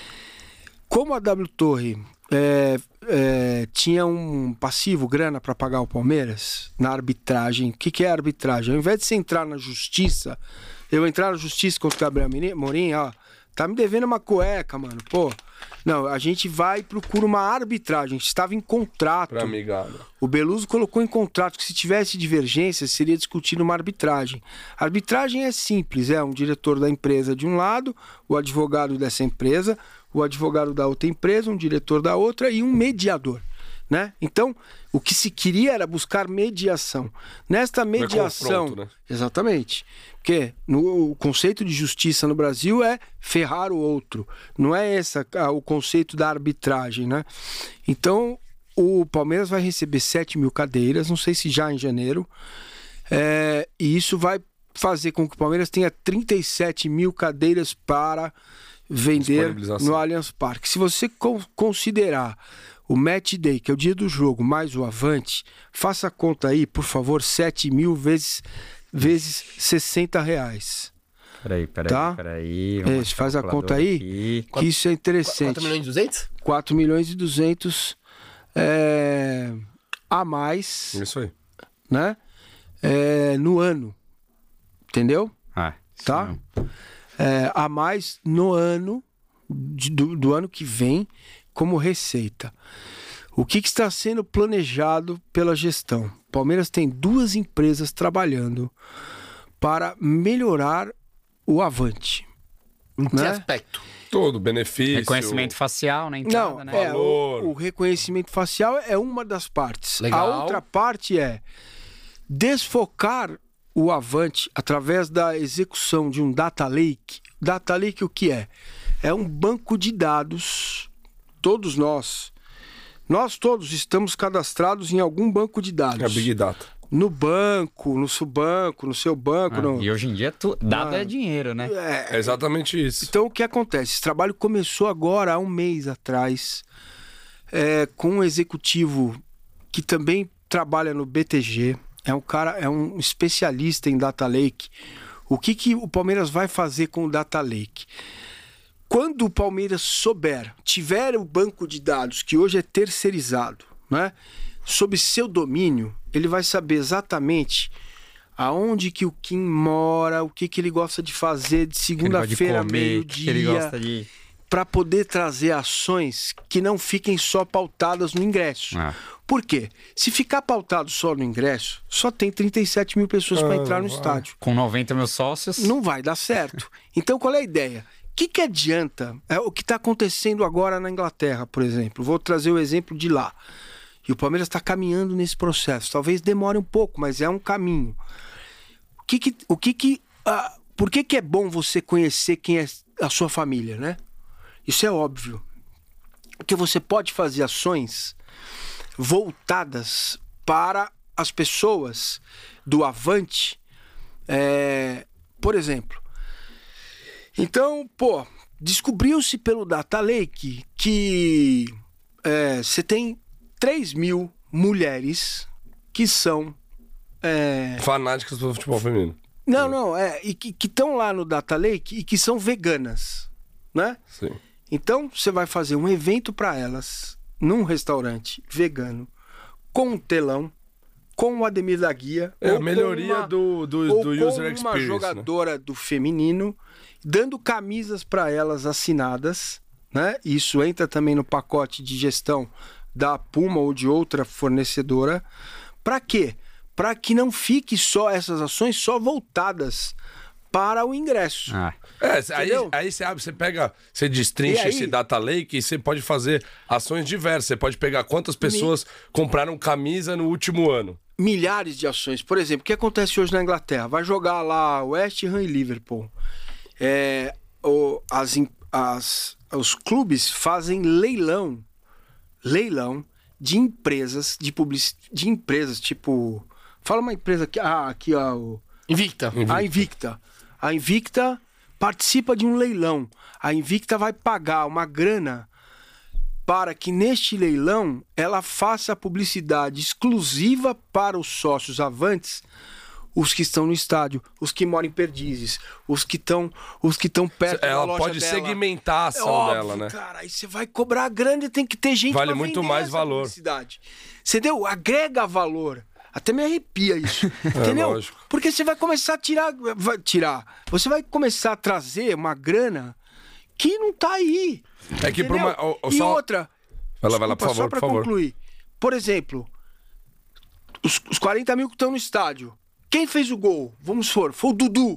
Como a W Torre é, é, tinha um passivo, grana para pagar o Palmeiras na arbitragem, o que, que é arbitragem? Ao invés de você entrar na justiça, eu entrar na justiça contra o Gabriel Mini- Morim, ó, tá me devendo uma cueca, mano, pô. Não, a gente vai e procura uma arbitragem. A gente estava em contrato. Pra amigada. O Beluso colocou em contrato que se tivesse divergência, seria discutido uma arbitragem. A arbitragem é simples, é um diretor da empresa de um lado, o advogado dessa empresa, o advogado da outra empresa, um diretor da outra e um mediador, né? Então, o que se queria era buscar mediação. Nesta mediação, confronto, né? exatamente. Porque no, o conceito de justiça no Brasil é ferrar o outro. Não é esse o conceito da arbitragem, né? Então, o Palmeiras vai receber sete mil cadeiras, não sei se já em janeiro. É, e isso vai fazer com que o Palmeiras tenha trinta e sete mil cadeiras para vender Disponibilização. no Allianz Parque. Se você con- considerar o Match Day, que é o dia do jogo, mais o Avante, faça a conta aí, por favor, sete mil vezes, vezes sessenta reais. Peraí, peraí, Tá? peraí. É, você faz a conta aí, Aqui. que isso é interessante. quatro milhões e duzentos? quatro milhões e duzentos é, a mais, Isso aí. né? É, no ano. Entendeu? Ah, isso Tá? não. É, a mais no ano de- do, do ano que vem como receita. O que, que está sendo planejado pela gestão? Palmeiras tem duas empresas trabalhando para melhorar o Avante. Em que né? aspecto? Todo benefício. Reconhecimento facial na entrada, Não, né? é, Valor. o, o reconhecimento facial é uma das partes. Legal. A outra parte é desfocar o Avante através da execução de um data lake. Data lake o que é? É um banco de dados, todos nós, nós todos estamos cadastrados em algum banco de dados. É Big Data. No banco, no subbanco, no seu banco. Ah, no... E hoje em dia, tu... dado Ah. é dinheiro, né? É exatamente isso. Então, o que acontece? Esse trabalho começou agora, há um mês atrás, é, com um executivo que também trabalha no B T G. É um cara, é um especialista em Data Lake. O que, que o Palmeiras vai fazer com o Data Lake? Quando o Palmeiras souber, tiver o banco de dados, que hoje é terceirizado, né, sob seu domínio, ele vai saber exatamente aonde que o Kim mora, o que, que ele gosta de fazer de Que ele gosta de segunda-feira, comer, que ele meio-dia, gosta de... para poder trazer ações que não fiquem só pautadas no ingresso. Ah. Por quê? Se ficar pautado só no ingresso, só tem trinta e sete mil pessoas para Ah, entrar no vai. estádio. Com noventa mil sócios... Não vai dar certo. Então, qual é a ideia? O que, que adianta? É o que está acontecendo agora na Inglaterra, por exemplo. Vou trazer o exemplo de lá. E o Palmeiras está caminhando nesse processo. Talvez demore um pouco, mas é um caminho. O que que, o que, que, ah, por que, que é bom você conhecer quem é a sua família, né? Isso é óbvio. Porque você pode fazer ações voltadas para as pessoas do Avante. É, por exemplo, então, pô, descobriu-se pelo Data Lake que é, você tem três mil mulheres que são... É... Fanáticas do futebol feminino. Não, não, é, e que estão lá no Data Lake e que são veganas, né? Sim. Então, você vai fazer um evento para elas num restaurante vegano, com um telão, com o Ademir da Guia. É ou a com melhoria uma- do, do, ou do com user uma experience. né? jogadora do feminino, dando camisas para elas assinadas, né? Isso entra também no pacote de gestão da Puma ou de outra fornecedora. Para quê? Para que não fique só essas ações só voltadas para o ingresso. Ah. É, aí, Entendeu? aí você abre, você pega, você destrincha E aí- esse data lake e você pode fazer ações diversas. Você pode pegar quantas pessoas compraram camisa no último ano. Milhares de ações. Por exemplo, o que acontece hoje na Inglaterra? Vai jogar lá West Ham e Liverpool. É, o- as, em- as- os clubes fazem leilão, leilão de empresas, de publici- de empresas, tipo... Fala uma empresa aqui, ah, aqui ó, o- Invicta. a Invicta. A Invicta participa de um leilão. A Invicta vai pagar uma grana para que neste leilão ela faça a publicidade exclusiva para os sócios avantes, os que estão no estádio, os que moram em Perdizes, os que estão, os que estão perto da Ela loja pode dela. segmentar a É ação óbvio, dela, né? cara, aí você vai cobrar grana e tem que ter gente Vale pra muito vender mais essa valor. publicidade. Entendeu? Agrega valor. Até me arrepia isso. Entendeu? lógico. Porque você vai começar a tirar, vai tirar. Você vai começar a trazer uma grana que não tá aí. É que pra entendeu? uma- ó, ó, E só- outra. Vai lá, vai lá, desculpa, por favor, só pra por favor. concluir. Por exemplo, os, os quarenta mil que estão no estádio. Quem fez o gol? Vamos supor, foi o Dudu.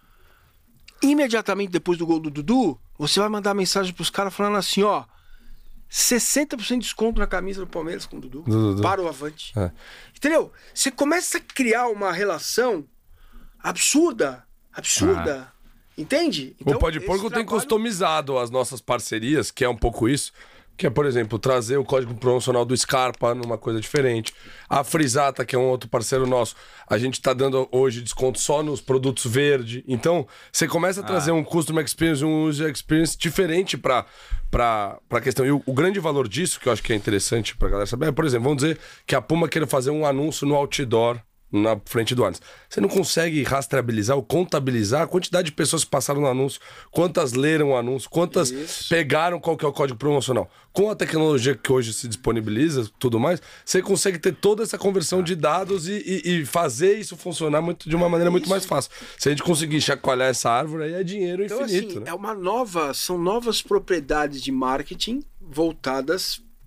Imediatamente depois do gol do Dudu, você vai mandar mensagem pros caras falando assim, ó, sessenta por cento de desconto na camisa do Palmeiras com o Dudu, Do Dudu. para o Avante. É. Entendeu? Você começa a criar uma relação absurda, absurda. Entende? o Pode esse Porco tem trabalho- customizado as nossas parcerias, que é um pouco isso. Que é, por exemplo, trazer o código promocional do Scarpa numa coisa diferente. A Frisata, que é um outro parceiro nosso, a gente tá dando hoje desconto só nos produtos verde. Então, você começa a trazer um Customer Experience, um User Experience diferente pra, pra, pra questão. E o, o grande valor disso, que eu acho que é interessante pra galera saber, é, por exemplo, vamos dizer que a Puma queira fazer um anúncio no outdoor na frente do Allianz. Você não consegue rastreabilizar ou contabilizar a quantidade de pessoas que passaram no anúncio, quantas leram o anúncio, quantas Isso. pegaram qual que é o código promocional. Com a tecnologia que hoje se disponibiliza, tudo mais, você consegue ter toda essa conversão de dados e, e- e fazer isso funcionar muito, de uma maneira muito mais fácil. Se a gente conseguir chacoalhar essa árvore, aí é dinheiro Então, infinito, assim, né? é uma nova, são novas propriedades de marketing voltadas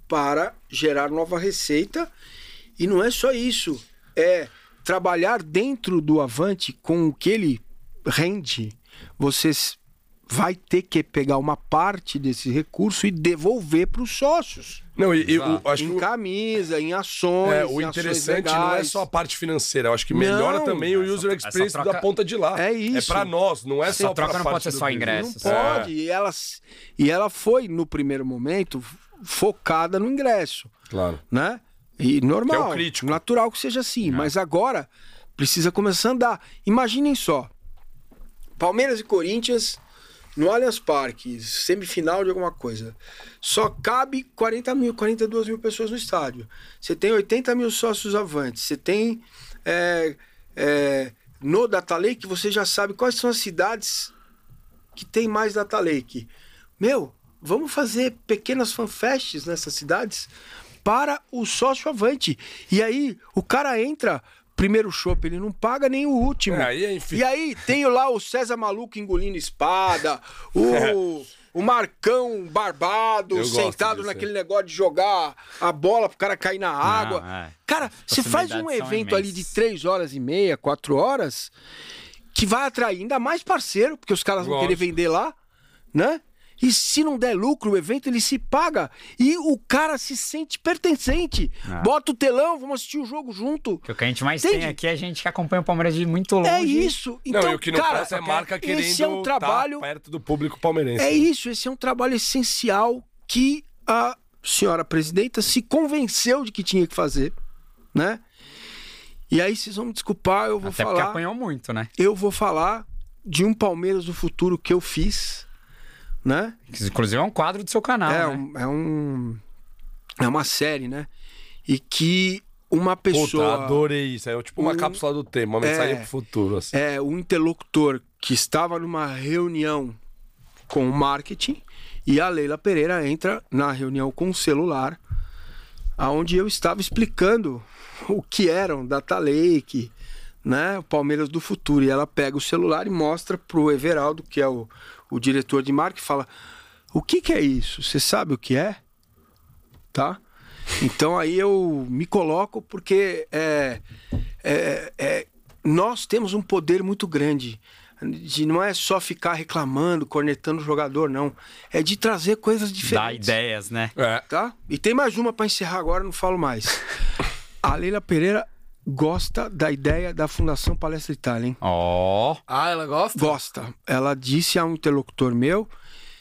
para gerar nova receita. E não é só isso, é trabalhar dentro do Avante com o que ele rende. Você vai ter que pegar uma parte desse recurso e devolver para os sócios. Não, e, e o, acho em que o, camisa, em ações. é, o em ações interessante não é legais. só a parte financeira. Eu acho que melhora Não, também o essa- user essa experience troca- da ponta de lá. É isso. É pra nós, não é Essa só troca pra não parte pode ser do só business. ingressos. Não pode. E, ela, e ela foi, no primeiro momento, focada no ingresso, Claro. né? E normal, Que é o crítico. natural que seja assim. Mas agora precisa começar a andar. Imaginem só, Palmeiras e Corinthians no Allianz Parque, semifinal de alguma coisa. Só cabe quarenta mil, quarenta e duas mil pessoas no estádio. Você tem oitenta mil sócios avantes. Você tem é, é, no Data Lake, você já sabe quais são as cidades que tem mais Data Lake. Meu, vamos fazer pequenas fanfests nessas cidades para o sócio avante. E aí o cara entra, primeiro chopp, ele não paga nem o último. É, aí é infi- E aí tem lá o César Maluco engolindo espada, o, o Marcão barbado, Eu gosto sentado disso, naquele negócio de jogar a bola pro cara cair na água. é. Cara, você faz um possibilidades são evento ali de imensas. três horas e meia, quatro horas, que vai atrair ainda mais parceiro, porque os caras vão Lógico. querer vender lá, né? E se não der lucro, o evento ele se paga. E o cara se sente pertencente. Ah. Bota o telão, vamos assistir o jogo junto. Que o que a gente mais Entende? tem aqui é a gente que acompanha o Palmeiras de muito longe. É isso. Então, não, e o que não cara, passa é marca querendo esse é um trabalho. tá perto do público palmeirense. É isso, esse é um trabalho essencial que a senhora presidenta se convenceu de que tinha que fazer, né? E aí vocês vão me desculpar, eu vou Até porque falar. apanhou muito, né? Eu vou falar de um Palmeiras do futuro que eu fiz, né? Que, inclusive é um quadro do seu canal, É, né? um, é um. É uma série, né? E que uma Puta, pessoa. adorei isso. É tipo uma Um- cápsula do tempo, uma mensagem É. pro futuro. Assim. É um interlocutor que estava numa reunião com o marketing e a Leila Pereira entra na reunião com o celular, aonde eu estava explicando o que era um Data Lake, né? O Palmeiras do futuro. E ela pega o celular e mostra pro Everaldo, que é o, o diretor de marketing, e fala: o que que é isso? Você sabe o que é? Tá? Então aí eu me coloco porque é, é, é, nós temos um poder muito grande. De não é só ficar reclamando, cornetando o jogador, não. É de trazer coisas Dá diferentes. ideias, né? É. Tá? E tem mais uma para encerrar agora, não falo mais. A Leila Pereira gosta da ideia da Fundação Palestra Itália, hein? Ó. Ah, ela gosta? Gosta. Ela disse a um interlocutor meu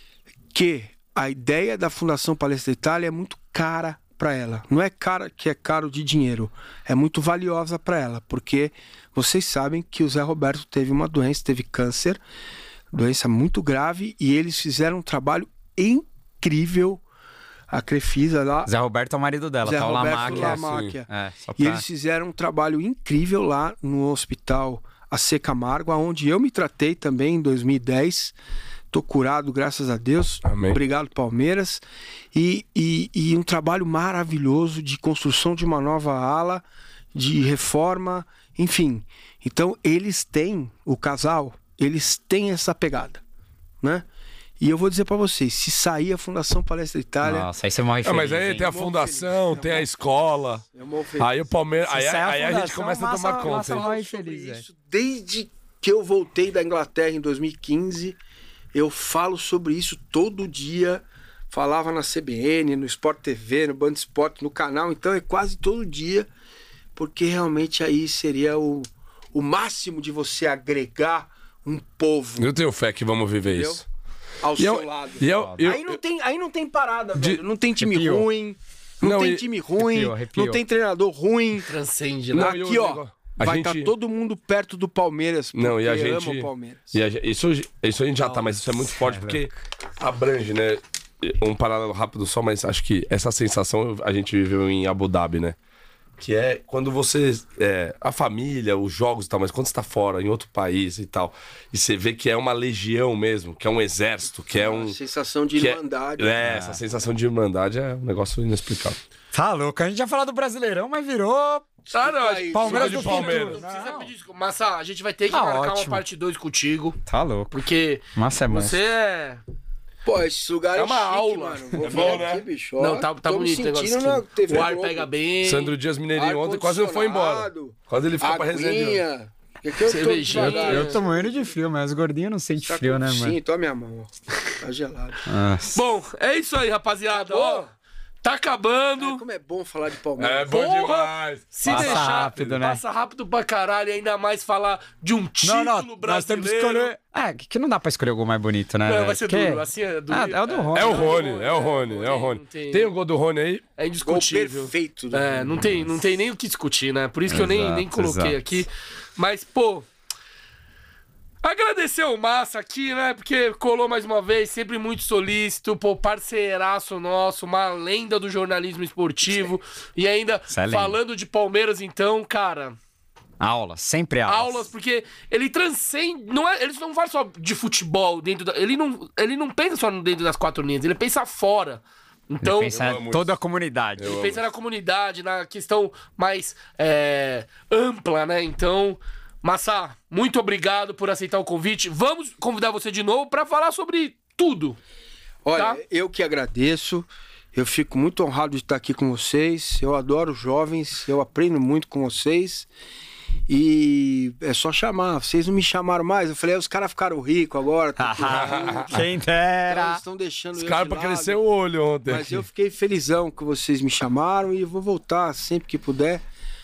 que a ideia da Fundação Palestra Itália é muito cara para ela. Não é cara que é caro de dinheiro, é muito valiosa para ela, porque vocês sabem que o Zé Roberto teve uma doença, teve câncer, doença muito grave, e eles fizeram um trabalho incrível. A Crefisa lá, Zé Roberto é o marido dela, Zé tá o Roberto Lamáquia. Lamáquia. É, só E pra... eles fizeram um trabalho incrível lá no hospital A C Camargo, onde eu me tratei também em dois mil e dez. Tô curado, graças a Deus. Amém. Obrigado, Palmeiras. E, e, e um trabalho maravilhoso de construção de uma nova ala, de reforma, enfim. Então, eles têm, o casal, eles têm essa pegada, né? E eu vou dizer pra vocês, se sair a Fundação Palestra Itália... Nossa, aí você morre Ah, feliz, mas aí hein? tem a fundação, tem a escola. Eu morro feliz. Aí o Palmeiras. Aí, Se sair a aí a gente fundação, começa a massa- tomar conta. massa hein? morre sobre feliz, é. isso desde que eu voltei da Inglaterra em dois mil e quinze. Eu falo sobre isso todo dia. Falava na C B N, no Sport T V, no Band Esporte, no canal. Então é quase todo dia, porque realmente aí seria o, o máximo de você agregar um povo, Eu tenho fé que vamos viver entendeu? isso. Ao E seu eu, lado. e eu, eu- aí, não tem, aí não tem parada, De- velho. Não tem time Arrepiou. ruim, não, Não, tem e- time ruim, Arrepiou, arrepiou. não tem treinador ruim. Transcende, Não, né? e o Aqui, ó, negócio- a vai gente- estar todo mundo perto do Palmeiras, porque Não, e a ama gente. o Palmeiras. E a gente- isso, isso a gente já tá, mas isso é muito forte porque abrange, né? Um paralelo rápido só, mas acho que essa sensação a gente viveu em Abu Dhabi, né? Que é quando você. É, a família, os jogos e tal, mas quando você tá fora, em outro país e tal, e você vê que é uma legião mesmo, que é um exército, que é um. A sensação de que é- irmandade. É, essa sensação de irmandade é um negócio inexplicável. Tá louco, a gente já falou do Brasileirão, mas virou... Ah, não, aí, Palmeiras de do Palmeiras. futuro. Não precisa Não. pedir desculpa. Massa, a gente vai ter que Tá marcar ótimo. uma parte dois contigo, Tá louco. porque Massa é monstro. você é... Pô, esse lugar é, É uma chique, aula. mano. Vou É vir bom, né? aqui, bicho. ó. Não, tá, tá Tô me bonito o negócio. sentindo na aqui. T V O ar Globo. pega bem. Sandro Dias Mineirinho ontem quase não foi embora. Ar-condicionado, Quase ele ficou pra resenha de ontem. aguinha. Que aqui eu tô Cervejinha. devagar. Eu tô morrendo de frio, mas os gordinhos não sentem Tá frio, com- né, mano? Sim, toma minha mão. ó. Tá gelado. Nossa. Bom, é isso aí, rapaziada. Ó, tá acabando. Ah, como é bom falar de Palmeiras. É bom Porra! demais. Se Passa deixar, rápido, né? passa rápido pra caralho e ainda mais falar de um título Não, não, brasileiro. nós temos que escolher... É, que que não dá pra escolher o gol mais bonito, né? Não, velho? vai ser Porque- duro. Assim é duro. Ah, é o do Rony. É o Não, Rony, não, é o Rony, é o Rony. não tem- Tem o gol do Rony aí? É Gol indiscutível. perfeito. do É, não tem, não tem nem o que discutir, né? Por isso que eu nem, Exato, nem coloquei exato. aqui. Mas, pô. Agradecer o Massa aqui, né? Porque colou mais uma vez, sempre muito solícito, pô, parceiraço nosso, uma lenda do jornalismo esportivo. E ainda Excelente. falando de Palmeiras, então, cara, Aula, sempre aulas. aulas, porque ele transcende. Não é, ele não fala só de futebol dentro da. Ele não, ele não pensa só dentro das quatro linhas, ele pensa fora. Então, Pensa Eu em amo toda a comunidade. ele pensa na comunidade, na questão mais é, ampla, né? Então, Massa, muito obrigado por aceitar o convite. Vamos convidar você de novo para falar sobre tudo. Olha, Tá. eu que agradeço. Eu fico muito honrado de estar aqui com vocês. Eu adoro jovens, eu aprendo muito com vocês. E é só chamar. Vocês não me chamaram mais. Eu falei, "Ah, os caras ficaram ricos agora. tá tudo- Quem Então, dera. eles estão deixando Os eu caras de pra lado. crescer o olho ontem. Mas aqui. eu fiquei felizão que vocês me chamaram e eu vou voltar sempre que puder.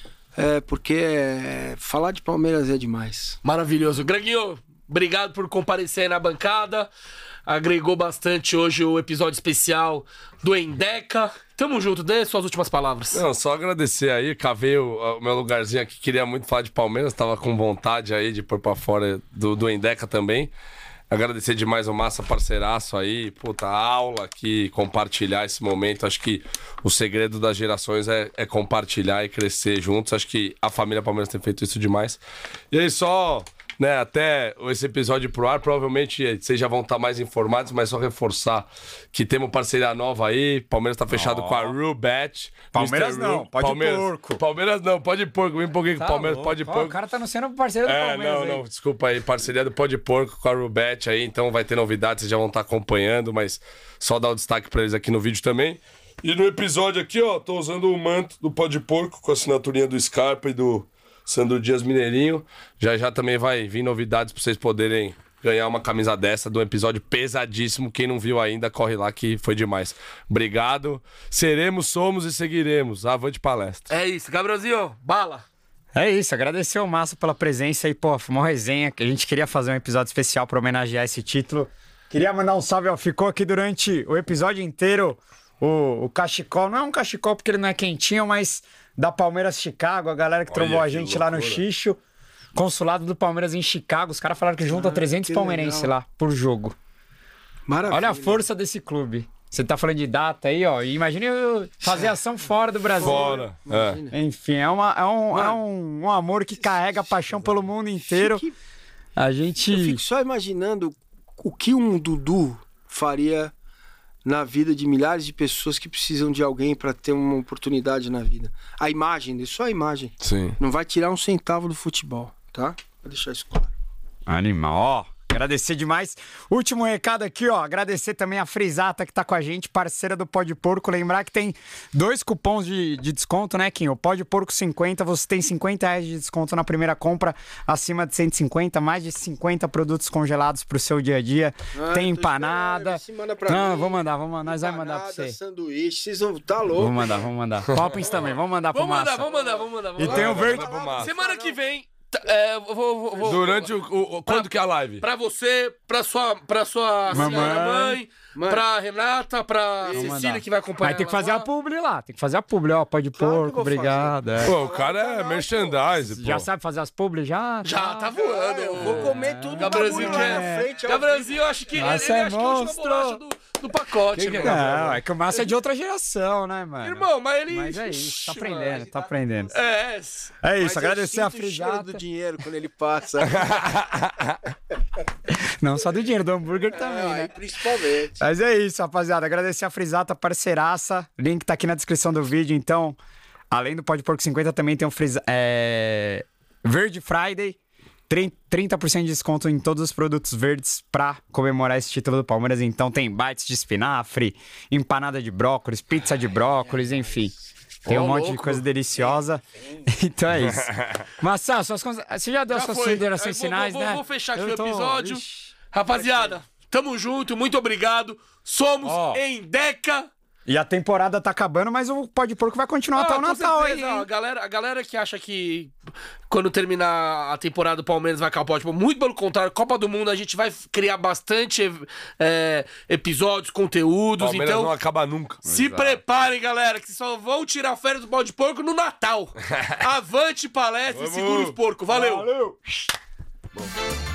É, porque é, falar de Palmeiras é demais. Maravilhoso. Greguinho, obrigado por comparecer aí na bancada. Agregou bastante hoje o episódio especial do Endeca. Tamo junto, dê suas últimas palavras. Não, só agradecer aí, cavei o, o meu lugarzinho aqui, queria muito falar de Palmeiras, tava com vontade aí de pôr pra fora do, do Endeca também. Agradecer demais o Massa, parceiraço aí, puta, aula aqui, compartilhar esse momento. Acho que o segredo das gerações é, é compartilhar e crescer juntos. Acho que a família Palmeiras tem feito isso demais. E aí, só, né, até esse episódio pro ar, provavelmente vocês já vão estar mais informados, mas só reforçar que temos parceria nova aí. Palmeiras tá fechado Ó. com a Rubet. Palmeiras mister não, Ru- pode Palmeiras, porco. Palmeiras não, pode porco. Me empolguei com Tá Palmeiras, louco. pode Ó, porco. o cara tá anunciando parceiro do É, Palmeiras. não, aí. não, desculpa aí, parceria do Pode Porco com a Rubet aí, então vai ter novidades, vocês já vão estar acompanhando, mas só dar o destaque pra eles aqui no vídeo também. E no episódio aqui, ó, tô usando o manto do Pode Porco com a assinaturinha do Scarpa e do Sandro Dias Mineirinho. Já já também vai vir novidades pra vocês poderem ganhar uma camisa dessa de um episódio pesadíssimo. Quem não viu ainda, corre lá que foi demais. Obrigado. Seremos, somos e seguiremos. Avante palestra. É isso, Gabrielzinho, bala. É isso, agradecer ao Massa pela presença aí, pô, foi uma resenha, que a gente queria fazer um episódio especial pra homenagear esse título. Queria mandar um salve, ó, ficou aqui durante o episódio inteiro o, o cachecol, não é um cachecol porque ele não é quentinho, mas da Palmeiras Chicago, a galera que Olha trombou a que gente lá no loucura. Xixo, consulado do Palmeiras em Chicago, os caras falaram que junta trezentos que palmeirenses legal. lá por jogo. Maravilha. Olha a força desse clube. Você tá falando de data aí, ó, e imagine eu fazer ação fora do Brasil. Fora. É. Imagina. Enfim, é, uma, é, um, é um, um amor que carrega paixão pelo mundo inteiro. Fique- A Eu gente. fico só imaginando o que um Dudu faria na vida de milhares de pessoas que precisam de alguém para ter uma oportunidade na vida. A imagem dele, só a imagem. Sim. Não vai tirar um centavo do futebol, tá? Vou deixar isso claro. Animal, ó. Agradecer demais. Último recado aqui, ó. Agradecer também a Frisata que tá com a gente, parceira do Pode Porco. Lembrar que tem dois cupons de, de desconto, né, Kim? O Pode Porco cinquenta, você tem cinquenta reais de desconto na primeira compra, acima de cento e cinquenta, mais de cinquenta produtos congelados pro seu dia a dia. Ah, tem tô empanada. esperando, se manda pra Não, mim. vou mandar, vou mandar. Nós vamos mandar pra Empanada, você. sanduíche, vocês vão tá louco. Vamos mandar, vamos mandar. Poppins também, vamos mandar pro Vamos mandar, Massa. vamos mandar, vamos mandar. Vamos E mandar. tem o verde. Manda pro Massa. Semana que vem, t- é, eu vou, vou, vou- Durante o, o- o- Quando que é a live? Pra você, pra sua, pra sua Mamãe. senhora mãe, Mãe. pra Renata, pra Vamos Cecília mandar. que vai acompanhar. Mas tem que ela fazer lá. a publi lá, tem que fazer a publi, ó. Pode Claro que eu Porco, vou fazer. obrigado. é. Pô, o cara é merchandise, pô. Já sabe fazer as publi já? Já, tá Ah, voando. eu vou comer tudo Gabrielzinho bagulho lá quer. na frente. ó. Gabrielzinho, eu acho que ele, ele Nossa, é acha que é a última monstro. bolacha do, do pacote, Quem que é irmão. Não, é que o Massa é de outra geração, né, mano? Irmão, mas ele... Mas é isso, tá Ixi, aprendendo, mano. tá aprendendo. É, É Mas isso, eu agradecer a sinto o cheiro Frisata. do dinheiro quando ele passa. Não só do dinheiro, do hambúrguer também, Aí, né? principalmente. Mas é isso, rapaziada. Agradecer a Frisata, parceiraça. Link tá aqui na descrição do vídeo. Então, além do Pode Porco cinquenta, também tem o Frisa... é... Verde Friday. trinta por cento de desconto em todos os produtos verdes pra comemorar esse título do Palmeiras. Então tem bites de espinafre, empanada de brócolis, pizza de brócolis, enfim. Tem um Ô, monte louco. de coisa deliciosa. Então é isso. Mas, Sal, suas cons- você já deu Já suas foi. considerações Eu vou- finais, vou- né? vou fechar aqui Eu o tô- episódio. Ixi. Rapaziada, tamo junto, muito obrigado. Somos Ó. em Deca. E a temporada tá acabando, mas o Pode Porco vai continuar até Ah, o com Natal aí. certeza, ó, a hein? galera, a galera que acha que quando terminar a temporada do Palmeiras vai acabar o Pode Porco, muito pelo contrário, Copa do Mundo a gente vai criar bastante é, episódios, conteúdos, Palmeiras então não acaba nunca. se preparem, galera, que só vão tirar férias do Pode Porco no Natal. Avante palestra e Vamos. segura os porcos. Valeu. Valeu!